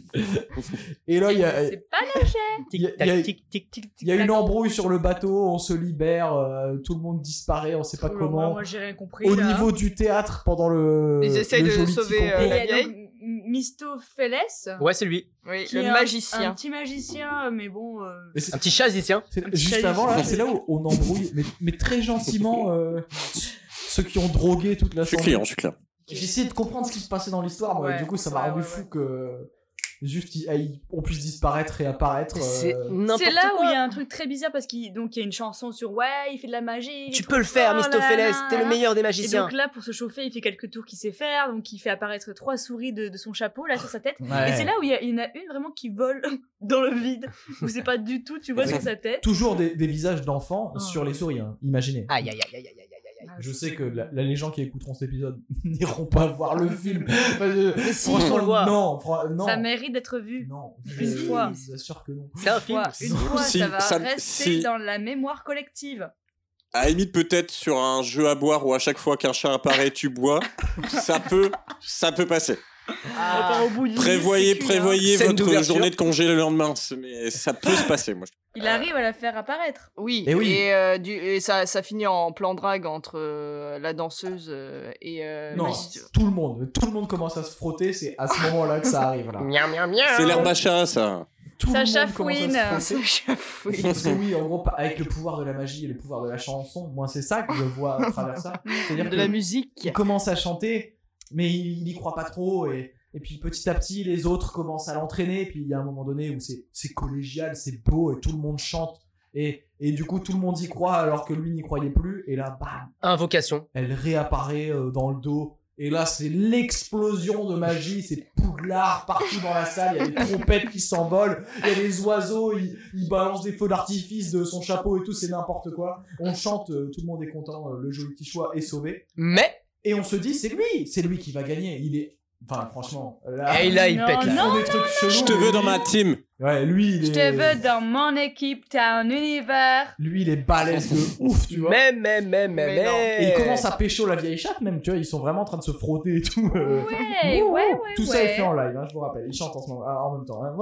Speaker 2: Et là il y a,
Speaker 3: C'est pas léger.
Speaker 2: il y a, il y a-
Speaker 4: tic tic tic.
Speaker 2: il y a une embrouille sur le bateau, on se libère, euh, tout le monde disparaît, on sait pas
Speaker 3: Oula,
Speaker 2: comment.
Speaker 3: Moi, moi, j'ai rien compris.
Speaker 2: Au
Speaker 3: là.
Speaker 2: niveau du théâtre pendant le.
Speaker 6: Ils essayent
Speaker 2: le
Speaker 6: de
Speaker 2: joli
Speaker 6: sauver,
Speaker 2: petit
Speaker 6: euh,
Speaker 2: concours.
Speaker 3: Et
Speaker 6: la
Speaker 3: il y a
Speaker 6: vieille.
Speaker 3: donc Mistopheles.
Speaker 4: Ouais, c'est lui.
Speaker 6: Oui,
Speaker 3: qui
Speaker 6: le
Speaker 3: est un-
Speaker 6: magicien.
Speaker 3: Un petit magicien, mais bon. euh,
Speaker 2: Et c'est-
Speaker 4: Un petit chasicien.
Speaker 2: C'est
Speaker 3: Un petit
Speaker 2: juste
Speaker 3: chat
Speaker 2: avant là,
Speaker 3: ici.
Speaker 2: c'est là où on embrouille, mais, mais très gentiment euh, ceux qui ont drogué toute la
Speaker 5: Je suis
Speaker 2: soirée.
Speaker 5: client, je suis client.
Speaker 2: J'ai essayé de comprendre ce qui se passait dans l'histoire, moi,
Speaker 3: Ouais,
Speaker 2: du coup ça m'a
Speaker 3: ouais,
Speaker 2: rendu
Speaker 3: ouais,
Speaker 2: fou
Speaker 3: ouais.
Speaker 2: que juste ils- ils- on puisse disparaître et apparaître. euh,
Speaker 4: C'est n'importe
Speaker 3: C'est là où
Speaker 4: quoi.
Speaker 3: il y a un truc très bizarre parce qu'il donc il y a une chanson sur ouais il fait de la magie. il est
Speaker 4: Tu
Speaker 3: trop
Speaker 4: peux le faire,
Speaker 3: fort,
Speaker 4: Mistopheles.
Speaker 3: là, là,
Speaker 4: T'es le
Speaker 3: là.
Speaker 4: meilleur des
Speaker 3: Et
Speaker 4: magiciens.
Speaker 3: donc là pour se chauffer il fait quelques tours qu'il sait faire donc il fait apparaître trois souris de, de son chapeau là sur sa tête.
Speaker 2: ouais.
Speaker 3: Et c'est là où il y, a- il y en a une vraiment qui vole dans le vide où c'est pas du tout tu vois sur sa tête.
Speaker 2: Toujours des, des visages d'enfants
Speaker 3: Oh.
Speaker 2: sur les souris, hein. Imaginez.
Speaker 4: Aïe aïe aïe aïe aïe aïe aïe.
Speaker 2: Je sais que la- là, les gens qui écouteront cet épisode n'iront pas voir le film. Mais
Speaker 4: si, il faut le voir.
Speaker 2: Non, fran- non.
Speaker 3: Ça mérite d'être vu.
Speaker 2: Non,
Speaker 3: Une
Speaker 2: je
Speaker 3: fois.
Speaker 2: vous assure que non.
Speaker 4: C'est un film.
Speaker 3: Fois, une
Speaker 5: Si,
Speaker 3: fois
Speaker 5: si,
Speaker 3: ça va
Speaker 5: ça-
Speaker 3: rester
Speaker 5: si.
Speaker 3: dans la mémoire collective.
Speaker 5: À la limite, peut-être sur un jeu à boire où à chaque fois qu'un chat apparaît, tu bois, ça peut, ça peut passer.
Speaker 3: Enfin, au bout d'une
Speaker 5: Prévoyez,
Speaker 3: minute, c'est cuit, hein.
Speaker 5: prévoyez
Speaker 4: Scène
Speaker 5: votre
Speaker 4: d'ouverture.
Speaker 5: journée de congé le lendemain, mais ça peut se passer, moi.
Speaker 3: Il arrive à la faire apparaître.
Speaker 6: Oui,
Speaker 2: Et oui.
Speaker 6: et, euh, du, et ça, ça finit en plan drague entre euh, la danseuse euh, et... euh,
Speaker 2: Non,
Speaker 6: Miss-
Speaker 2: tout le monde, tout le monde commence à se frotter, c'est à ce moment-là que ça arrive là.
Speaker 4: Miaou miaou miaou.
Speaker 5: C'est l'herbe à chat, ça.
Speaker 2: Tout
Speaker 3: Ça
Speaker 2: le monde commence
Speaker 3: chafouine.
Speaker 2: à se frotter.
Speaker 6: Ça chafouine.
Speaker 2: Parce que oui, en gros, pa- avec le pouvoir de la magie et le pouvoir de la chanson, moi c'est ça que je vois à travers ça. C'est-à-dire
Speaker 6: De
Speaker 2: que
Speaker 6: la musique.
Speaker 2: il commence à chanter, mais il, il y croit pas trop et, et puis petit à petit les autres commencent à l'entraîner. Puis il y a un moment donné où c'est c'est collégial, c'est beau et tout le monde chante et, et du coup tout le monde y croit alors que lui n'y croyait plus. Et là, bam,
Speaker 4: Invocation.
Speaker 2: elle réapparaît euh, dans le dos. Et là, c'est l'explosion de magie, c'est Poudlard partout dans la salle, il y a des trompettes qui s'envolent, il y a des oiseaux, ils, ils balancent des feux d'artifice de son chapeau et tout, c'est n'importe quoi. On chante, euh, tout le monde est content, euh, le joli petit choix est sauvé.
Speaker 4: Mais
Speaker 2: Et on se dit, c'est lui, c'est lui qui va gagner. Il est, enfin, franchement, là,
Speaker 4: et là il
Speaker 3: Non,
Speaker 4: pète
Speaker 2: ils
Speaker 4: là.
Speaker 2: font des trucs chelous.
Speaker 5: Je te veux dans ma team.
Speaker 2: Ouais, lui, il est.
Speaker 3: Je te veux dans mon équipe, t'as un univers.
Speaker 2: Lui, il est balèze de ouf, tu vois.
Speaker 4: Mais mais mais mais
Speaker 6: Mais non.
Speaker 4: mais.
Speaker 2: Et il commence à pécho la vieille chatte, même, tu vois, ils sont vraiment en train de se frotter et tout. euh.
Speaker 3: Ouais, ouais, ouais.
Speaker 2: Tout ça
Speaker 3: ouais.
Speaker 2: est fait en live, hein, je vous rappelle. Ils chantent en, ce moment, ah, en même temps. Hein.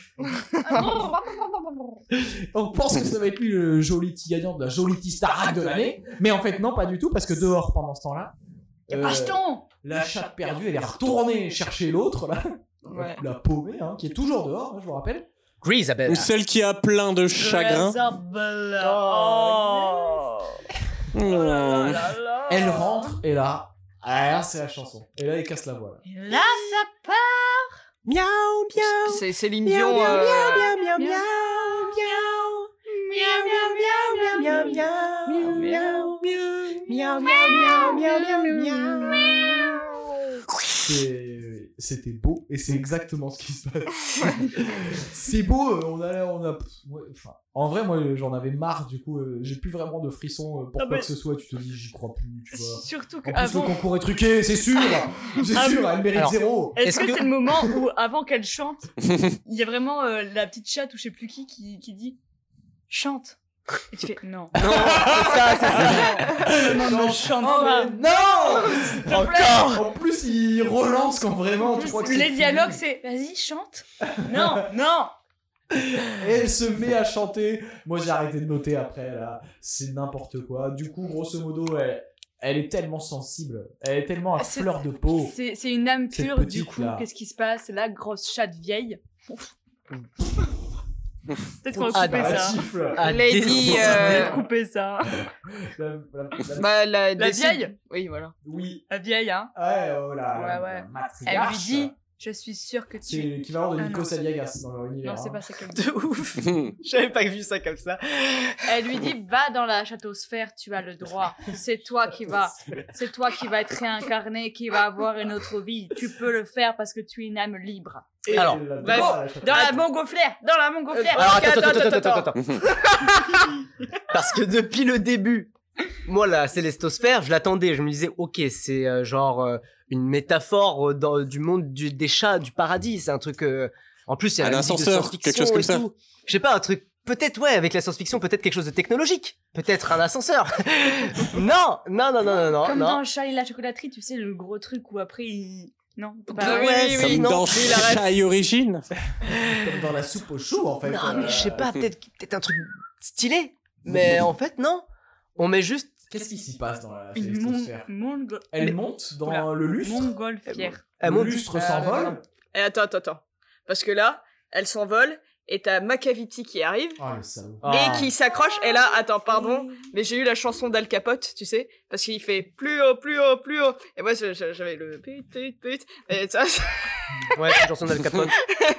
Speaker 2: Oh. On pense que ça va être lui le joli petit gagnant de la jolie petite Starac de l'année. Mais en fait, non, pas du tout, parce que dehors, pendant ce temps-là,
Speaker 3: Y'a
Speaker 2: euh,
Speaker 3: pas jeton.
Speaker 2: la chatte perdue, elle est retournée chercher l'autre, là.
Speaker 6: Ouais.
Speaker 2: La paumée, hein, qui est toujours dehors, hein, je vous rappelle.
Speaker 4: Grisabella.
Speaker 5: Ou celle qui a plein de chagrin.
Speaker 3: Isabella. Oh.
Speaker 5: Oh.
Speaker 3: là là.
Speaker 2: Elle rentre, et là, ah, là, c'est la chanson. Et là, il casse la voix. Là.
Speaker 3: Et là, ça part.
Speaker 4: Miaou miaou.
Speaker 6: C'est Céline
Speaker 4: Miaou
Speaker 6: Dion.
Speaker 4: miaou
Speaker 6: euh,
Speaker 4: miaou miaou
Speaker 3: miaou.
Speaker 4: miaou. Miaou miaou miaou miaou miaou miaou. Miaou miaou miaou miaou miaou miaou.
Speaker 2: C'est c'était beau et c'est exactement ce qui se passe. C'est beau, euh, on a, on a, ouais, enfin, en vrai, moi, j'en avais marre. Du coup, euh, j'ai plus vraiment de frissons euh, pour
Speaker 3: Ah
Speaker 2: quoi
Speaker 3: bah,
Speaker 2: que ce soit. Tu te dis, j'y crois plus. Tu vois.
Speaker 3: Surtout
Speaker 2: En plus,
Speaker 3: qu'avant.
Speaker 2: le concours est truqué, c'est sûr. C'est
Speaker 3: Ah
Speaker 2: sûr,
Speaker 3: oui.
Speaker 2: elle mérite
Speaker 4: Alors,
Speaker 2: zéro.
Speaker 3: Est-ce
Speaker 4: Est-ce
Speaker 3: que,
Speaker 4: que-
Speaker 3: c'est le moment où, avant qu'elle chante, il y a vraiment euh, la petite chatte ou je sais plus qui qui, qui dit chante et tu fais non.
Speaker 4: Non, c'est ça, c'est ça.
Speaker 3: Non, non, chante
Speaker 2: Oh,
Speaker 3: pas.
Speaker 2: mais non.
Speaker 3: Encore.
Speaker 2: En plus, il relance quand vraiment. Tu crois que c'est
Speaker 3: Les
Speaker 2: fini.
Speaker 3: dialogues, c'est vas-y, chante. Non, non.
Speaker 2: Et elle se met à chanter. Moi, j'ai arrêté de noter après, là. C'est n'importe quoi. Du coup, grosso modo, elle, elle est tellement sensible. Elle est tellement à
Speaker 3: C'est-
Speaker 2: fleur de peau.
Speaker 3: C'est c'est une âme
Speaker 2: Cette
Speaker 3: pure,
Speaker 2: petite,
Speaker 3: du coup,
Speaker 2: là.
Speaker 3: qu'est-ce qui se passe? La grosse chatte vieille. Peut-être qu'on
Speaker 4: Ah,
Speaker 3: va couper
Speaker 2: La
Speaker 3: ça.
Speaker 2: gifle.
Speaker 4: Ah,
Speaker 6: Lady,
Speaker 4: décidément.
Speaker 3: On
Speaker 6: euh,
Speaker 3: va couper ça.
Speaker 2: La- la- la-
Speaker 6: Bah, la,
Speaker 3: La
Speaker 6: décide-
Speaker 3: vieille
Speaker 6: Oui, voilà.
Speaker 2: Oui.
Speaker 3: La vieille, hein.
Speaker 2: Ouais, oh là.
Speaker 3: Ouais,
Speaker 2: la-
Speaker 3: ouais.
Speaker 2: la
Speaker 3: Elle
Speaker 2: matriarche.
Speaker 3: lui dit, je suis sûre que
Speaker 2: C'est
Speaker 3: tu...
Speaker 2: l'équivalent de
Speaker 3: Ah,
Speaker 2: Nico
Speaker 3: non.
Speaker 2: Saliagas dans leur univers.
Speaker 3: Non, c'est
Speaker 2: hein.
Speaker 3: pas ça qu'elle dit.
Speaker 4: De ouf. J'avais pas vu ça comme ça.
Speaker 3: Elle lui dit, va dans la châteausphère, tu as le droit. C'est toi qui vas, c'est toi qui vas être réincarné, qui va avoir une autre vie. Tu peux le faire parce que tu es une âme libre.
Speaker 2: Et
Speaker 4: Alors,
Speaker 2: la-
Speaker 6: bah,
Speaker 2: la- la-
Speaker 3: Dans la montgolfière, dans la montgolfière.
Speaker 4: Alors
Speaker 6: Ok,
Speaker 4: attends, attends,
Speaker 6: attends,
Speaker 4: attends, attends, attends, attends. Parce que depuis le début, moi la célestosphère, je l'attendais. Je me disais, ok, c'est euh, genre euh, une métaphore euh, dans, du monde du- des chats, du paradis. C'est un truc. euh, En plus, il y a
Speaker 5: Un
Speaker 4: la musique de
Speaker 5: ascenseur,
Speaker 4: science-fiction
Speaker 5: quelque chose comme
Speaker 4: et
Speaker 5: ça.
Speaker 4: tout. Je sais pas, un truc. Peut-être ouais, avec la science-fiction, peut-être quelque chose de technologique. Peut-être un ascenseur. non, non, non, non, non, non.
Speaker 3: Comme
Speaker 4: non.
Speaker 3: dans Charlie et la chocolaterie, tu sais, le gros truc où après il... Non, c'est pas
Speaker 6: Ah
Speaker 3: vrai.
Speaker 6: oui,
Speaker 4: ouais,
Speaker 6: oui,
Speaker 4: si,
Speaker 6: oui.
Speaker 5: Comme
Speaker 4: non.
Speaker 5: dans
Speaker 6: Oui, la ref.
Speaker 5: Shy Origin.
Speaker 2: Comme dans la soupe au chou, en fait.
Speaker 4: Non,
Speaker 2: euh,
Speaker 4: mais je sais pas, peut-être peut-être un truc stylé. Mais en fait, non. On met juste.
Speaker 2: Qu'est-ce qui s'y passe dans la
Speaker 3: Une mon...
Speaker 2: célestosphère
Speaker 3: mongo-
Speaker 2: Elle monte dans
Speaker 3: Oula.
Speaker 2: le lustre.
Speaker 3: montgolfière.
Speaker 4: Elle
Speaker 2: Le
Speaker 4: monte
Speaker 2: lustre
Speaker 6: Ah,
Speaker 2: s'envole.
Speaker 6: non, non. Et attends, attends, attends. Parce que là, elle s'envole et t'as Macavity qui arrive
Speaker 2: Oh, le salaud.
Speaker 4: Ah.
Speaker 6: et qui s'accroche. Et là, attends, pardon, mais j'ai eu la chanson d'Al Capote, tu sais, parce qu'il fait plus haut, plus haut, plus haut. Et moi, je- je- j'avais le put, put, put. Et ça, c'est-
Speaker 4: Ouais, c'est une chanson d'Al Capone.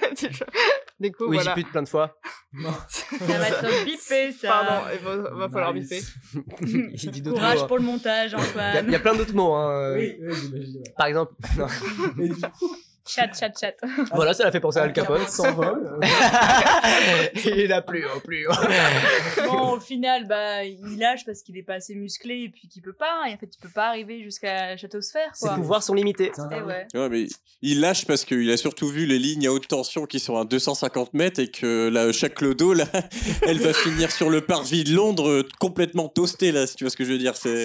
Speaker 6: du coup,
Speaker 4: Oui,
Speaker 6: voilà.
Speaker 4: j'ai pu plein de fois.
Speaker 2: Non.
Speaker 3: Ça va être bipé, ça.
Speaker 6: Pardon, il va, va falloir
Speaker 2: Nice.
Speaker 6: biper.
Speaker 4: Il dit d'autres
Speaker 3: Courage
Speaker 4: mots. hein.
Speaker 3: pour le montage,
Speaker 4: Il y a-
Speaker 3: Antoine.
Speaker 4: il y, a plein d'autres mots. Hein.
Speaker 2: Oui, oui, j'imagine. ouais.
Speaker 4: Par exemple. non.
Speaker 2: Et du coup,
Speaker 3: Chat, chat, chat.
Speaker 4: Voilà, ça l'a fait penser à Al Capone.
Speaker 2: s'envole. euh,
Speaker 4: Il a plus haut, plus haut.
Speaker 3: Bon, au final, bah, il lâche parce qu'il est pas assez musclé et puis qu'il peut pas. Et en fait, il peut pas arriver jusqu'à la châteausphère,
Speaker 4: Ses
Speaker 3: quoi.
Speaker 4: pouvoirs sont limités.
Speaker 2: C'est un
Speaker 3: Et
Speaker 2: dernier.
Speaker 3: ouais.
Speaker 5: Ouais, mais il lâche parce qu'il a surtout vu les lignes à haute tension qui sont à deux cent cinquante mètres et que là, chaque clodo, là, elle va finir sur le parvis de Londres euh, complètement toastée, là, si tu vois ce que je veux dire. C'est...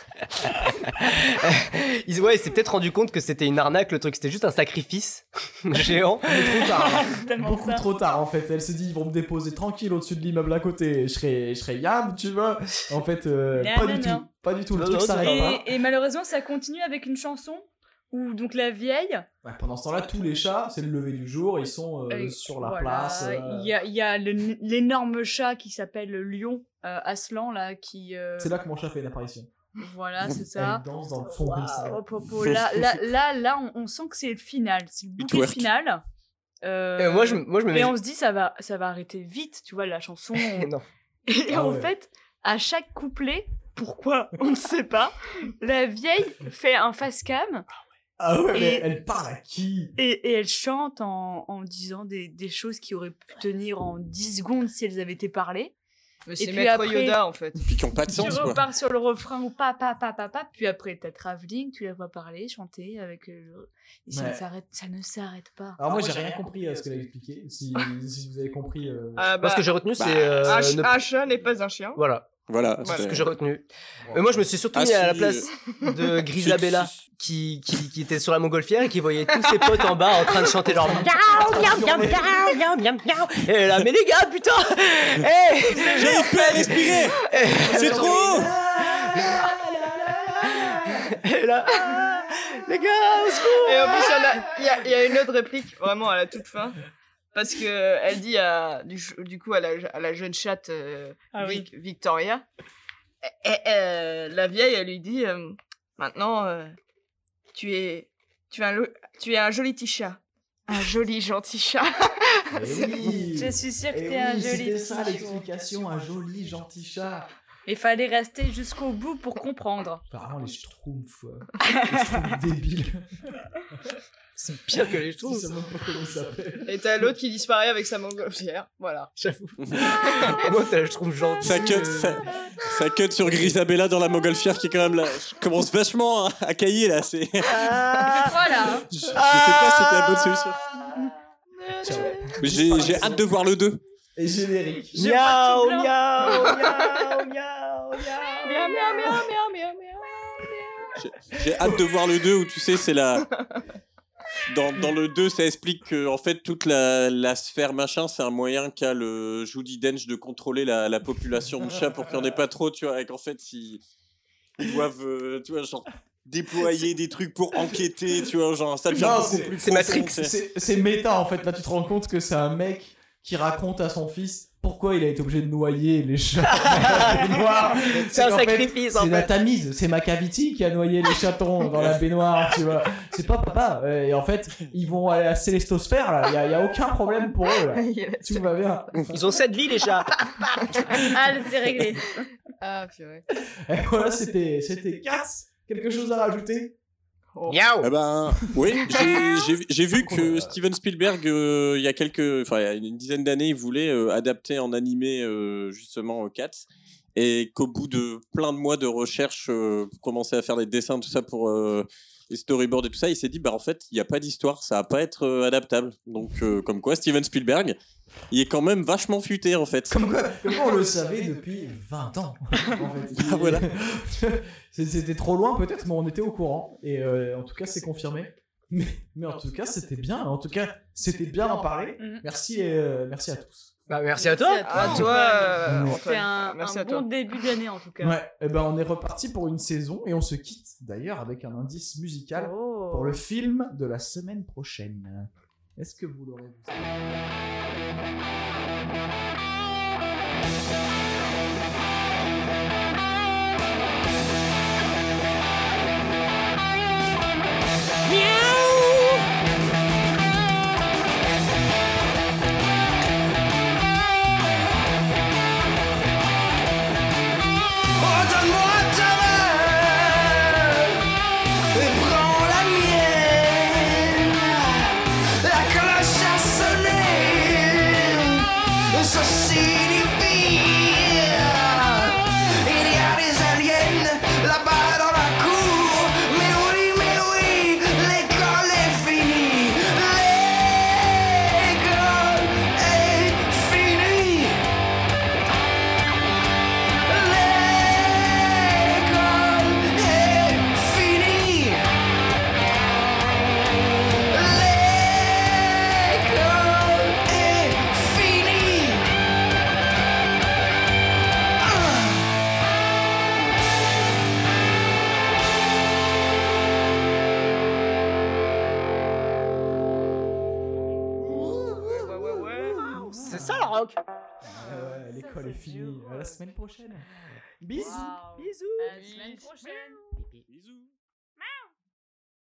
Speaker 4: Il ouais, il s'est peut-être rendu compte que c'était une arnaque, le truc, c'était juste un sacrifice géant.
Speaker 2: Mais trop tard.
Speaker 3: C'est tellement
Speaker 2: Beaucoup
Speaker 3: ça.
Speaker 2: trop tard en fait. Elle se dit ils vont me déposer tranquille au-dessus de l'immeuble à côté. Je serai, je serai yam, tu vois. En fait, euh,
Speaker 3: Non,
Speaker 2: pas
Speaker 3: non,
Speaker 2: du
Speaker 3: non.
Speaker 2: tout. Pas du tout. Le
Speaker 4: Non,
Speaker 2: truc
Speaker 4: non,
Speaker 2: s'arrête pas.
Speaker 3: Et, et malheureusement, ça continue avec une chanson où donc la vieille,
Speaker 2: Ouais, pendant ce temps-là, tous les chats, c'est le lever du jour. Ils sont euh,
Speaker 3: euh,
Speaker 2: sur la
Speaker 3: voilà,
Speaker 2: place. euh,
Speaker 3: il y a, il y a le- l'énorme chat qui s'appelle le lion euh, Aslan là qui. euh,
Speaker 2: C'est là que mon chat fait une apparition.
Speaker 3: Voilà, c'est ça.
Speaker 2: Elle danse dans le fond comme ça.
Speaker 3: Waouh, popo, là, là, là, là, on, on sent que c'est le final, c'est le bouquet
Speaker 5: twerk.
Speaker 3: final. Euh,
Speaker 4: Et moi, je, moi, je me mets.
Speaker 3: et on se dit ça va, ça va arrêter vite, tu vois la chanson.
Speaker 4: non.
Speaker 3: Et
Speaker 2: Ah
Speaker 3: en
Speaker 2: ouais.
Speaker 3: fait, à chaque couplet, pourquoi on ne sait pas, la vieille fait un face cam
Speaker 2: Ah ouais, mais
Speaker 3: Et-
Speaker 2: elle parle à qui?
Speaker 3: et, et elle chante en, en disant des, des choses qui auraient pu tenir en dix secondes si elles avaient été parlées.
Speaker 6: Mais
Speaker 3: Et
Speaker 6: c'est
Speaker 3: puis
Speaker 6: Maître
Speaker 3: après-
Speaker 6: Yoda, en fait.
Speaker 5: Puis qui ont pas de
Speaker 3: Tu
Speaker 5: sens, quoi.
Speaker 3: repars sur le refrain ou pas, pas, pas, pas, pas, puis après t'as Travelling, tu la vois parler, chanter avec. euh, et ça,
Speaker 2: Ouais.
Speaker 3: ne s'arrête, ça ne s'arrête pas.
Speaker 2: Alors moi,
Speaker 6: moi,
Speaker 2: j'ai
Speaker 6: j'ai
Speaker 2: rien
Speaker 6: rien
Speaker 2: compris à ce qu'elle a expliqué. Si, si vous avez compris. euh,
Speaker 6: Ah,
Speaker 4: Moi,
Speaker 6: bah,
Speaker 4: ce que j'ai retenu,
Speaker 5: bah,
Speaker 4: c'est. euh,
Speaker 6: un, ch-
Speaker 4: ne-
Speaker 6: un chat n'est pas un chien.
Speaker 4: Voilà,
Speaker 5: Voilà.
Speaker 6: Voilà.
Speaker 4: c'est ce que j'ai retenu.
Speaker 2: bon.
Speaker 4: Euh, moi, je me suis surtout
Speaker 5: Ah,
Speaker 4: mis à la
Speaker 5: si,
Speaker 4: place de Grisabella,
Speaker 5: Si-
Speaker 4: qui, qui, qui était sur la montgolfière et qui voyait tous ses potes en bas en train de chanter genre miaou, miaou, miaou, miaou, miaou, miaou, miaou. Et elle est là, mais les gars, putain, hey,
Speaker 5: J'arrive pas à respirer. C'est trop haut.
Speaker 4: Et là, ah, les gars, au secours.
Speaker 6: Et en plus, il y en a- il y, a, il y a une autre réplique, vraiment à la toute fin. Parce que euh, elle dit à, du, du coup à la, à la jeune chatte euh,
Speaker 3: Ah oui.
Speaker 6: Vic- Victoria, et, et, euh, la vieille, elle lui dit euh, maintenant, euh, tu es, tu es un, lo- tu es un joli petit chat, un joli gentil chat.
Speaker 2: Eh oui.
Speaker 3: Je suis sûre que
Speaker 2: Eh
Speaker 3: t'es un
Speaker 2: oui,
Speaker 3: joli
Speaker 2: c'était
Speaker 3: petit
Speaker 2: ça
Speaker 3: chou.
Speaker 2: l'explication, un joli gentil chat.
Speaker 3: Il fallait rester jusqu'au bout pour comprendre.
Speaker 2: Apparemment, les schtroumpfs. euh, les schtroumpfs débiles.
Speaker 6: C'est pire que les
Speaker 2: Je
Speaker 6: schtroumpfs.
Speaker 2: sais même pas comment ça s'appelle.
Speaker 6: Et t'as l'autre qui disparaît avec sa montgolfière. Voilà.
Speaker 4: J'avoue. Moi, je trouve gentil.
Speaker 5: Ça cut, ça, ça cut sur Grisabella dans la montgolfière qui est quand même là. Je commence vachement à, à cailler là. C'est... Je,
Speaker 3: Voilà.
Speaker 5: je sais pas si c'était la bonne solution.
Speaker 2: Ciao.
Speaker 5: Mais j'ai, j'ai hâte de voir le deux.
Speaker 2: Et générique.
Speaker 6: Miaou,
Speaker 3: vois tout
Speaker 6: miaou,
Speaker 3: blanc.
Speaker 6: miaou, miaou, miaou.
Speaker 3: Miaou, miaou, miaou, miaou, miaou, miaou.
Speaker 5: J'ai, j'ai hâte de voir le deux où tu sais, c'est la. Dans, dans le deux, ça explique que en fait, toute la, la sphère machin, c'est un moyen qu'a le Judi Dench de contrôler la, la population de chats pour qu'il n'y en ait pas trop, tu vois, et qu'en fait, ils, ils doivent, euh, tu vois, genre, déployer des trucs pour enquêter, tu vois, genre, ça devient
Speaker 2: Non,
Speaker 5: beaucoup
Speaker 2: c'est-
Speaker 5: plus
Speaker 4: c'est
Speaker 5: profond,
Speaker 4: Matrix.
Speaker 5: tu sais.
Speaker 2: C'est c'est méta en fait. Là, tu te rends compte que c'est un mec qui raconte à son fils pourquoi il a été obligé de noyer les chats dans la baignoire.
Speaker 6: C'est un
Speaker 2: qu'en fait,
Speaker 6: sacrifice, en
Speaker 2: C'est la
Speaker 6: fait.
Speaker 2: Tamise, c'est Macavity qui a noyé les chatons dans la baignoire, tu vois. C'est pas papa. Euh, Et en fait, ils vont aller à la Célestosphère là. Il y, a- y a aucun problème pour eux là. Tout va bien.
Speaker 4: Ils ont sept vies, les chats.
Speaker 3: Allez, c'est réglé.
Speaker 6: Ah, purée.
Speaker 2: Et voilà, c'était c'était Cats. Quelque chose à rajouter?
Speaker 4: Miaou.
Speaker 5: Eh ben, oui, j'ai, j'ai, j'ai vu que Steven Spielberg, euh, il y a quelques, enfin, il y a une dizaine d'années, il voulait euh, adapter en animé euh, justement euh, Cats, et qu'au bout de plein de mois de recherche, euh, pour commencer à faire des dessins, tout ça pour euh, les storyboards et tout ça, il s'est dit, bah en fait, il n'y a pas d'histoire, ça va pas être euh, adaptable. Donc, euh, comme quoi, Steven Spielberg, il est quand même vachement futé en fait.
Speaker 2: Comme quoi, comme quoi on le savait depuis vingt ans. En fait.
Speaker 5: Ah, voilà.
Speaker 2: C'était trop loin peut-être, mais on était au courant. Et euh, en tout cas, c'est confirmé. Mais, mais en tout cas, c'était bien. En tout cas, c'était bien d'en parler.
Speaker 3: Mhm.
Speaker 2: Merci, euh, merci à tous.
Speaker 4: Bah, merci à toi.
Speaker 6: À toi, euh,
Speaker 2: Ouais.
Speaker 3: C'est
Speaker 6: Antoine.
Speaker 3: un,
Speaker 6: Merci
Speaker 3: un
Speaker 6: à toi.
Speaker 3: bon début d'année en tout cas.
Speaker 2: Ouais, et ben on est reparti pour une saison et on se quitte d'ailleurs avec un indice musical
Speaker 3: Oh.
Speaker 2: pour le film de la semaine prochaine. Est-ce que vous l'aurez vu?
Speaker 1: Donne-moi ta main et prends la mienne. La cloche a sonné, ça signifie il y a des aliens là-bas dans la cour. Mais oui, mais oui, l'école est finie. L'école est finie. L'école est finie. L'école est finie.
Speaker 6: Ouais, ouais, ouais.
Speaker 4: C'est ça, le rock.
Speaker 2: Ouais, ouais, l'école est finie. À la semaine prochaine. Bisous.
Speaker 3: Wow.
Speaker 6: Bisous.
Speaker 3: À la semaine prochaine.
Speaker 5: Bisous.